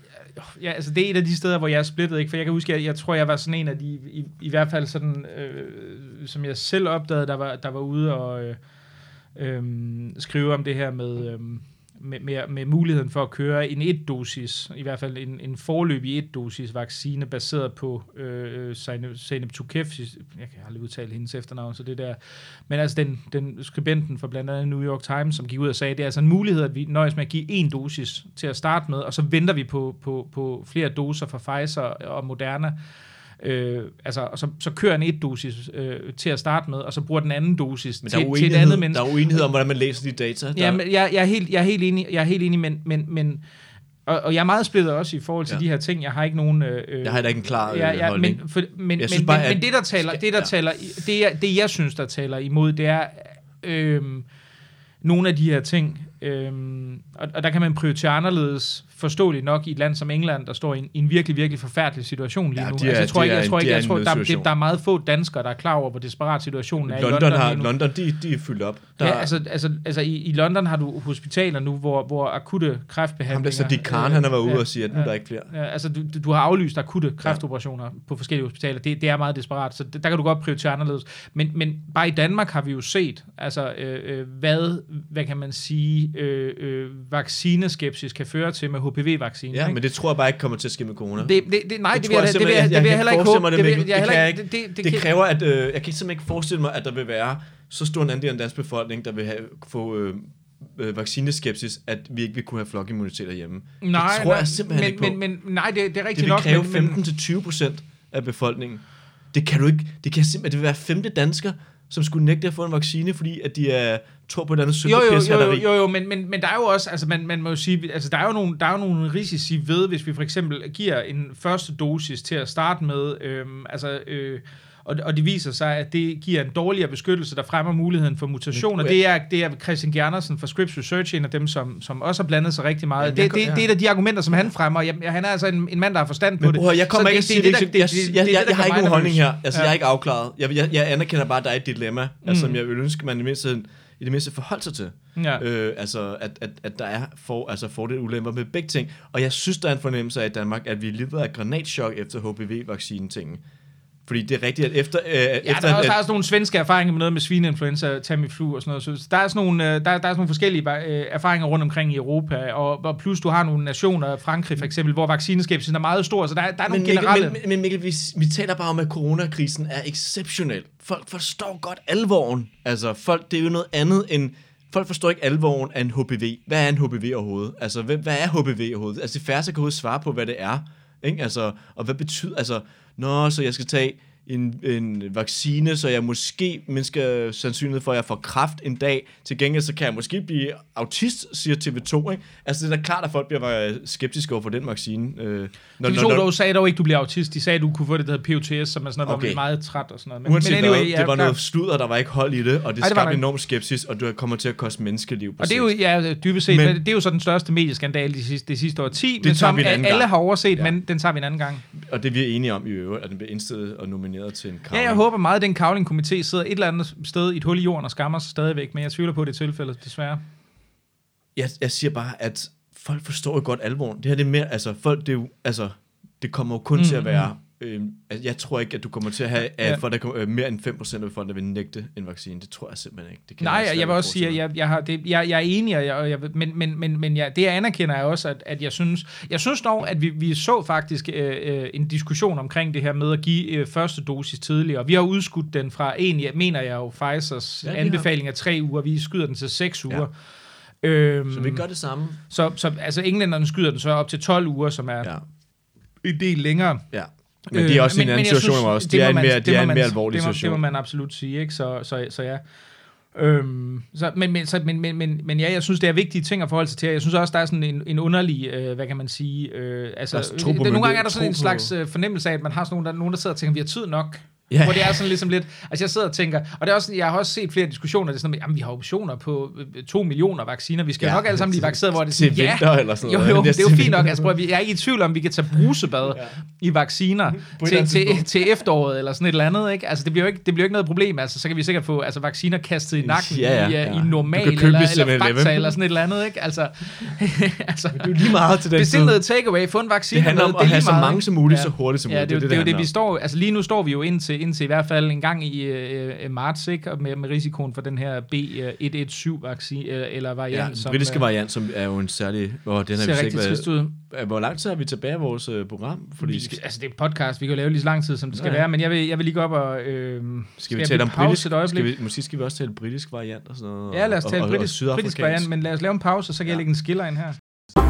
ja, altså det er et af de steder, hvor jeg er splittet, ikke? For jeg kan huske, at jeg tror, jeg var sådan en af de, i, i hvert fald sådan, øh, som jeg selv opdagede, der var, der var ude og øh, øh, skrive om det her med... Øh, Med, med, med muligheden for at køre en et-dosis, i hvert fald en, en foreløbig et-dosis vaccine, baseret på øh, Zeynep Touqeff, jeg kan aldrig udtale hendes efternavn, så det der, men altså den, den skribenten fra blandt andet New York Times, som gik ud og sagde, det er altså en mulighed, at vi nøjes med at give en dosis til at starte med, og så venter vi på, på, på flere doser fra Pfizer og Moderna, Øh, altså, og så, så kører en et-dosis øh, til at starte med, og så bruger den anden dosis til, til et andet menneske. Der er uenighed om, hvordan man læser de data. Der... Ja, men jeg, jeg, er helt, jeg er helt enig, jeg er helt enig, men, men, men og, og jeg er meget splittet også i forhold til ja. de her ting. Jeg har ikke nogen... Øh, jeg har da ikke en klar øh, ja, ja, holdning. Men, for, men, men, men, bare, men det, der taler, det, der ja. taler, det, jeg, det, jeg synes, der taler imod, det er øh, nogle af de her ting. Øhm, og, og der kan man prioritere anderledes, forståeligt nok, i et land som England, der står i en, i en virkelig, virkelig forfærdelig situation lige ja, nu. De er, altså, jeg tror ikke, jeg tror ikke, jeg tror, der, det, der er meget få danskere, der er klar over, hvor desperat situationen er London i London. Har, London, de, de er fyldt op. Der ja, altså, altså, altså i, i London har du hospitaler nu, hvor, hvor akutte kræftbehandlinger... Ham der Sadiq Khan, øh, han har været ude ja, og sige, at nu ja, der er ikke flere. Ja, altså, du, du har aflyst akutte kræftoperationer ja. på forskellige hospitaler. Det, det er meget desperat, så det, der kan du godt prioritere anderledes. Men, men bare i Danmark har vi jo set, altså, øh, hvad, hvad kan man sige, øh, øh, vaccineskepsis kan føre til med H P V-vaccinen. Ja, ikke? men det tror jeg bare ikke kommer til at ske med corona. Det, det, det, nej, det, det vil jeg, jeg det, vil jeg, det vil jeg heller ikke håbe. Det, Det, vil, det, jeg heller kan ikke, ikke, det, det, det det kræver, at øh, jeg kan simpelthen ikke forestille mig, at der vil være så stor en andel af den danske befolkning, der vil have, få øh, øh, vaccineskepsis, at vi ikke vil kunne have flokimmunitet derhjemme. Nej, det tror nej, jeg simpelthen men, ikke på. Men, men, nej, det, det er rigtigt det vil nok. kræve men, femten til tyve procent af befolkningen. Det kan du ikke. Det kan simpelthen, det vil være femte dansker, som skulle nægte at få en vaccine, fordi at de er tror på et andet jo, jo, sønderpæshatteri. jo, jo, jo, men, men, men der er jo også, altså man, man må jo sige, altså der er jo nogle, der er jo nogle risici ved, hvis vi for eksempel giver en første dosis til at starte med, øhm, altså, øh, og, og det viser sig, at det giver en dårligere beskyttelse, der fremmer muligheden for mutationer. Det er, det er Christian Gjernersen fra Scripps Research, en af dem, som, som også har blandet sig rigtig meget. Ja, det, det, ja. det er et af de argumenter, som han fremmer. Jeg, han er altså en, en mand, der har forstand på men, det. Bror, jeg kommer ikke at sige det. Jeg, jeg, jeg, jeg, jeg har ikke nogen holdning her. Altså, ja. Jeg er ikke afklaret. Jeg, jeg, jeg anerkender bare, at der er et dilemma, mm. altså, som jeg vil ønske, man i det mindste, i det mindste forholde sig til. Ja. Øh, altså, at, at, at der er for, altså fordele og ulemper med begge ting. Og jeg synes, der er en fornemmelse af i Danmark, at vi lider af granatschok efter H P V-vaccinen-tingen. Fordi det er rigtigt, at efter... Øh, ja, efter der er også, at, der er også nogle svenske erfaringer med noget med svineinfluenza, Tamiflu og sådan noget. Så der er sådan nogle, der, der er sådan nogle forskellige øh, erfaringer rundt omkring i Europa, og, og plus du har nogle nationer, Frankrig for eksempel, hvor vaccineskepsisen er meget stor, så der, der er nogle Mikkel, generelle... Men, men Mikkel, vi, vi taler bare om, at coronakrisen er exceptionel. Folk forstår godt alvoren. Altså, folk, det er jo noget andet end... Folk forstår ikke alvoren af en H P V. Hvad er en H P V overhovedet? Altså, hvad, hvad er H P V overhovedet? Altså, det færreste kan overhovedet svare på, hvad det er. Ikke? Altså, og hvad betyder... Altså, nå, så jeg skal tage... En, en vaccine, så jeg måske mindsker sandsynlighed for, at jeg får kræft en dag. Til gengæld, så kan jeg måske blive autist, siger T V to. Ikke? Altså, det er da klart, at folk bliver skeptiske over for den vaccine. Øh, når, T V to når, når, dog sagde dog ikke, du bliver autist. De sagde, at du kunne få det, der hedder P O T S, som er sådan noget, okay. Meget træt og sådan noget. Men, Uanset men anyway, hvad, ja, det var klar. noget sludder, der var ikke hold i det, og det Ej, skabte enorm skepsis, og det kommer til at koste menneskeliv. Og det er jo, ja, dybest set, men, det er jo så den største medieskandale de sidste, de sidste årti, men som alle gang. har overset, ja. Men den tager vi en anden gang. Og det vi er enige om i øvrigt, at den bliver indstillet og nomineret til en kavling. Ja, jeg håber meget, at den kavling-komité sidder et eller andet sted i et hul i jorden og skammer sig stadigvæk, men jeg tvivler på det tilfælde, desværre. Jeg, jeg siger bare, at folk forstår jo godt alvoren. Det her det er mere, altså folk, det er jo, altså, det kommer jo kun mm, til at være, øh, jeg tror ikke, at du kommer til at have, at ja. for der kommer, øh, mere end fem procent af folk, der vil nægte en vaccine. Det tror jeg simpelthen ikke. Det kan Nej, jeg, jeg vil også sige, at jeg, jeg, har det, jeg, jeg er enig, og jeg, og jeg, men, men, men, men jeg, det jeg anerkender er også, at, at jeg synes, jeg synes dog, at vi, vi så faktisk øh, en diskussion omkring det her med at give øh, første dosis tidligere. Vi har udskudt den fra en, jeg mener jeg jo, Pfizers ja, anbefaling af tre uger, vi skyder den til seks uger. Ja. Øhm, så vi gør det samme. Så, så altså englænderne skyder den så op til tolv uger, som er ja. en del længere. Ja. Men det er også øh, en anden situation synes, også. Det er en mere, det er en mere alvorlig det må, situation. Det må man absolut sige, ikke? Så, så, så ja. Øhm, så, men, men, så, men, men, men, men ja, jeg synes, det er vigtige ting at forholde sig til. Jeg synes også, der er sådan en, en underlig, øh, hvad kan man sige, øh, altså, det, nogle gange er der sådan en slags øh, fornemmelse af, at man har sådan nogen, der, nogen, der sidder og tænker, vi har tid nok. Yeah. Hvor det er sådan ligesom lidt, altså jeg sidder og tænker, og det er også, jeg har også set flere diskussioner, det er sådan noget, jamen vi har optioner på to millioner vacciner, vi skal ja, nok alle sammen blive vaccineret, hvor det er sådan, ja, vinter, eller sådan jo, jo, det er jo fint nok, altså prøv, jeg er ikke i tvivl om, vi kan tage brusebad ja. i vacciner til, til, til efteråret, eller sådan et eller andet, ikke? Altså det bliver jo ikke, det bliver jo ikke noget problem, altså så kan vi sikkert få altså, vacciner kastet i nakken, ja, ja, ja. i, i normal, eller, eller fakta, eller sådan et eller andet, ikke? Altså, altså det er jo lige meget til den bestil noget takeaway, få en vaccine. Det handler om at have så mange som muligt, så hurtigt som muligt. Ja, det er jo det, vi står, altså lige nu står vi jo ind til indtil i hvert fald en gang i øh, marts, ikke? Med, med risikoen for den her B et et syv-vaccine, eller, eller variant. Ja, den som, britiske variant, som er jo en særlig... Hvor den ser rigtig trist ud. Hvor lang tid har vi tilbage af vores øh, program? Fordi vi, skal, altså, det er et podcast, vi kan jo lave lige så lang tid, som det skal ja, ja. være, men jeg vil, jeg vil lige gå op og... Øh, skal, skal vi tale om britisk? Skal vi, måske skal vi også tale britisk variant og sådan noget? Ja, lad os tale og, britisk, og, og britisk variant, men lad os lave en pause, så kan ja. jeg lægge en skiller ind her.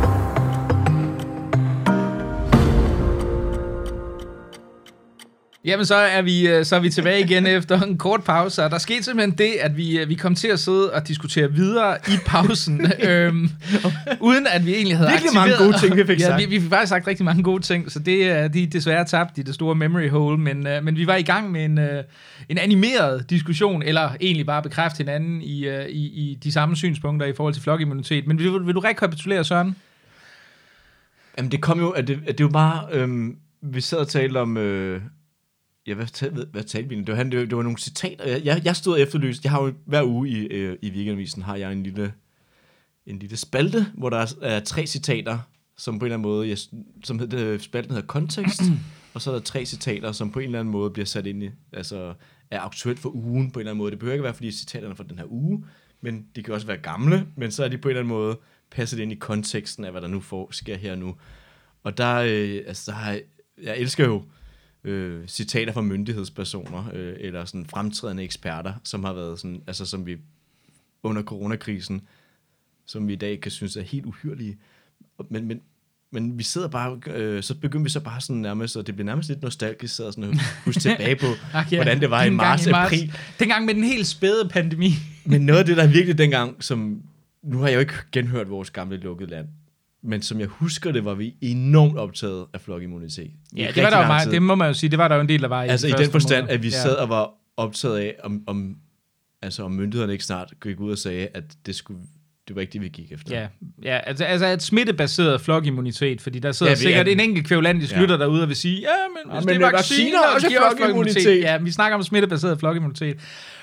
Jamen, så er vi så er vi tilbage igen efter en kort pause, og der skete simpelthen det, at vi, vi kom til at sidde og diskutere videre i pausen, øhm, uden at vi egentlig havde virkelig aktiveret. Mange gode ting, vi fik ja, sagt. Vi, vi fik faktisk sagt rigtig mange gode ting, så det er de desværre tabt i det store memory hole, men, uh, men vi var i gang med en, uh, en animeret diskussion, eller egentlig bare bekræfte hinanden i, uh, i, i de samme synspunkter i forhold til flokimmunitet. Men vil, vil du rekapitulere, Søren? Jamen, det kom jo, at det, at det var bare, øhm, vi sad og talte om... Øh Ja, hvad, hvad, hvad talte vi? Det var, det, var, det var nogle citater. Jeg, jeg stod efterlyst. Jeg har jo hver uge i, øh, i Weekendavisen har jeg en lille, en lille spalte, hvor der er, er tre citater, som på en eller anden måde, jeg, som hedder, spalten hedder kontekst, og så er der tre citater, som på en eller anden måde bliver sat ind i, altså er aktuelt for ugen på en eller anden måde. Det behøver ikke være, fordi citaterne er fra den her uge, men de kan også være gamle, men så er de på en eller anden måde passe det ind i konteksten af, hvad der nu får, sker her nu. Og der, øh, altså, der har, jeg elsker jo øh, citater fra myndighedspersoner, øh, eller sådan fremtrædende eksperter, som har været sådan, altså som vi under coronakrisen, som vi i dag kan synes er helt uhyrlige. Men, men, men vi sidder bare, øh, så begynder vi så bare sådan nærmest, og det bliver nærmest lidt nostalgisk, så sådan at huske tilbage på, Ach, ja. hvordan det var i marts, april. Dengang med den helt spæde pandemi. Men noget af det, der virkelig dengang, som, nu har jeg jo ikke genhørt vores gamle lukkede land, men som jeg husker det, var vi enormt optaget af flokimmunitet. Ja, det var der jo meget, det må man jo sige, det var der jo en del, der var i Altså de i den forstand, måneder. at vi sad og var optaget af, om, om, altså om myndighederne ikke snart gik ud og sagde, at det skulle... Det var ikke det, vi gik efter. Ja, ja altså, altså et smittebaseret flokimmunitet, fordi der sidder ja, ja, sikkert er, en enkelt kvævlandisk lytter ja. derude og vil sige, ja, men hvis ja, det men er vacciner, også giver også flokimmunitet. flokimmunitet. Ja, vi snakker om smittebaseret flokimmunitet,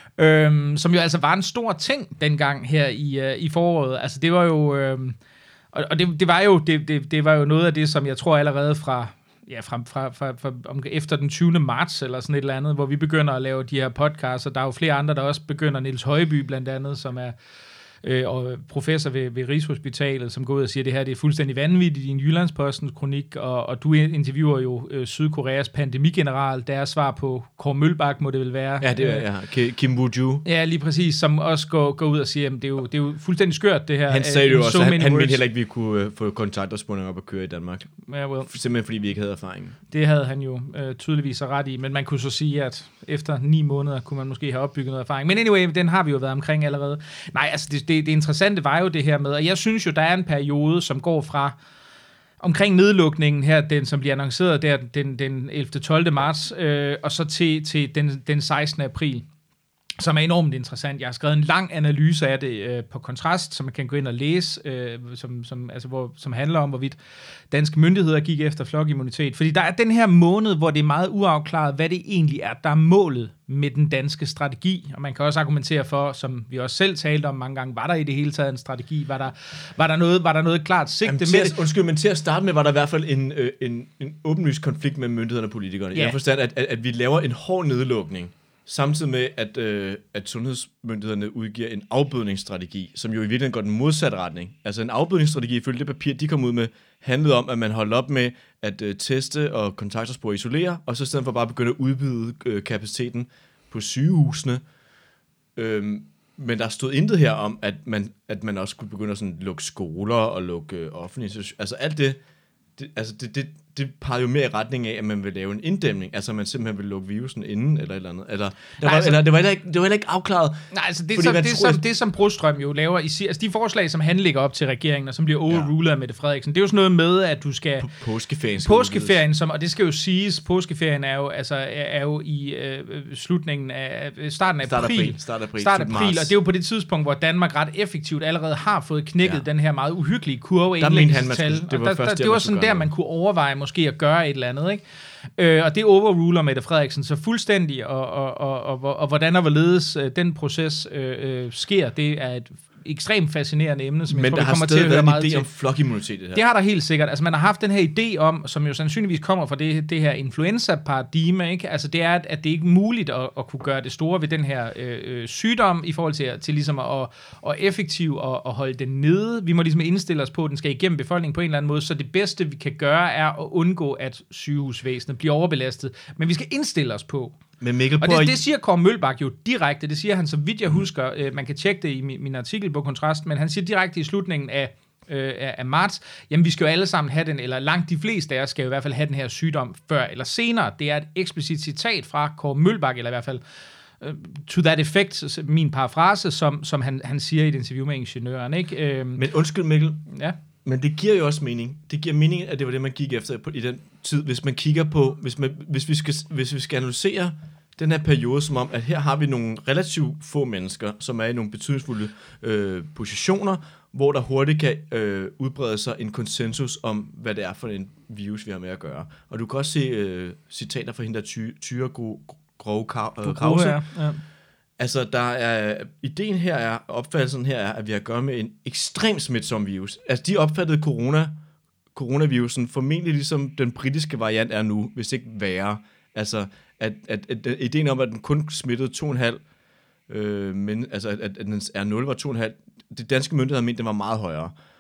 øhm, som jo altså var en stor ting dengang her i, uh, i foråret. Altså det var jo, øhm, og, og det, det var jo, det, det, det var jo noget af det, som jeg tror allerede fra, ja, fra, fra, fra, fra om, efter den tyvende marts eller sådan et eller andet, hvor vi begynder at lave de her podcasts, og der er jo flere andre, der også begynder, Niels Højby blandt andet, som er Øh, og professor ved, ved Rigshospitalet, som går ud og siger, at det her det er fuldstændig vanvittigt i en Jyllandspostens kronik, og, og du interviewer jo øh, Sydkoreas pandemigeneral, deres svar på Kåre Mølbak, må det vel være. Ja, det er ja. Kim Woo-ju. Ja, lige præcis, som også går, går ud og siger, at det er, jo, det er jo fuldstændig skørt, det her. Han sagde det jo også, so han, han words. mente heller ikke, at vi kunne uh, få kontaktopspurninger op og køre i Danmark. Ja, well. Simpelthen fordi vi ikke havde erfaring. Det havde han jo øh, tydeligvis ret i, men man kunne så sige, at efter ni måneder kunne man måske have opbygget noget erfaring. Men anyway, den har vi jo været omkring allerede. Nej, altså det, det, det interessante var jo det her med, og jeg synes jo, der er en periode, som går fra omkring nedlukningen her, den som bliver annonceret der den, den ellevte til tolvte marts, øh, og så til, til den, den sekstende april, som er enormt interessant. Jeg har skrevet en lang analyse af det øh, på Kontrast, som man kan gå ind og læse, øh, som, som, altså, hvor, som handler om, hvorvidt danske myndigheder gik efter flokimmunitet. Fordi der er den her måned, hvor det er meget uafklaret, hvad det egentlig er, der er målet med den danske strategi. Og man kan også argumentere for, som vi også selv talte om mange gange, var der i det hele taget en strategi? Var der, var der, noget, var der noget klart sigte Jamen, med det? Undskyld, men til at starte med, var der i hvert fald en, øh, en, en åbenlys konflikt med myndighederne og politikerne. Ja. I den forstand, at, at, at vi laver en hård nedlukning, samtidig med, at, øh, at sundhedsmyndighederne udgiver en afbødningsstrategi, som jo i virkeligheden går den modsatte retning. Altså en afbødningsstrategi, ifølge det papir, de kom ud med, handlede om, at man holdt op med at øh, teste og kontaktspore isolere, og så i stedet for bare begynde at udvide øh, kapaciteten på sygehusene. Øhm, men der stod intet her om, at man, at man også kunne begynde at sådan, lukke skoler og lukke øh, offentlige institutioner. Altså alt det, det, altså det, det, det peger jo mere i retning af, at man vil lave en inddæmning. Altså man simpelthen vil lukke virusen inden, eller et eller andet. Eller, der var, altså, eller det, var heller ikke, det var heller ikke afklaret. Nej, altså det, som, det, tror, som, det som Brostrøm jo laver, i, altså de forslag, som han lægger op til regeringen, og som bliver overrulet af Mette Frederiksen, det er jo sådan noget med, at du skal... P- påskeferien. Påskeferien, som, og det skal jo siges, påskeferien er jo, altså, er jo i øh, slutningen af... Starten af start april. april. Start april. Start april, og det er jo på det tidspunkt, hvor Danmark ret effektivt allerede har fået knækket ja. den her meget uhyggelige kurve af indlæggelsestal. Det var, der, der, det var sådan der, man kunne overveje måske at gøre et eller andet, ikke? Øh, og det overruler Mette Frederiksen så fuldstændig, og, og, og, og, og, og hvordan og hvorledes øh, den proces øh, øh, sker, det er et ekstremt fascinerende emne, som men jeg tror, vi kommer til at høre meget til. Men der har stadig været en idé om flokimmunitet, det her. Det har der helt sikkert. Altså, man har haft den her idé om, som jo sandsynligvis kommer fra det, det her influenza-paradigme, ikke? Altså, det er, at, at det ikke er muligt at, at kunne gøre det store ved den her øh, sygdom, i forhold til, til ligesom at, at effektivt at, at holde den nede. Vi må ligesom indstille os på, at den skal igennem befolkningen på en eller anden måde, så det bedste, vi kan gøre, er at undgå, at sygehusvæsenet bliver overbelastet. Men vi skal indstille os på. Men Mikkel, og det, det siger Kåre Mølbak jo direkte, det siger han, så vidt jeg husker, øh, man kan tjekke det i min, min artikel på Kontrast, men han siger direkte i slutningen af, øh, af marts, jamen vi skal jo alle sammen have den, eller langt de fleste af os skal jo i hvert fald have den her sygdom før eller senere. Det er et eksplicit citat fra Kåre Mølbak, eller i hvert fald uh, to that effect, min parafrase, som, som han, han siger i et interview med ingeniøren. Ikke? Øh, men undskyld Mikkel, ja. Men det giver jo også mening. Det giver mening, at det var det, man gik efter på, i den tid, hvis man kigger på, hvis, man, hvis, vi skal, hvis vi skal analysere den her periode, som om, at her har vi nogle relativt få mennesker, som er i nogle betydningsfulde øh, positioner, hvor der hurtigt kan øh, udbrede sig en konsensus om, hvad det er for en virus, vi har med at gøre. Og du kan også se øh, citater fra hende der ty- Tyre Grove Krause. Ja. Altså, der er, ideen her er, opfattelsen her er, at vi har at gøre med en ekstremt smitsom virus. Altså, de opfattede corona, coronavirusen formentlig ligesom den britiske variant er nu, hvis ikke værre. Altså, at, at, at, at ideen om, at den kun smittede to komma fem, øh, men altså, at, at den er nul var to komma fem, de danske myndigheder mente, den var meget højere.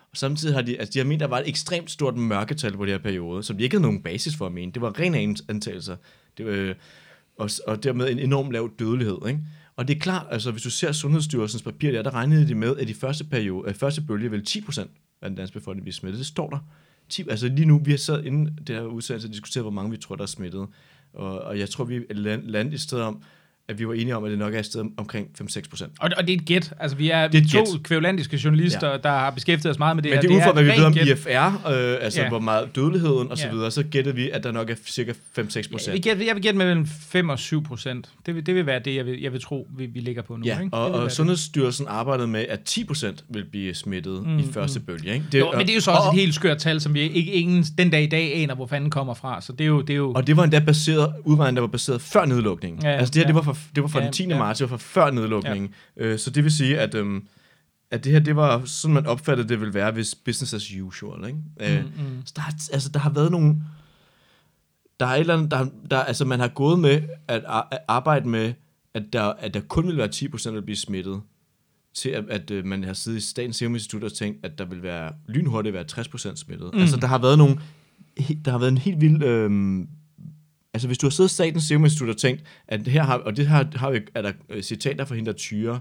Og samtidig har de, altså de har ment, der var et ekstremt stort mørketal på det her periode, som de ikke havde nogen basis for at mene. Det var rene antagelser. Det var, og, og dermed en enorm lav dødelighed, ikke? Og det er klart, altså hvis du ser Sundhedsstyrelsens papir der, der regnede de med, at i første, periode, første bølge vil ti procent af den danske befolkning blive smittet. Det står der. ti, altså lige nu, vi har sad inden det her udsendelse og diskuteret, hvor mange vi tror, der er smittet. Og, og jeg tror, vi er land, landet et sted om, at vi var enige om, at det nok er et sted omkring fem til seks procent. Og, og det er et gæt. Altså, vi er, det er to gæt. Kvævlandiske journalister, ja. der har beskæftiget os meget med det. Men det er ud fra, hvad vi ved om I F R, øh, altså ja. hvor meget dødeligheden og så ja. videre, så gætter vi, at der nok er cirka fem til seks procent. Ja, jeg vil gætte med mellem fem og syv procent. Det vil, det vil være det, jeg vil, jeg vil tro, vi, vi ligger på nu. Ja, ikke? og, og Sundhedsstyrelsen det. arbejdede med, at ti procent vil blive smittet mm, i første mm. bølge. Ikke? Det, jo, men det er jo så også og, et helt skørt tal, som vi ikke ingen den dag i dag aner, hvor fanden kommer fra. Så det er jo, det er jo... Og det var endda baseret, udregnet, der var baseret før nedlukningen. Ja, altså det her, ja. det var fra, det var fra ja, den tiende marts, det var fra før nedlukningen. Ja. Så det vil sige, at, øhm, at det her, det var sådan, man opfattede, det ville være, hvis business as usual. Ikke? Mm, øh, mm. Så der, altså, der har været nogle... Der er et eller andet, der, der, altså man har gået med at, at arbejde med, at der, at der kun vil være ti procent, der bliver smittet, til at, at, at man har siddet i Statens Serum Institut og tænkt, at der vil være lynhurtigt være tres procent smittet. Mm. Altså der har været nogle... Der har været en helt vild... Øhm, altså hvis du har siddet i Statens Serum Institut og tænkt, at her har... Og det her har vi, er der citater fra hende, der tyrer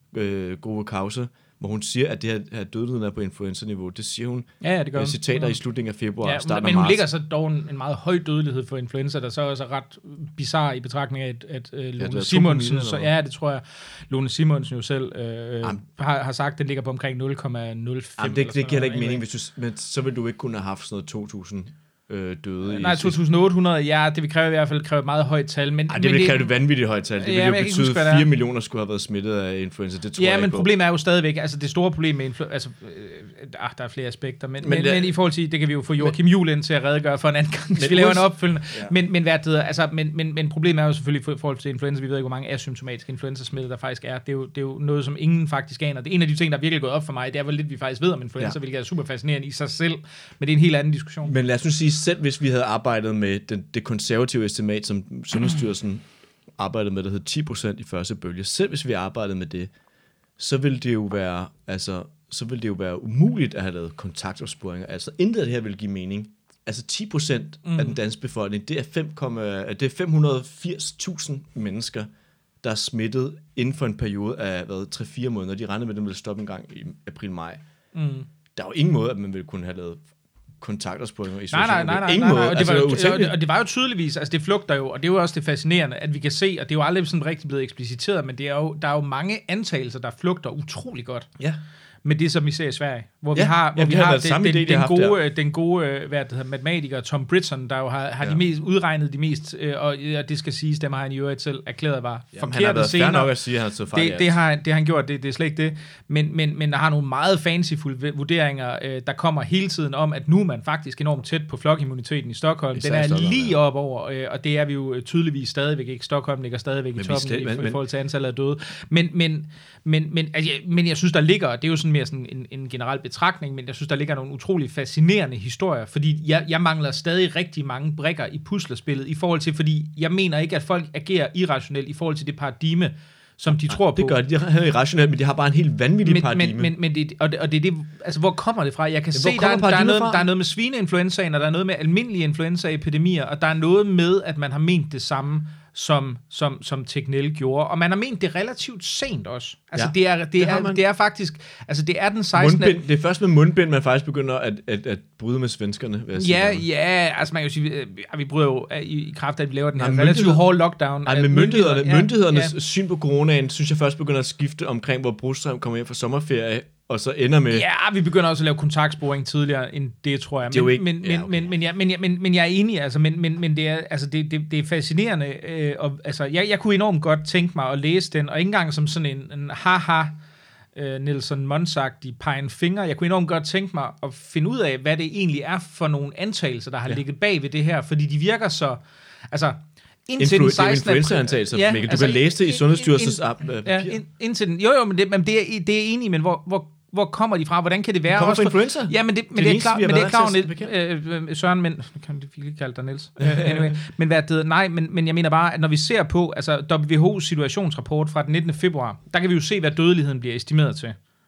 øh, Grove Krause, hvor hun siger, at det her, her dødeligheden er på influenza-niveau. Det siger hun ja, ja, det gør øh, citater hun. i slutningen af februar, ja, starten men af hun marts. ligger så dog en, en meget høj dødelighed for influenza, der så også er ret bizarre i betragtning af, at, at uh, Lone ja, Simonsen... Så, ja, det tror jeg. Lone Simonsen jo selv øh, har, har sagt, at den ligger på omkring nul komma nul fem. Jamen, det, det giver da ikke mening, hvis du, men så vil du ikke kunne have haft sådan noget to tusind øh, døde. Nej, to tusind otte hundrede, ja, det vil kræve i hvert fald kræve et meget højt tal. Men, Ej, det vil kræve et vanvittigt højt tal. Det ja, vil jo betyde, huske, at fire millioner skulle have været smittet af influenza. Det tror ja, jeg men på. Problemet er jo stadigvæk, altså det store problem med influenza, altså, øh, ah, der er flere aspekter, men, men, men, det, men i forhold til, det kan vi jo få Joachim Juhl ind til at redegøre for en anden gang, hvis vi laver en opfølgende. Ja. Men, men, hvad det hedder, altså, men, men, men problemet er jo selvfølgelig i forhold til influenza, vi ved ikke, hvor mange asymptomatiske influenza-smitte der faktisk er. Det er, jo, det er jo noget, som ingen faktisk aner. Det er en af de ting, der er virkelig gået op for mig, det er, hvor lidt vi faktisk ved om influenza, ja. hvilket er super fascinerende i sig selv, men det er en helt anden diskussion. Men lad os nu sige, selv hvis vi havde arbejdet med den, det konservative estimat, som Sundhedsstyrelsen arbejdede med, der hed ti procent i første bølge, selv hvis vi arbejdede med det, så ville det jo være, altså, så ville det jo være umuligt at have lavet kontaktopsporinger. Altså, intet af det her vil give mening. Altså, ti procent mm. af den danske befolkning, det er, fem, det er fem hundrede og firs tusind mennesker, der er smittet inden for en periode af, hvad, tre til fire måneder. De regnede med, at den ville stoppe en gang i april-maj. Mm. Der er jo ingen måde, at man ville kunne have lavet kontaktopsporinger i nej, nej, nej, nej, nej, nej. Og, det var jo, og det var jo tydeligvis, altså det flugter jo, og det er jo også det fascinerende, at vi kan se, og det er jo aldrig sådan rigtig blevet ekspliciteret, men det er jo, der er jo mange antagelser, der flugter utrolig godt. Ja. Med det, som vi ser i Sverige, hvor ja, vi har, hvor ja, vi har den, den, idé, den, gode, den gode hvad det hedder, matematiker Tom Britton, der jo har, har ja. de mest udregnet de mest, øh, og ja, det skal siges, dem har han i øvrigt selv erklæret var forkerte senere. Nok at sige, at han så fejl, det, det, har, det har han gjort, det, det er slet ikke det. Men, men, men der har nogle meget fancyfulde vurderinger, øh, der kommer hele tiden om, at nu er man faktisk enormt tæt på flokimmuniteten i Stockholm. Den er Stockholm, lige ja. op over, øh, og det er vi jo tydeligvis stadigvæk ikke. Stockholm ligger stadigvæk men i toppen slet, i, men, i forhold til antallet af døde. Men, men, men, men, altså, men jeg synes, der ligger, det er jo sådan mere sådan en, en generel betragtning, men jeg synes, der ligger nogle utrolig fascinerende historier, fordi jeg, jeg mangler stadig rigtig mange brikker i puslespillet, i forhold til, fordi jeg mener ikke, at folk agerer irrationelt i forhold til det paradigme, som de ja, tror på. Det gør de, de er irrationelt, men de har bare en helt vanvittig men, paradigme. Men, men, men det, og, det, og det er det, altså hvor kommer det fra? Jeg kan ja, se, der er, der, er noget, der er noget med svineinfluenzaen, og der er noget med almindelige influenzaepidemier, og der er noget med, at man har ment det samme, som, som, som Tegnell gjorde. Og man har ment det relativt sent også. Altså, ja, det, er, det, det, er, det er faktisk... Altså, det er den sekstende Mundbind, det er først med mundbind, man faktisk begynder at, at, at bryde med svenskerne. Ja, ja, altså man kan jo sige, at vi bryder jo i, i kraft af, at vi laver den her relativt hårde lockdown. Nej, men myndighederne, ja, myndighedernes ja. syn på coronaen, synes jeg først begynder at skifte omkring, hvor Brostrøm kommer hjem fra sommerferie, og så ender med... Ja, vi begynder også at lave kontaktsporing tidligere end det, tror jeg. Det er jo ikke... Men, men, ja, okay. men, men, jeg, men, men, men jeg er enig, altså, men, men, men det er, altså, det, det, det er fascinerende. Øh, og, altså, jeg, jeg kunne enormt godt tænke mig at læse den, og ikke engang som sådan en, en haha, øh, Nelson Mons-agtig pegen finger. Jeg kunne enormt godt tænke mig at finde ud af, hvad det egentlig er for nogle antagelser, der har ja. ligget bag ved det her, fordi de virker så... Altså, indtil Influ- den sekstende influenza-antagelser, ja, Mikkel. Du altså, kan læse det i Sundhedsstyrelsens app. Uh, ja, ind, indtil den, jo, jo, men det, men det, er, det er enig, men hvor, hvor, hvor kommer de fra? Hvordan kan det være? Det kommer fra influenza. Ja, men det, men det, det er klart, men det er klart, øh, Søren, men kan du ikke kalde dig Niels? uh, anyway. Men hvad det, nej, men, men jeg mener bare, at når vi ser på altså W H O's situationsrapport fra den nittende februar, der kan vi jo se, hvad dødeligheden bliver estimeret til.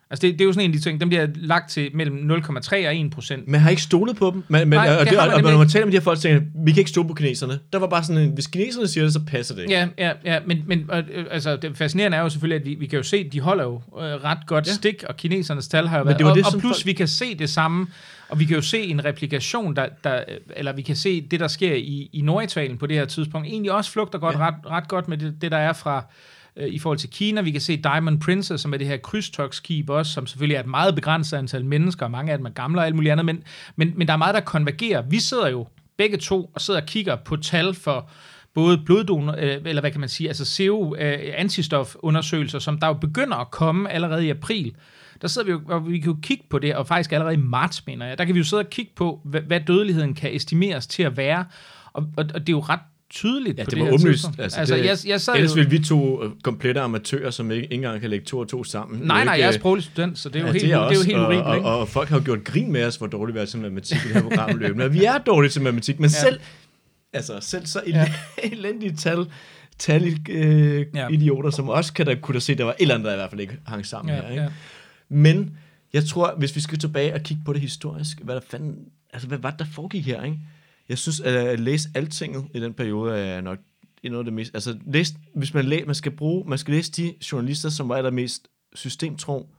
Altså, det, det er jo sådan en af de ting, dem bliver lagt til mellem nul komma tre og en procent. Man har ikke stolet på dem. Man, Nej, men, og det det, har man og, og når nemlig man taler med de her folk, så tænker vi kan ikke stole på kineserne. Der var bare sådan en, hvis kineserne siger det, så passer det ikke. Ja, ja, ja, men, men øh, altså, det fascinerende er jo selvfølgelig, at vi, vi kan jo se, at de holder jo øh, ret godt ja. stik, og kinesernes tal har jo været, det var og, det, og som plus folk... vi kan se det samme, og vi kan jo se en replikation, der, der, eller vi kan se det, der sker i, i Norditalien på det her tidspunkt, egentlig også flugter godt, ja. ret, ret godt med det, det, der er fra i forhold til Kina. Vi kan se Diamond Princess, som er det her krydstogtskib også, som selvfølgelig er et meget begrænset antal mennesker, og mange af dem er gamle og alt muligt andet, men, men, men der er meget, der konvergerer. Vi sidder jo begge to og sidder og kigger på tal for både bloddonor, eller hvad kan man sige, altså sero-antistofundersøgelser, som der jo begynder at komme allerede i april. Der sidder vi jo, og vi kan jo kigge på det, og faktisk allerede i marts, mener jeg, der kan vi jo sidde og kigge på, hvad, hvad dødeligheden kan estimeres til at være, og, og, og det er jo ret tydeligt ja, på det, det var her åbenlyst. tidspunkt. Altså, altså, det, jeg, jeg sad ellers jo... ville vi to komplette amatører, som ikke, ikke engang kan lægge to og to sammen. Nej, nej, ikke, jeg er sproglig student, så det er jo ja, helt, det er, det er jo helt urimeligt. Og, og, og folk har jo gjort grin med os, hvor dårligt vi er til matematik i det her program løbende. Vi er dårlige til matematik, men ja. selv, altså, selv så ja. elendige tal, tal øh, ja. idioter, som også kan der, kunne der se, der var et eller andet, der i hvert fald ikke hang sammen ja, her. Ikke? Ja. Men jeg tror, hvis vi skal tilbage og kigge på det historisk, hvad der fanden, altså hvad var det, der foregik her, ikke? Jeg synes, at læse altinget i den periode er nok noget af det mest... Altså, læs, hvis man, læ, man skal bruge... Man skal læse de journalister, som var allermest systemtro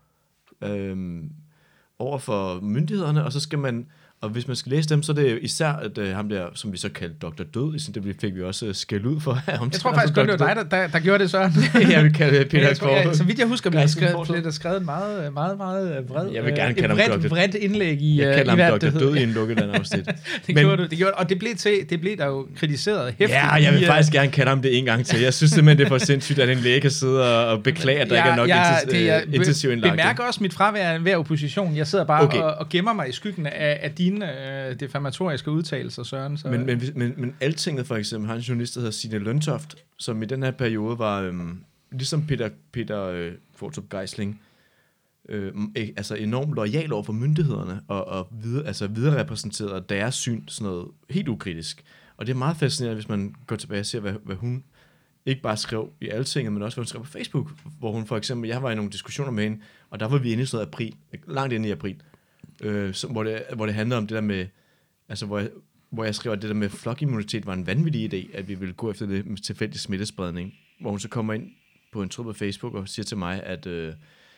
øhm, over for myndighederne, og så skal man... Og hvis man skal læse dem, så er det især at, uh, ham der, som vi så kaldte doktor Død. Det fik vi også uh, skæld ud for. Jeg tror faktisk godt, det var dig, der, der, der gjorde det, Søren. Jeg vil kalde det Peter Kåre. Så vidt jeg husker, bliver der skrevet, der skrevet en meget, meget, meget vred, jeg vil gerne kalde vredt, ham vredt indlæg i, jeg kalder i ham doktor Død i en lukket den afsnit. det, Men, gjorde du, det gjorde og det blev, til, det blev der jo kritiseret hæftigt. Ja, jeg vil i, faktisk gerne kalde ham det en gang til. Jeg synes simpelthen, det er for sindssygt, at en læge kan sidde og beklage, at der ja, ikke er nok ja, intes, jeg, uh, intensiv indlagt. Jeg bemærker også mit fravær af hver opposition. Jeg sidder bare okay. og, og gemmer mig i skyggen af, af dine uh, defamatoriske udtalelser, Søren. Så. Men, men, men, men Altinget for eksempel har en journalist, der hedder Signe Løntoft, som i den her periode var, øhm, ligesom Peter, Peter øh, Fortrup Geisling, øh, altså enormt loyal over for myndighederne, og, og videre, altså videre repræsenteret deres syn, sådan noget helt ukritisk. Og det er meget fascinerende, hvis man går tilbage og ser, hvad, hvad hun ikke bare skrev i Altinget, men også hvad hun skrev på Facebook, hvor hun for eksempel, jeg var i nogle diskussioner med hende, og der var vi inde i sådan noget april, langt inde i april, øh, så, hvor, det, hvor det handlede om det der med, altså hvor jeg, hvor jeg skrev, at det der med flokimmunitet var en vanvittig idé, at vi ville gå efter det med tilfældig smittespredning, hvor hun så kommer ind på en tråd på Facebook og siger til mig, at, øh,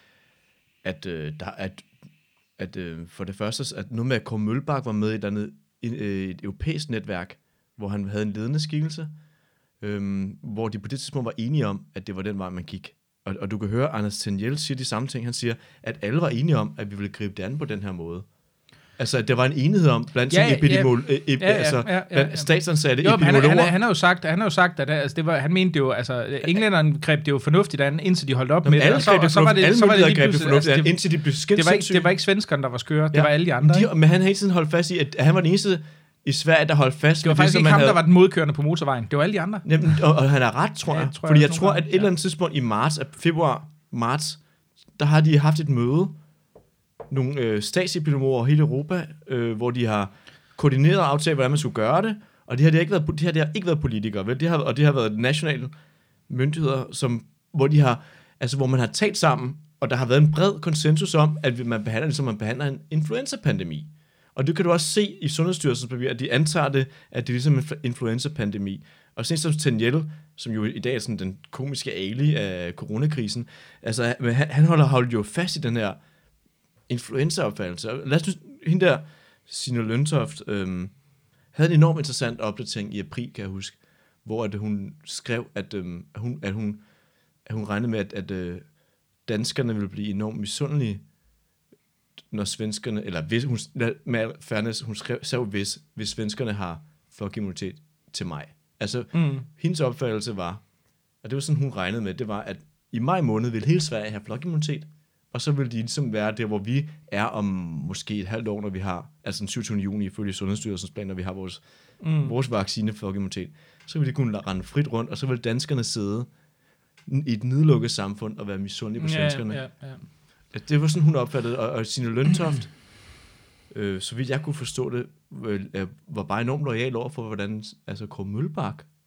at, øh, der, at, at øh, for det første, at noget med, at Kåre Mølbak var med i et, andet, et, et europæisk netværk, hvor han havde en ledende skikkelse, øh, hvor de på det tidspunkt var enige om, at det var den vej, man gik. Og, og du kan høre, Anders Tenjel siger de samme ting. Han siger, at alle var enige om, at vi ville gribe det an på den her måde. Altså, der var en enighed om blandt ja, epidemiol, ja, ja, ja, altså, ja, ja, ja. statsansatte epidemiologer. Han, han, han har jo sagt, han har jo sagt, at altså, det var, han mente jo, altså, englænderne greb det jo fornuftigt an, indtil de holdt op med det. Og så, og så var det, alle så var det lige pludselig, det altså, det, indtil de blev skændt det, var ikke, det var ikke svenskerne, der var skøre, det ja, var alle de andre. De, men han har hele tiden holdt fast i, at han var den eneste i Sverige, der holdt fast. Det var faktisk det, ikke ham, havde... der var den modkørende på motorvejen. Det var alle de andre. Jamen, og, og han er ret, tror jeg. Ja, tror fordi jeg, jeg tror, at et ja. eller andet tidspunkt i marts, februar, marts, der har de haft et møde, nogle øh, statsepidemiologer over hele Europa, øh, hvor de har koordineret og aftalt, hvordan man skulle gøre det, og det har, det har, ikke, været, det har, det har ikke været politikere, vel? Det har, og det har været nationale myndigheder, som, hvor, de har, altså, hvor man har talt sammen, og der har været en bred konsensus om, at man behandler det, som man behandler en influenza-pandemi. Og det kan du også se i Sundhedsstyrelsens papir, at de antager det, at det er ligesom en influenza-pandemi. Og sådan som Tenjel, som jo i dag er sådan den komiske ali af coronakrisen, altså han, han holder holdt jo fast i den her influenza-opfattelse. Lad os nu, hende der, Signe Løntoft, øhm, havde en enormt interessant opdatering i april, kan jeg huske, hvor at hun skrev, at, øhm, at, hun, at, hun, at hun regnede med, at, at øh, danskerne ville blive enormt misundelige, når svenskerne, eller hvis, hun, med fairness, hun skrev, så hvis, hvis svenskerne har flokimmunitet til maj. Altså, mm. hendes opfattelse var, og det var sådan, hun regnede med, det var, at i maj måned vil hele Sverige have flokimmunitet, og så vil de ligesom være der, hvor vi er om måske et halvt år, når vi har, altså den syvogtyvende juni, ifølge Sundhedsstyrelsens plan, når vi har vores, mm. vores vaccine flokimmunitet, så vil de kunne rende frit rundt, og så vil danskerne sidde i et nedlukket samfund og være misundelige på svenskerne. Ja, ja, ja. Det var sådan, hun opfattede, og, og Signe Løntoft, øh, så vidt jeg kunne forstå det, øh, var bare enormt loyal over for, hvordan altså Kåre Mølbak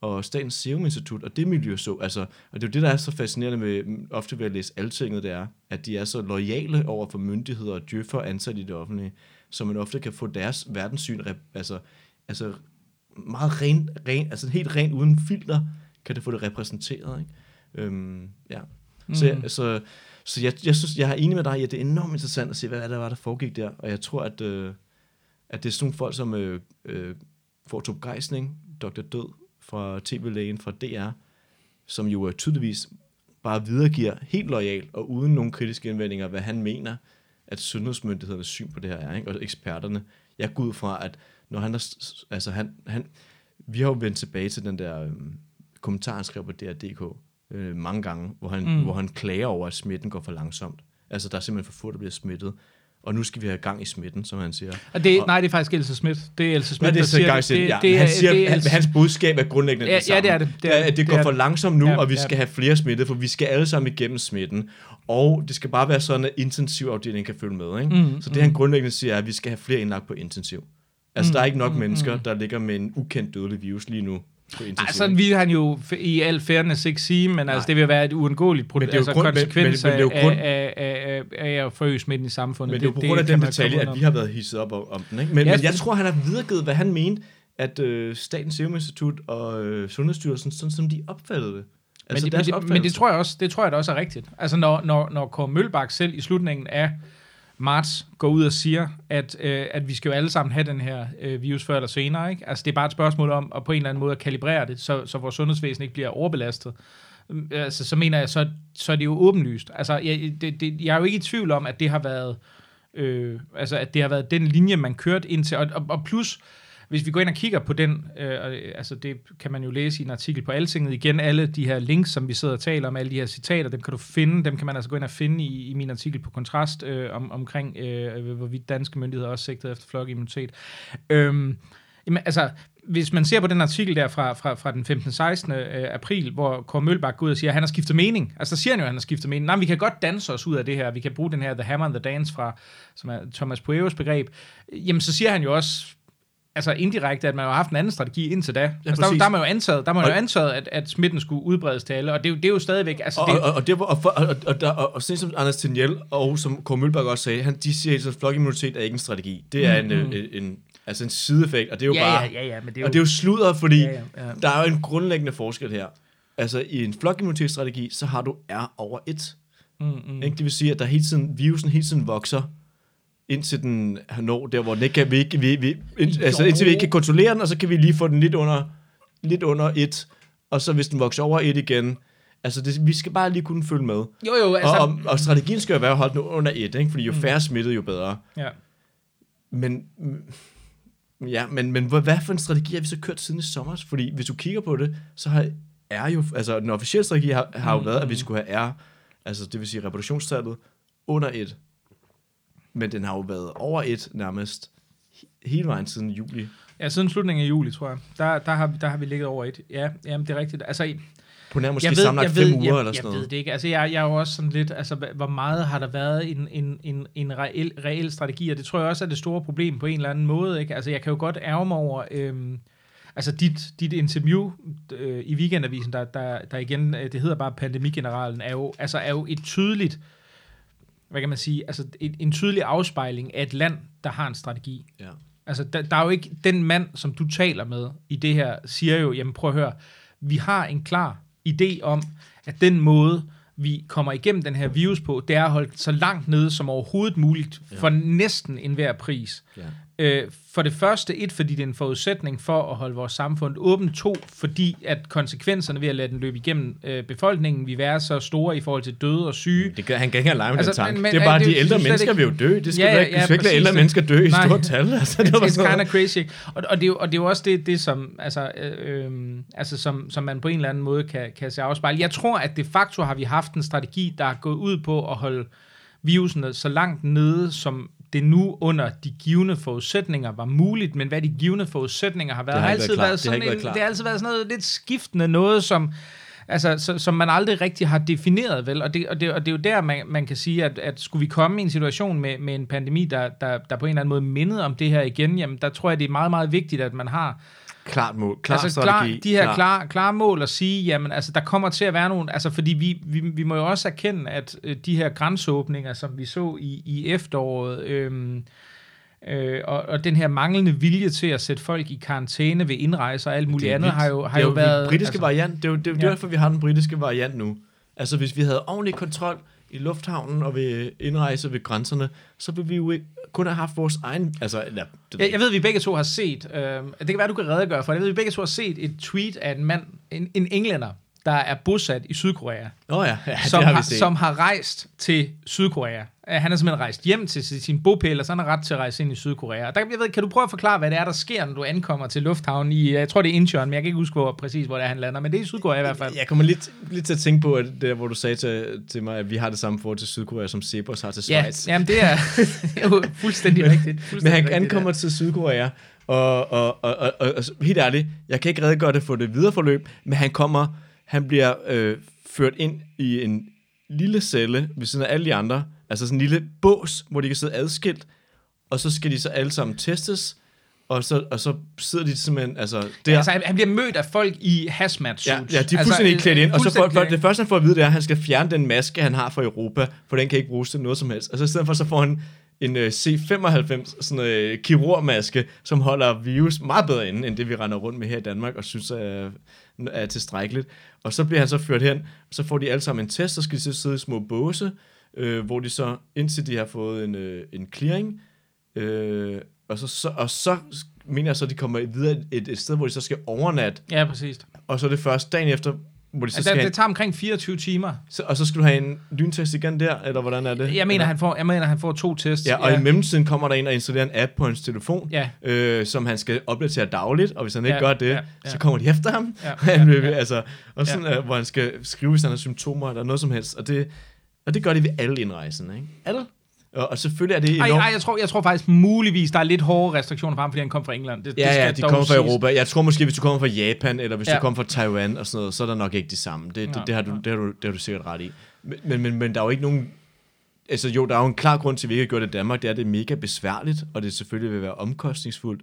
og Statens Serum Institut, og det miljø så, altså, og det er jo det, der er så fascinerende med, ofte ved at læse Altinget, det er, at de er så loyale over for myndigheder og djøffer ansat i det offentlige, så man ofte kan få deres verdenssyn, altså, altså meget ren, ren, altså helt rent uden filter, kan det få det repræsenteret, ikke? Øhm, ja. Mm. Så, så, så jeg, jeg synes, jeg er enig med dig, at det er enormt interessant at se, hvad der var, der foregik der, og jeg tror, at, øh, at det er sådan nogle folk, som øh, øh, får Torben Geisling, doktor Død, fra T V-lægen, fra D R, som jo tydeligvis bare videregiver helt loyalt og uden nogen kritiske indvendinger, hvad han mener, at sundhedsmyndighedernes syn på det her er, ikke? Og eksperterne. Jeg går ud fra, at når han er, altså han, han, vi har jo vendt tilbage til den der øhm, kommentar, han skrev på D R punktum D K øh, mange gange, hvor han, mm. hvor han klager over, at smitten går for langsomt. Altså, der er simpelthen for få, der bliver smittet. Og nu skal vi have gang i smitten, som han siger. Og det, og, nej, det er faktisk Else Schmidt. Det er Else Schmidt, det er der siger det. Det, ja, det han siger, det er, at hans budskab er grundlæggende ja, det samme. Ja, det er det. Det, er, det, det går det for langsomt nu, ja, og vi skal ja. have flere smittede, for vi skal alle sammen igennem smitten. Og det skal bare være sådan, at intensivafdelingen kan følge med. Ikke? Mm, så det, mm. han grundlæggende siger, er, at vi skal have flere indlagt på intensiv. Altså, mm, der er ikke nok mm, mennesker, der ligger med en ukendt dødelig virus lige nu. Altså, vi han jo i al fairness ikke sige, men altså, det vil være et uundgåeligt produkt, altså grund, konsekvens men, men, men af, af, af, af, af at forøge smitten i samfundet. Men det er jo på grund af den detalje, at vi har været hisset op om, om den. Ikke? Men, ja, men jeg tror, han har videregivet, hvad han mente, at øh, Statens Serum Institut og øh, Sundhedsstyrelsen, sådan som de opfattede det. Altså, men, det, men, det, men det tror jeg også, det tror jeg da også er rigtigt. Altså, når, når, når Kåre Mølbak selv i slutningen af marts går ud og siger, at, øh, at vi skal jo alle sammen have den her øh, virus før eller senere, ikke? Altså, det er bare et spørgsmål om at på en eller anden måde at kalibrere det, så, så vores sundhedsvæsen ikke bliver overbelastet. Altså, så mener jeg, så, så er det jo åbenlyst. Altså, jeg, det, det, jeg er jo ikke i tvivl om, at det har været, øh, altså, at det har været den linje, man kørte ind til, og, og, og plus, hvis vi går ind og kigger på den, øh, altså det kan man jo læse i en artikel på Altinget, igen alle de her links, som vi sidder og taler om, alle de her citater, dem kan du finde, dem kan man altså gå ind og finde i, i min artikel på Kontrast, øh, om, omkring øh, hvorvidt danske myndigheder også sigtede efter flokimmunitet. Øhm, jamen, altså, hvis man ser på den artikel der fra, fra, fra den femtende sekstende april, hvor Kåre Mølbak går ud og siger, at han har skiftet mening. Altså, der siger han jo, at han har skiftet mening. Nej, vi kan godt danse os ud af det her. Vi kan bruge den her The Hammer and the Dance fra, som er Thomas Pueros begreb. Jamen, så siger han jo også, altså indirekte, at man har haft en anden strategi indtil da. Ja, altså, der, der har man jo antaget, der man jo antaget at, at smitten skulle udbredes til alle, og det, det er jo stadigvæk... Altså, og, det, og, og, det, og, og, og, og, og, og, og sådan som Anders Teniel, og som Kåre Mølbak også sagde, han, de siger, at flokimmunitet er ikke en strategi. Det er mm, en, mm. en, en, altså en sideeffekt, og det er jo ja, bare... Ja, ja, ja, men det er jo, og det er jo sludder, fordi ja, ja, ja. der er jo en grundlæggende forskel her. Altså i en flokimmunitetsstrategi, så har du R over et. Mm, mm. Det vil sige, at der hele tiden, virusen hele tiden vokser, indtil den når der, hvor den ikke kan, vi ikke, vi, vi, ind, altså indtil vi ikke kan kontrollere den, og så kan vi lige få den lidt under, lidt under et, og så hvis den vokser over et igen, altså det, vi skal bare lige kunne følge med. Jo, jo, altså... Og, og, og strategien skal jo være at holde den under et, ikke? Fordi jo færre smittet, jo bedre. Ja. Men, ja, men, men hvad for en strategi har vi så kørt siden i sommer? Fordi hvis du kigger på det, så har R jo, altså den officielle strategi har, har jo været, at vi skulle have R, altså det vil sige reproduktionstallet, under et. Men den har jo været over et nærmest hele vejen siden juli. Ja, siden slutningen af juli, tror jeg. Der, der, har, der har vi ligget over et. Ja, jamen, det er rigtigt. Altså, på nærmest måske sammenlagt fem uger jeg, eller sådan noget. Jeg ved det ikke. Altså, jeg, jeg er jo også sådan lidt, altså, hvor meget har der været en, en, en, en reel, reel strategi, og det tror jeg også er det store problem på en eller anden måde, ikke? Altså, jeg kan jo godt ærge mig over, øhm, altså, dit, dit interview øh, i Weekendavisen, der, der, der igen, det hedder bare Pandemigeneralen, er jo, altså, er jo et tydeligt, hvad kan man sige, altså en, en tydelig afspejling af et land, der har en strategi. Ja. Altså, der, der er jo ikke, den mand, som du taler med i det her, siger jo, jamen prøv at høre, vi har en klar idé om, at den måde, vi kommer igennem den her virus på, det er at holde så langt nede som overhovedet muligt, ja. For næsten enhver pris. Ja. Øh, for det første, et, fordi det er en forudsætning for at holde vores samfund åbent. To, fordi at konsekvenserne ved at lade den løbe igennem øh, befolkningen vil være så store i forhold til døde og syge. Det gør, han kan ikke have lege med altså, den tanke. Men, det er bare, det, de ældre mennesker ikke vil jo dø. Det skal ja, ja, ikke, ja, ikke lade ældre mennesker dø i nej, stort tal. Altså, det it's kind of crazy. Og, og, det er jo, og det er jo også det, det som, altså, øh, øh, altså, som, som man på en eller anden måde kan, kan se afspejle. Jeg tror, at de facto har vi haft en strategi, der er gået ud på at holde virusen så langt nede, som det nu under de givne forudsætninger var muligt, men hvad de givne forudsætninger har været, det har, har altid været, været sådan det har, en, det har altid været sådan noget lidt skiftende noget, som, altså, så, som man aldrig rigtig har defineret, vel? Og det, og det, og det er jo der, man, man kan sige, at, at skulle vi komme i en situation med, med en pandemi, der, der, der på en eller anden måde mindede om det her igen, jamen der tror jeg, det er meget, meget vigtigt, at man har klart mål, klar altså, strategi. Klar, de her klar. klare, klare mål at sige, jamen altså, der kommer til at være nogle, altså fordi vi, vi, vi må jo også erkende, at øh, de her grænseåbninger, som vi så i, i efteråret, øh, øh, og, og den her manglende vilje til at sætte folk i karantæne ved indrejse og alt muligt andet, har jo, har det er jo været... den britiske altså, variant, det er jo det er ja. derfor, vi har den britiske variant nu. Altså, hvis vi havde ordentlig kontrol i lufthavnen og ved indrejse ved grænserne, så ville vi jo ikke kun have haft vores egen... Altså, ja, det jeg, jeg ved, at vi begge to har set... Øh, det kan være, du kan redegøre for det. Jeg ved, at vi begge to har set et tweet af en mand, en, en englænder, der er bosat i Sydkorea. Åh oh ja, ja som, det har har, vi set. som har rejst til Sydkorea. Han er simpelthen rejst hjem til sin bopæl, og så han har ret til at rejse ind i Sydkorea. Og der, jeg ved, kan du prøve at forklare, hvad det er, der sker, når du ankommer til lufthavnen i... Jeg tror, det er Incheon, men jeg kan ikke huske, hvor præcis, hvor det er, han lander. Men det er i Sydkorea i hvert fald. Jeg kommer lidt, lidt til at tænke på, at det der, hvor du sagde til, til mig, at vi har det samme forhold til Sydkorea, som Cepos har til Schweiz. Ja, jamen det er, det er jo fuldstændig men, rigtigt. Fuldstændig men han rigtigt, ankommer ja. til Sydkorea, og, og, og, og, og, og helt ærligt, jeg kan ikke redegøre det for det videre forløb, men han kommer... Han bliver øh, ført ind i en lille celle ved siden af alle de andre, altså sådan en lille bås, hvor de kan sidde adskilt, og så skal de så alle sammen testes, og så, og så sidder de simpelthen, altså... Der. Ja, altså han, han bliver mødt af folk i hazmat suits. Ja, ja, de er fuldstændig altså, klædt ind, og så for, for, det første han får at vide, det er, at han skal fjerne den maske, han har fra Europa, for den kan ikke bruges til noget som helst. Og så i stedet for, så får han en uh, C femoghalvfems, sådan en uh, kirurgmaske, som holder virus meget bedre inde, end det vi render rundt med her i Danmark, og synes er, er tilstrækkeligt. Og så bliver han så ført hen, og så får de alle sammen en test, så skal de så sidde i små båse, øh, hvor de så, indtil de har fået en, øh, en clearing, øh, og, så, så, og så mener jeg så, at de kommer videre et, et sted, hvor de så skal overnatte. Ja, præcis. Og så er det først dagen efter, hvor de så altså, skal det, det tager omkring fireogtyve timer. Så, og så skal du have en lyntest igen der, eller hvordan er det? Jeg mener, han får, jeg mener han får to tests. Ja, og ja. I mellemtiden kommer der en og installerer en app på hans telefon, ja. øh, som han skal opdatere dagligt, og hvis han ikke ja, gør det, ja, ja. så kommer de efter ham. Ja, han, ja, ja. altså, og sådan, ja. øh, hvor han skal skrive, hvis han har symptomer eller noget som helst. Og det, og det gør de ved alle indrejsende, ikke? Alle. Og, og selvfølgelig er det enormt... Ej, ej, jeg, tror, jeg tror faktisk muligvis, der er lidt hårde restriktioner for ham, fordi han kom fra England. Det, ja, det ja, de kommer fra Europa. Jeg tror måske, hvis du kommer fra Japan, eller hvis ja. du kommer fra Taiwan og sådan noget, så er der nok ikke det samme. Det, det, det, har, du, det, har, du, det har du sikkert ret i. Men, men, men der er jo ikke nogen... Altså jo, der er jo en klar grund til, at vi ikke har gjort det i Danmark. Det er, at det er mega besværligt, og det selvfølgelig vil være omkostningsfuldt.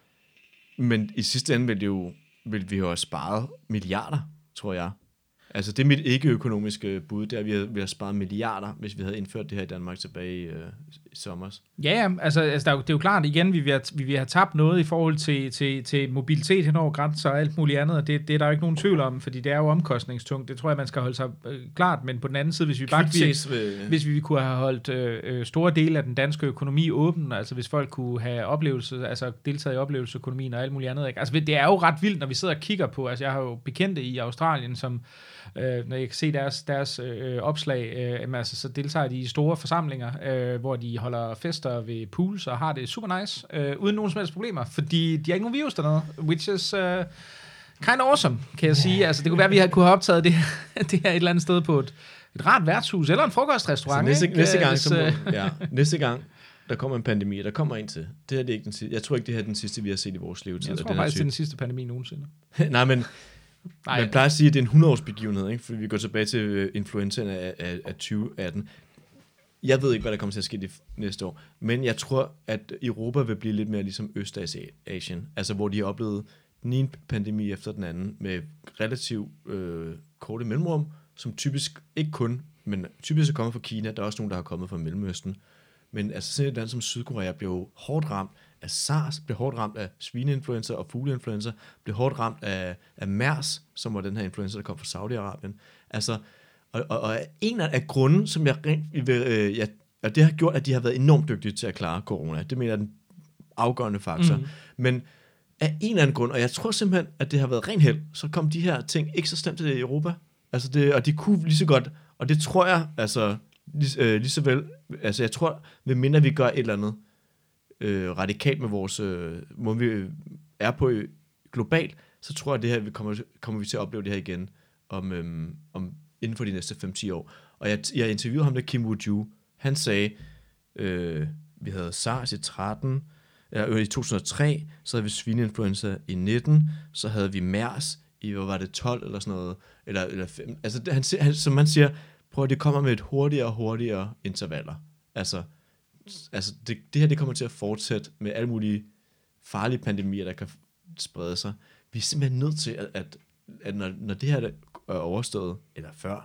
Men i sidste ende vil, det jo, vil vi jo have sparet milliarder, tror jeg. Altså det er mit ikke-økonomiske bud, det er, at vi har, vi har sparet milliarder, hvis vi havde indført det her i Danmark tilbage i, øh, i sommer. Ja, ja, altså, altså der er jo, det er jo klart, igen, vi vil, have, vi vil have tabt noget i forhold til, til, til mobilitet hen over grænser og alt muligt andet, og det, det er der jo ikke nogen tvivl om, fordi det er jo omkostningstungt, det tror jeg, man skal holde sig øh, klart, men på den anden side, hvis vi bare vi, hvis vi kunne have holdt øh, store dele af den danske økonomi åben, altså hvis folk kunne have oplevelse, altså deltaget i oplevelseøkonomien og alt muligt andet, ikke? Altså det er jo ret vildt, når vi sidder og kigger på, altså jeg har jo bekendte i Australien, som Øh, når jeg kan se deres, deres øh, opslag, øh, altså, så deltager de i store forsamlinger, øh, hvor de holder fester ved pools og har det super nice, øh, uden nogen som helst problemer, fordi de har ikke nogen virus dernede, which is uh, kind of awesome, kan jeg sige. Altså, det kunne være, at vi kunne have optaget det, det her et eller andet sted på et, et rart værtshus, eller en frokostrestaurant. Altså, næste, ikke? næste, gang, Hvis, så må, ja, næste gang, der kommer en pandemi, der kommer en til. Det her det er ikke den sidste. Jeg tror ikke, det her er den sidste, vi har set i vores levetid. Jeg tror den faktisk, det er den sidste pandemi nogensinde. Nej, men Nej, man plejer at sige, at det er en hundrede-års begivenhed, ikke? Fordi vi går tilbage til influenzaen af, af, af tyve atten. Jeg ved ikke, hvad der kommer til at ske de næste år, men jeg tror, at Europa vil blive lidt mere ligesom Østasien, altså hvor de har oplevet den ene pandemi efter den anden, med relativt øh, korte mellemrum, som typisk, ikke kun, men typisk er kommet fra Kina, der er også nogen, der har kommet fra Mellemøsten, men altså sådan et land som Sydkorea blev hårdt ramt af SARS, blev hårdt ramt af svineinfluenza og fugleinfluenza, blev hårdt ramt af, af MERS, som var den her influenza, der kom fra Saudi-Arabien. Altså, og, og, og en af grunden, som jeg rent, øh, ja, og det har gjort, at de har været enormt dygtige til at klare corona. Det mener jeg er den afgørende faktor. Mm. Men af en eller anden grund, og jeg tror simpelthen, at det har været ren held, så kom de her ting ikke så slemt til det i Europa. Altså det, og de kunne lige så godt, og det tror jeg, altså lige, øh, lige så vel, altså jeg tror, ved mindre vi gør et eller andet, Øh, radikalt med vores øh, måde vi er på øh, globalt, så tror jeg at det her vi kommer, kommer vi til at opleve det her igen om, øhm, om inden for de næste fem til ti år. Og jeg, jeg interviewede ham der, Kim Woo-ju. Han sagde, øh, vi havde SARS i tretten, eller i to tusind og tre, så havde vi svineinfluenza i nitten, så havde vi MERS i, hvad var det, tolv eller sådan noget, eller, eller fem. Altså det, han, han, som man siger, prøv at det kommer med et hurtigere og hurtigere intervaller. Altså Altså det, det her det kommer til at fortsætte med alle mulige farlige pandemier, der kan sprede sig. vi er simpelthen nødt til, at, at, at når, når det her er overstået, eller før,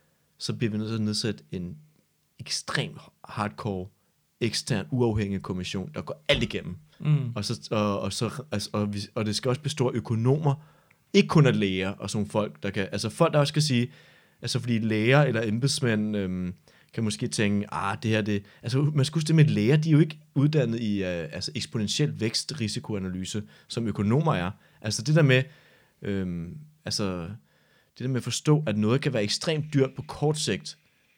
så bliver vi nødt til at nedsætte en ekstremt hardcore, ekstern, uafhængig kommission, der går alt igennem. Mm. Og, så, og, og, så, altså, og, vi, og det skal også bestå af økonomer, ikke kun af læger og sådan folk, der kan, altså folk, der også skal sige, altså fordi læger eller embedsmænd øhm, kan måske tænke, ah, det her, det, altså man skal huske det med læger, de er jo ikke uddannet i uh, altså eksponentiel vækstrisikoanalyse, som økonomer er. Altså det der med, øhm, altså det der med at forstå, at noget kan være ekstremt dyrt på kort sigt,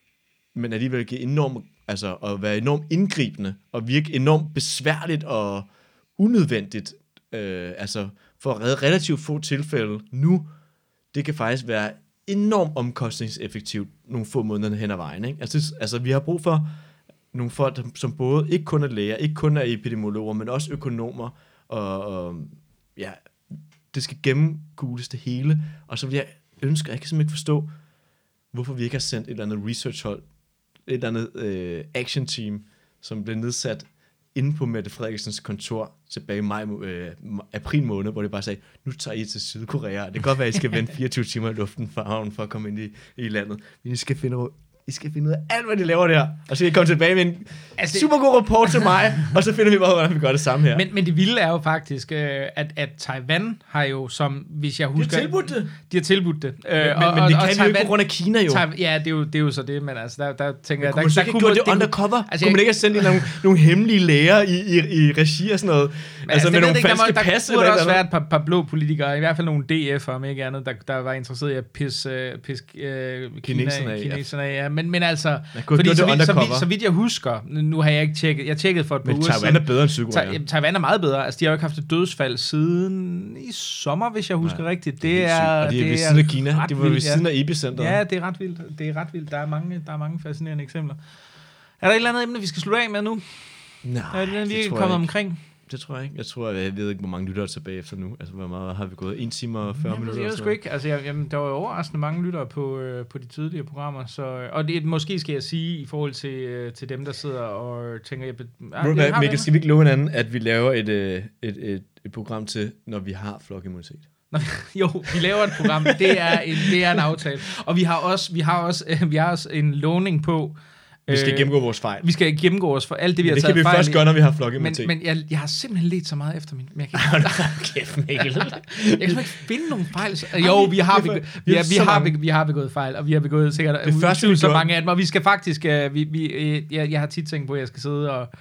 men alligevel give enormt, altså at være enormt indgribende, og virke enormt besværligt og unødvendigt, øh, altså for at redde relativt få tilfælde nu, det kan faktisk være enormt omkostningseffektivt nogle få måneder hen ad vejen. Ikke? Altså, altså vi har brug for nogle folk, som både ikke kun er læger, ikke kun er epidemiologer, men også økonomer, og, og ja, det skal gennemkules det hele, og så vil jeg ønske, jeg kan simpelthen ikke forstå, hvorfor vi ikke har sendt et eller andet researchhold, et eller andet øh, action team, som blev nedsat inde på Mette Frederiksens kontor tilbage i maj, øh, april måned, hvor det bare sagde, nu tager I til Sydkorea. Det kan godt være, at I skal vente fireogtyve timer i luften fra havnen for at komme ind i, i landet. Men I skal finde I skal finde ud af alt, hvad de laver der. Og så skal I komme tilbage med en altså, super god rapport til mig, og så finder vi bare, hvordan vi gør det samme her. Men, men det vilde er jo faktisk, at, at Taiwan har jo, som hvis jeg husker... De har tilbudt det. De har tilbudt det. Men, øh, og, men, men det og, kan og, jo ikke på grund af Kina jo. Taiwan, ja, det er jo, det er jo så det, men altså, der, der tænker jeg... Kunne man så ikke gjort det undercover? Altså, kunne man ikke have sendt nogle, nogle hemmelige læger i, i, i regi og sådan noget? Altså, altså med nogle ikke, falske der må, pas? Der burde også være et par, par blå politikere, i hvert fald nogle D F'er, om ikke andet, der, der var interesseret i at pisse, pisse uh, kineserne af. Kineserne af, ja. Men, men altså... Kunne, fordi så, vidt, så, vidt, så vidt jeg husker, nu har jeg ikke tjekket, jeg tjekkede for et par uger siden. Men Taiwan er bedre end Sydkorea. Ta- Taiwan er meget bedre. Altså, de har jo ikke haft et dødsfald siden i sommer, hvis jeg husker Nej, rigtigt. Det er, og de er ved siden af Kina. De var ved siden af epicenteret. Ja, det er ret vildt. Det er ret vildt. Der er mange, der er mange fascinerende eksempler. Er der et eller andet emne, vi skal slutte af med nu? Nej, er det, det tror kommet omkring? Det tror jeg ikke. Jeg tror, jeg ved ikke, hvor mange lyttere tilbage efter nu. Altså, hvor meget har vi gået? en time og fyrre jamen, minutter? Jeg ved sgu ikke. Altså, jeg, jamen, der var jo overraskende mange lyttere på, øh, på de tidligere programmer. Så, og det, måske skal jeg sige, i forhold til, øh, til dem, der sidder og tænker... Jeg, ah, Bro, hvad, Mikkel, skal vi ikke love hinanden, at vi laver et, øh, et, et, et program til, når vi har flokimmunitet? Jo, vi laver et program. Det er en, det er en aftale. Og vi har også, vi har også, øh, vi har også en lovning på... Vi skal gennemgå vores fejl. Vi skal gennemgå vores for alt det, vi har det taget fejl. Det kan vi først gøre, når vi har flokimmunitet. Men, men jeg, jeg har simpelthen let så meget efter min... Men jeg kan kæft, Mikkel. Jeg kan ikke finde nogen fejl. Jo, vi har, begået, vi, har, vi, har, begået, vi har begået fejl, og vi har begået sikkert det første, så mange af dem. Og vi skal faktisk... Vi, vi, jeg, jeg har tit tænkt på, at jeg skal sidde og...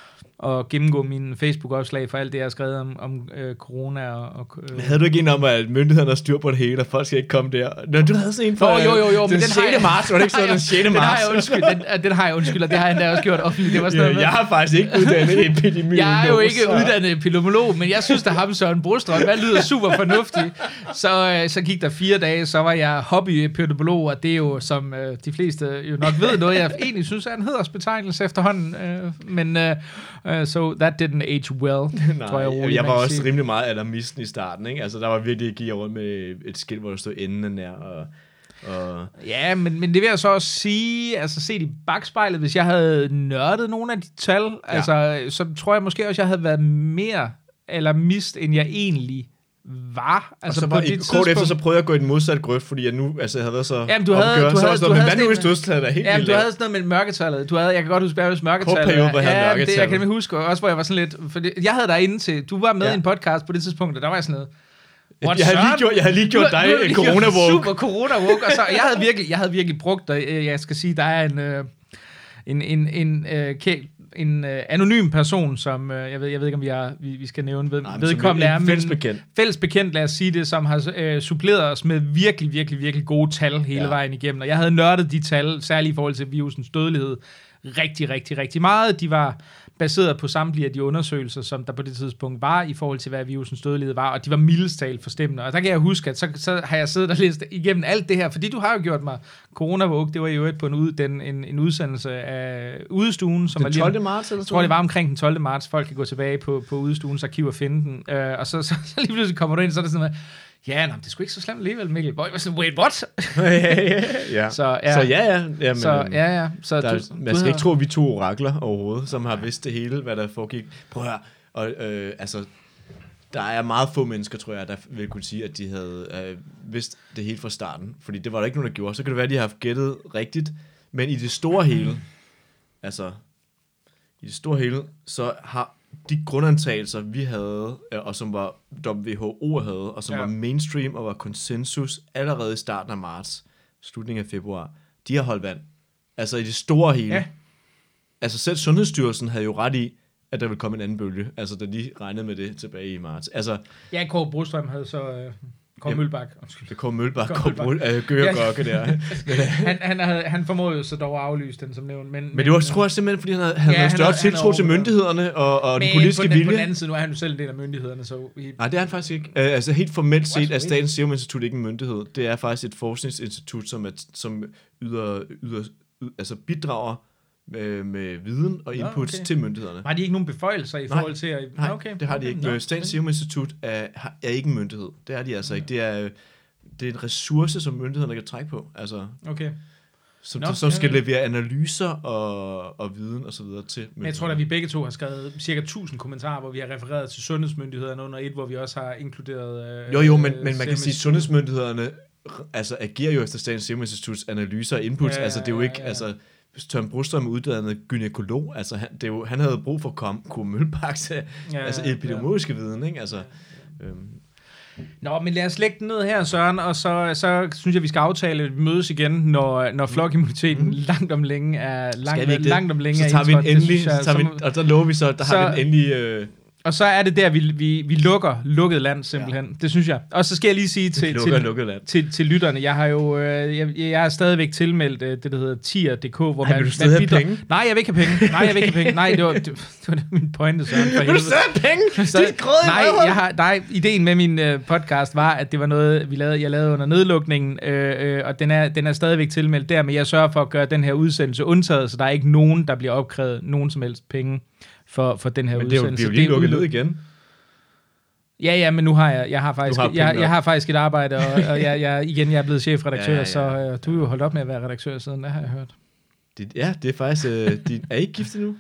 og gennemgå mine Facebook-opslag for alt det, jeg har skrevet om, om øh, corona. Og, og, øh. Havde du ikke en om, at myndighederne har styr på det hele, og folk skal ikke komme der? Nå, du havde sådan en for oh, jo, jo, jo, den men den sjette marts, var det ikke sådan den sjette marts? Den har jeg undskyld, den, den har jeg undskyld, og det har jeg endda også gjort offentligt. Det var sådan ja, noget, jeg har faktisk ikke uddannet epidemiolog. Jeg er jo ikke så. uddannet epidemiolog, men jeg synes, der ham Søren Brostrøm, hvad lyder super fornuftigt. Så, øh, så gik der fire dage, så var jeg hobby-epidemiolog, og det er jo, som øh, de fleste jo nok ved, noget jeg egentlig synes er en hedersbetegnelse efterhånden. Øh, men øh, uh, so that didn't age well, Nej, tror jeg roligt, jeg var også sige. rimelig meget alarmisten i starten, ikke? Altså, der var virkelig, gik rundt med et skilt, hvor der stod enden nær, og... og ja, men, men det vil jeg så også sige, altså set i bagspejlet, hvis jeg havde nørdet nogle af de tal, ja. altså, så tror jeg måske også, jeg havde været mere alarmist, end jeg egentlig var. Altså, og så på var det kort tidspunkt... efter, så prøvede jeg at gå i den modsatte grøft, fordi jeg nu altså, jeg havde været så jamen, du havde, opgøret, du havde, så du var havde, sådan, hvad nu hvis dødstallet er helt jamen, vildt du havde sådan noget med mørketallet. Du havde, jeg kan godt huske, hvad jeg mørketallet. Kort periode, hvor jeg havde ja, mørketallet. Det, jeg kan nemlig huske, også hvor jeg var sådan lidt, for det, jeg havde derinde til, du var med ja. i en podcast på det tidspunkt, og der var jeg sådan noget, What, jeg, havde lige gjort, jeg havde lige gjort dig en corona-woke. Super corona-woke, og så, jeg havde virkelig, jeg havde virkelig brugt, og jeg skal sige, der er en, en, en, en, en en øh, anonym person, som, øh, jeg, ved, jeg ved ikke, om vi, er, vi, vi skal nævne ved, Nej, vedkommende er, men fællesbekendt. Fællesbekendt, lad os sige det, som har øh, suppleret os med virkelig, virkelig, virkelig gode tal hele ja. vejen igennem. Og jeg havde nørdet de tal, særligt i forhold til virusens dødelighed, rigtig, rigtig, rigtig meget. De var baseret på samtlige af de undersøgelser, som der på det tidspunkt var, i forhold til, hvad virusens dødelighed var, og de var mildest talt forstemmende. Og der kan jeg huske, at så, så har jeg siddet og læst igennem alt det her, fordi du har jo gjort mig corona-woke, det var jo et på en, ud, den, en, en udsendelse af Udestuen, som den tolvte marts, eller jeg tror, det var omkring den tolvte marts. Folk kan gå tilbage på, på Udestuens arkiv og finde den. Øh, og så, så, så lige pludselig kommer du ind, så er det sådan noget, ja, nej, det er sgu ikke så slemt alligevel, Mikkel. Boy, wait, what? ja. Så ja, så ja, ja. ja men, så, ja, ja. Så der, du, man skal du ikke tro, at vi to orakler overhovedet, som har vidst det hele, hvad der foregik. Prøv at høre, og, øh, altså, der er meget få mennesker, tror jeg, der vil kunne sige, at de havde øh, vidst det helt fra starten. Fordi det var der ikke nogen, der gjorde. Så kan det være, at de har haft gættet rigtigt. Men i det store hele, altså i det store hele, så har de grundantagelser, vi havde, og som var W H O havde, og som ja. var mainstream og var konsensus allerede i starten af marts, slutningen af februar, de har holdt vand. Altså i det store hele. Ja. Altså selv Sundhedsstyrelsen havde jo ret i, at der ville komme en anden bølge, altså da de regnede med det tilbage i marts. Altså, ja, Kåre Brostrøm havde så... Øh, Kåre Mølbak. Det er Kåre Mølbak, Kåre Mølbak, øh, Gør og Gokke der. han, han, havde, han formodede så dog at aflyse den som nævnt. Men, men det var, tror jeg simpelthen, fordi han havde, han ja, havde større tiltro til myndighederne og, og den politiske på den, vilje. på den anden side, nu er han jo selv en del af myndighederne. Så i... Nej, det er han faktisk ikke. Uh, altså helt formelt set er Statens Serum Institut ikke en myndighed. Det er faktisk et forskningsinstitut, som, er, som yder, yder, yder, altså bidrager med, med viden og input ja, okay. til myndighederne. Har de ikke nogen beføjelser i forhold til... At... Nej, okay. det har de ikke. Nå, Statens Serum Institut er, er ikke en myndighed. Det er de altså ikke. Det er... Det er en ressource, som myndighederne kan trække på. Altså, okay. Som, Nå, som skal ja, ja. levere analyser og, og viden og så videre til myndighederne. Jeg tror, at vi begge to har skrevet cirka tusind kommentarer, hvor vi har refereret til sundhedsmyndighederne under et, hvor vi også har inkluderet... Øh, jo, jo, men, men man kan sige, at sundhedsmyndighederne altså, agerer jo efter Statens Serum Instituts analyser og inputs. Ja, ja, altså, det er jo ikke... Ja, ja. Altså, Tørn Brostrøm er uddannet gynækolog. Altså, han, det er jo, han havde brug for Kåre Mølbaks ja, altså, epidemiologiske ja. viden, ikke? Altså... Ja. Øhm, Nå, men lad os lægge den ned her, Søren, og så, så synes jeg, vi skal aftale, at vi mødes igen, når, når flokimmuniteten mm. langt om længe er langt, langt om længe så tager vi en endelig, jeg, så tager vi, og der lover vi så, der så, har vi en endelig... Øh, og så er det der, vi, vi, vi lukker lukket land, simpelthen. Ja. Det synes jeg. Og så skal jeg lige sige til, til, til, til lytterne, jeg har jo øh, jeg, jeg er stadigvæk tilmeldt øh, det, der hedder tier punktum d k, hvor Ej, man... Vil du stadig have penge? Nej, jeg vil ikke have penge. Nej, jeg vil ikke have penge. Nej, det var, det, det var min pointe, Søren. Vil du stadig have penge? Så, nej, jeg har, nej, ideen med min øh, podcast var, at det var noget, vi lavede, jeg lavede under nedlukningen, øh, øh, og den er, den er stadigvæk tilmeldt der, men jeg sørger for at gøre den her udsendelse undtaget, så der er ikke nogen, der bliver opkrævet nogen som helst penge for, for den her men udsendelse. Men det er jo lige lukket ned igen. Ja, ja, men nu har jeg, jeg har faktisk, har jeg, jeg har faktisk et arbejde, og, og jeg, jeg, igen, jeg er blevet chefredaktør, ja, ja, ja. så uh, du er jo holdt op med at være redaktør siden, det har jeg hørt. Det, ja, det er faktisk, uh, de, er I ikke gift endnu?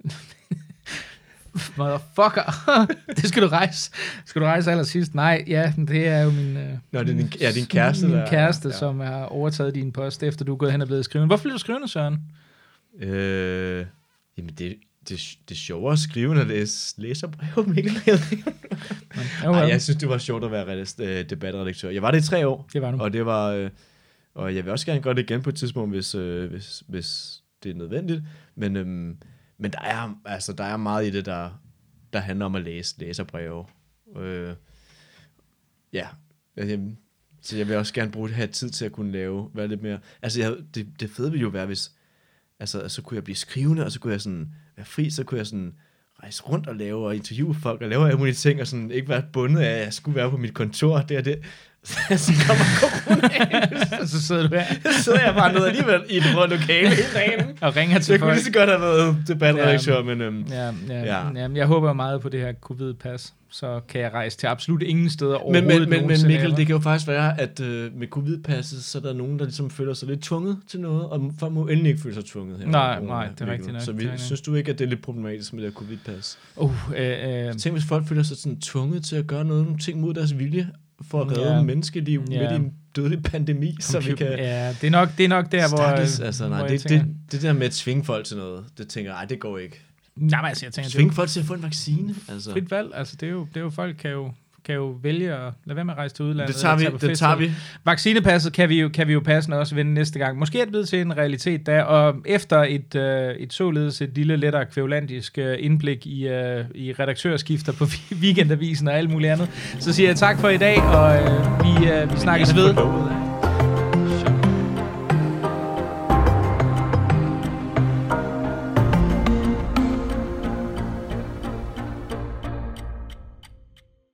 Motherfucker, det skal du rejse. Skal du rejse allersidst? Nej, ja, det er jo min, uh, Nå, det er din, ja, din kæreste, min der, kæreste ja. som har overtaget din post, efter du er gået hen og blevet skrivende. Hvorfor blev du skrivende, Søren? Øh, jamen, det Det, det er sjovere at skrive, når det er læserbrev, Mikkel. Ej, jeg synes, det var sjovt at være debatredaktør. Jeg var det i tre år. Det var du. Og, det var, øh, og jeg vil også gerne gøre det igen på et tidspunkt, hvis, øh, hvis, hvis det er nødvendigt. Men, øh, men der, er, altså, der er meget i det, der, der handler om at læse læserbrev. Øh, ja, altså, så jeg vil også gerne bruge det her tid til at kunne lave, være lidt mere... Altså, jeg, det, det fede ville jo være, hvis... Altså, så kunne jeg blive skrivende, og så kunne jeg sådan være fri, så kunne jeg sådan rejse rundt og lave og interviewe folk og lave alle mulige ting, og sådan ikke være bundet af, at jeg skulle være på mit kontor, det og det. Så kommer corona, så sidder du her. Så sidder jeg bare nede alligevel i et rødt lokale hele dagen. Og ringer til jeg folk. Jeg kunne lige så godt have været debatredaktør, ja, men... Øhm, ja, ja, ja. ja, jeg håber meget på det her covid-pas. Så kan jeg rejse til absolut ingen steder overhovedet. Men, men, men, men Mikkel, det kan jo faktisk være, at øh, med covid-passet, så er der nogen, der ligesom føler sig lidt tvunget til noget, og folk må endelig ikke føle sig tvunget her. Nej, nej, det er rigtigt nok. Så vi, synes du ikke, at det er lidt problematisk med det her covid-pas? Uh, øh, øh. Tænk, hvis folk føler sig sådan tvunget til at gøre noget, nogle ting mod deres vilje, for at redde yeah. menneskeliv yeah. midt i en dødelig pandemi, så vi kan... Ja, det er nok, det er nok der, startes, hvor... Altså, nej, hvor det, det, det der med at tvinge folk til noget, det tænker jeg, det går ikke. Nej, men altså, jeg tænker... Tvinge folk til at få en vaccine, altså. Frit valg, altså, det er jo, det er jo folk kan jo... kan jo vælge at lade være med at rejse til udlandet. Det tager vi, det tager vi. Vaccinepasset kan vi jo, kan vi jo passende også vende næste gang. Måske er det blevet til en realitet da, og efter et, øh, et således et lille, lettere kvævlandisk øh, indblik i, øh, i redaktørskifter på Weekendavisen og alt muligt andet, så siger jeg tak for i dag, og øh, vi, øh, vi snakkes ved.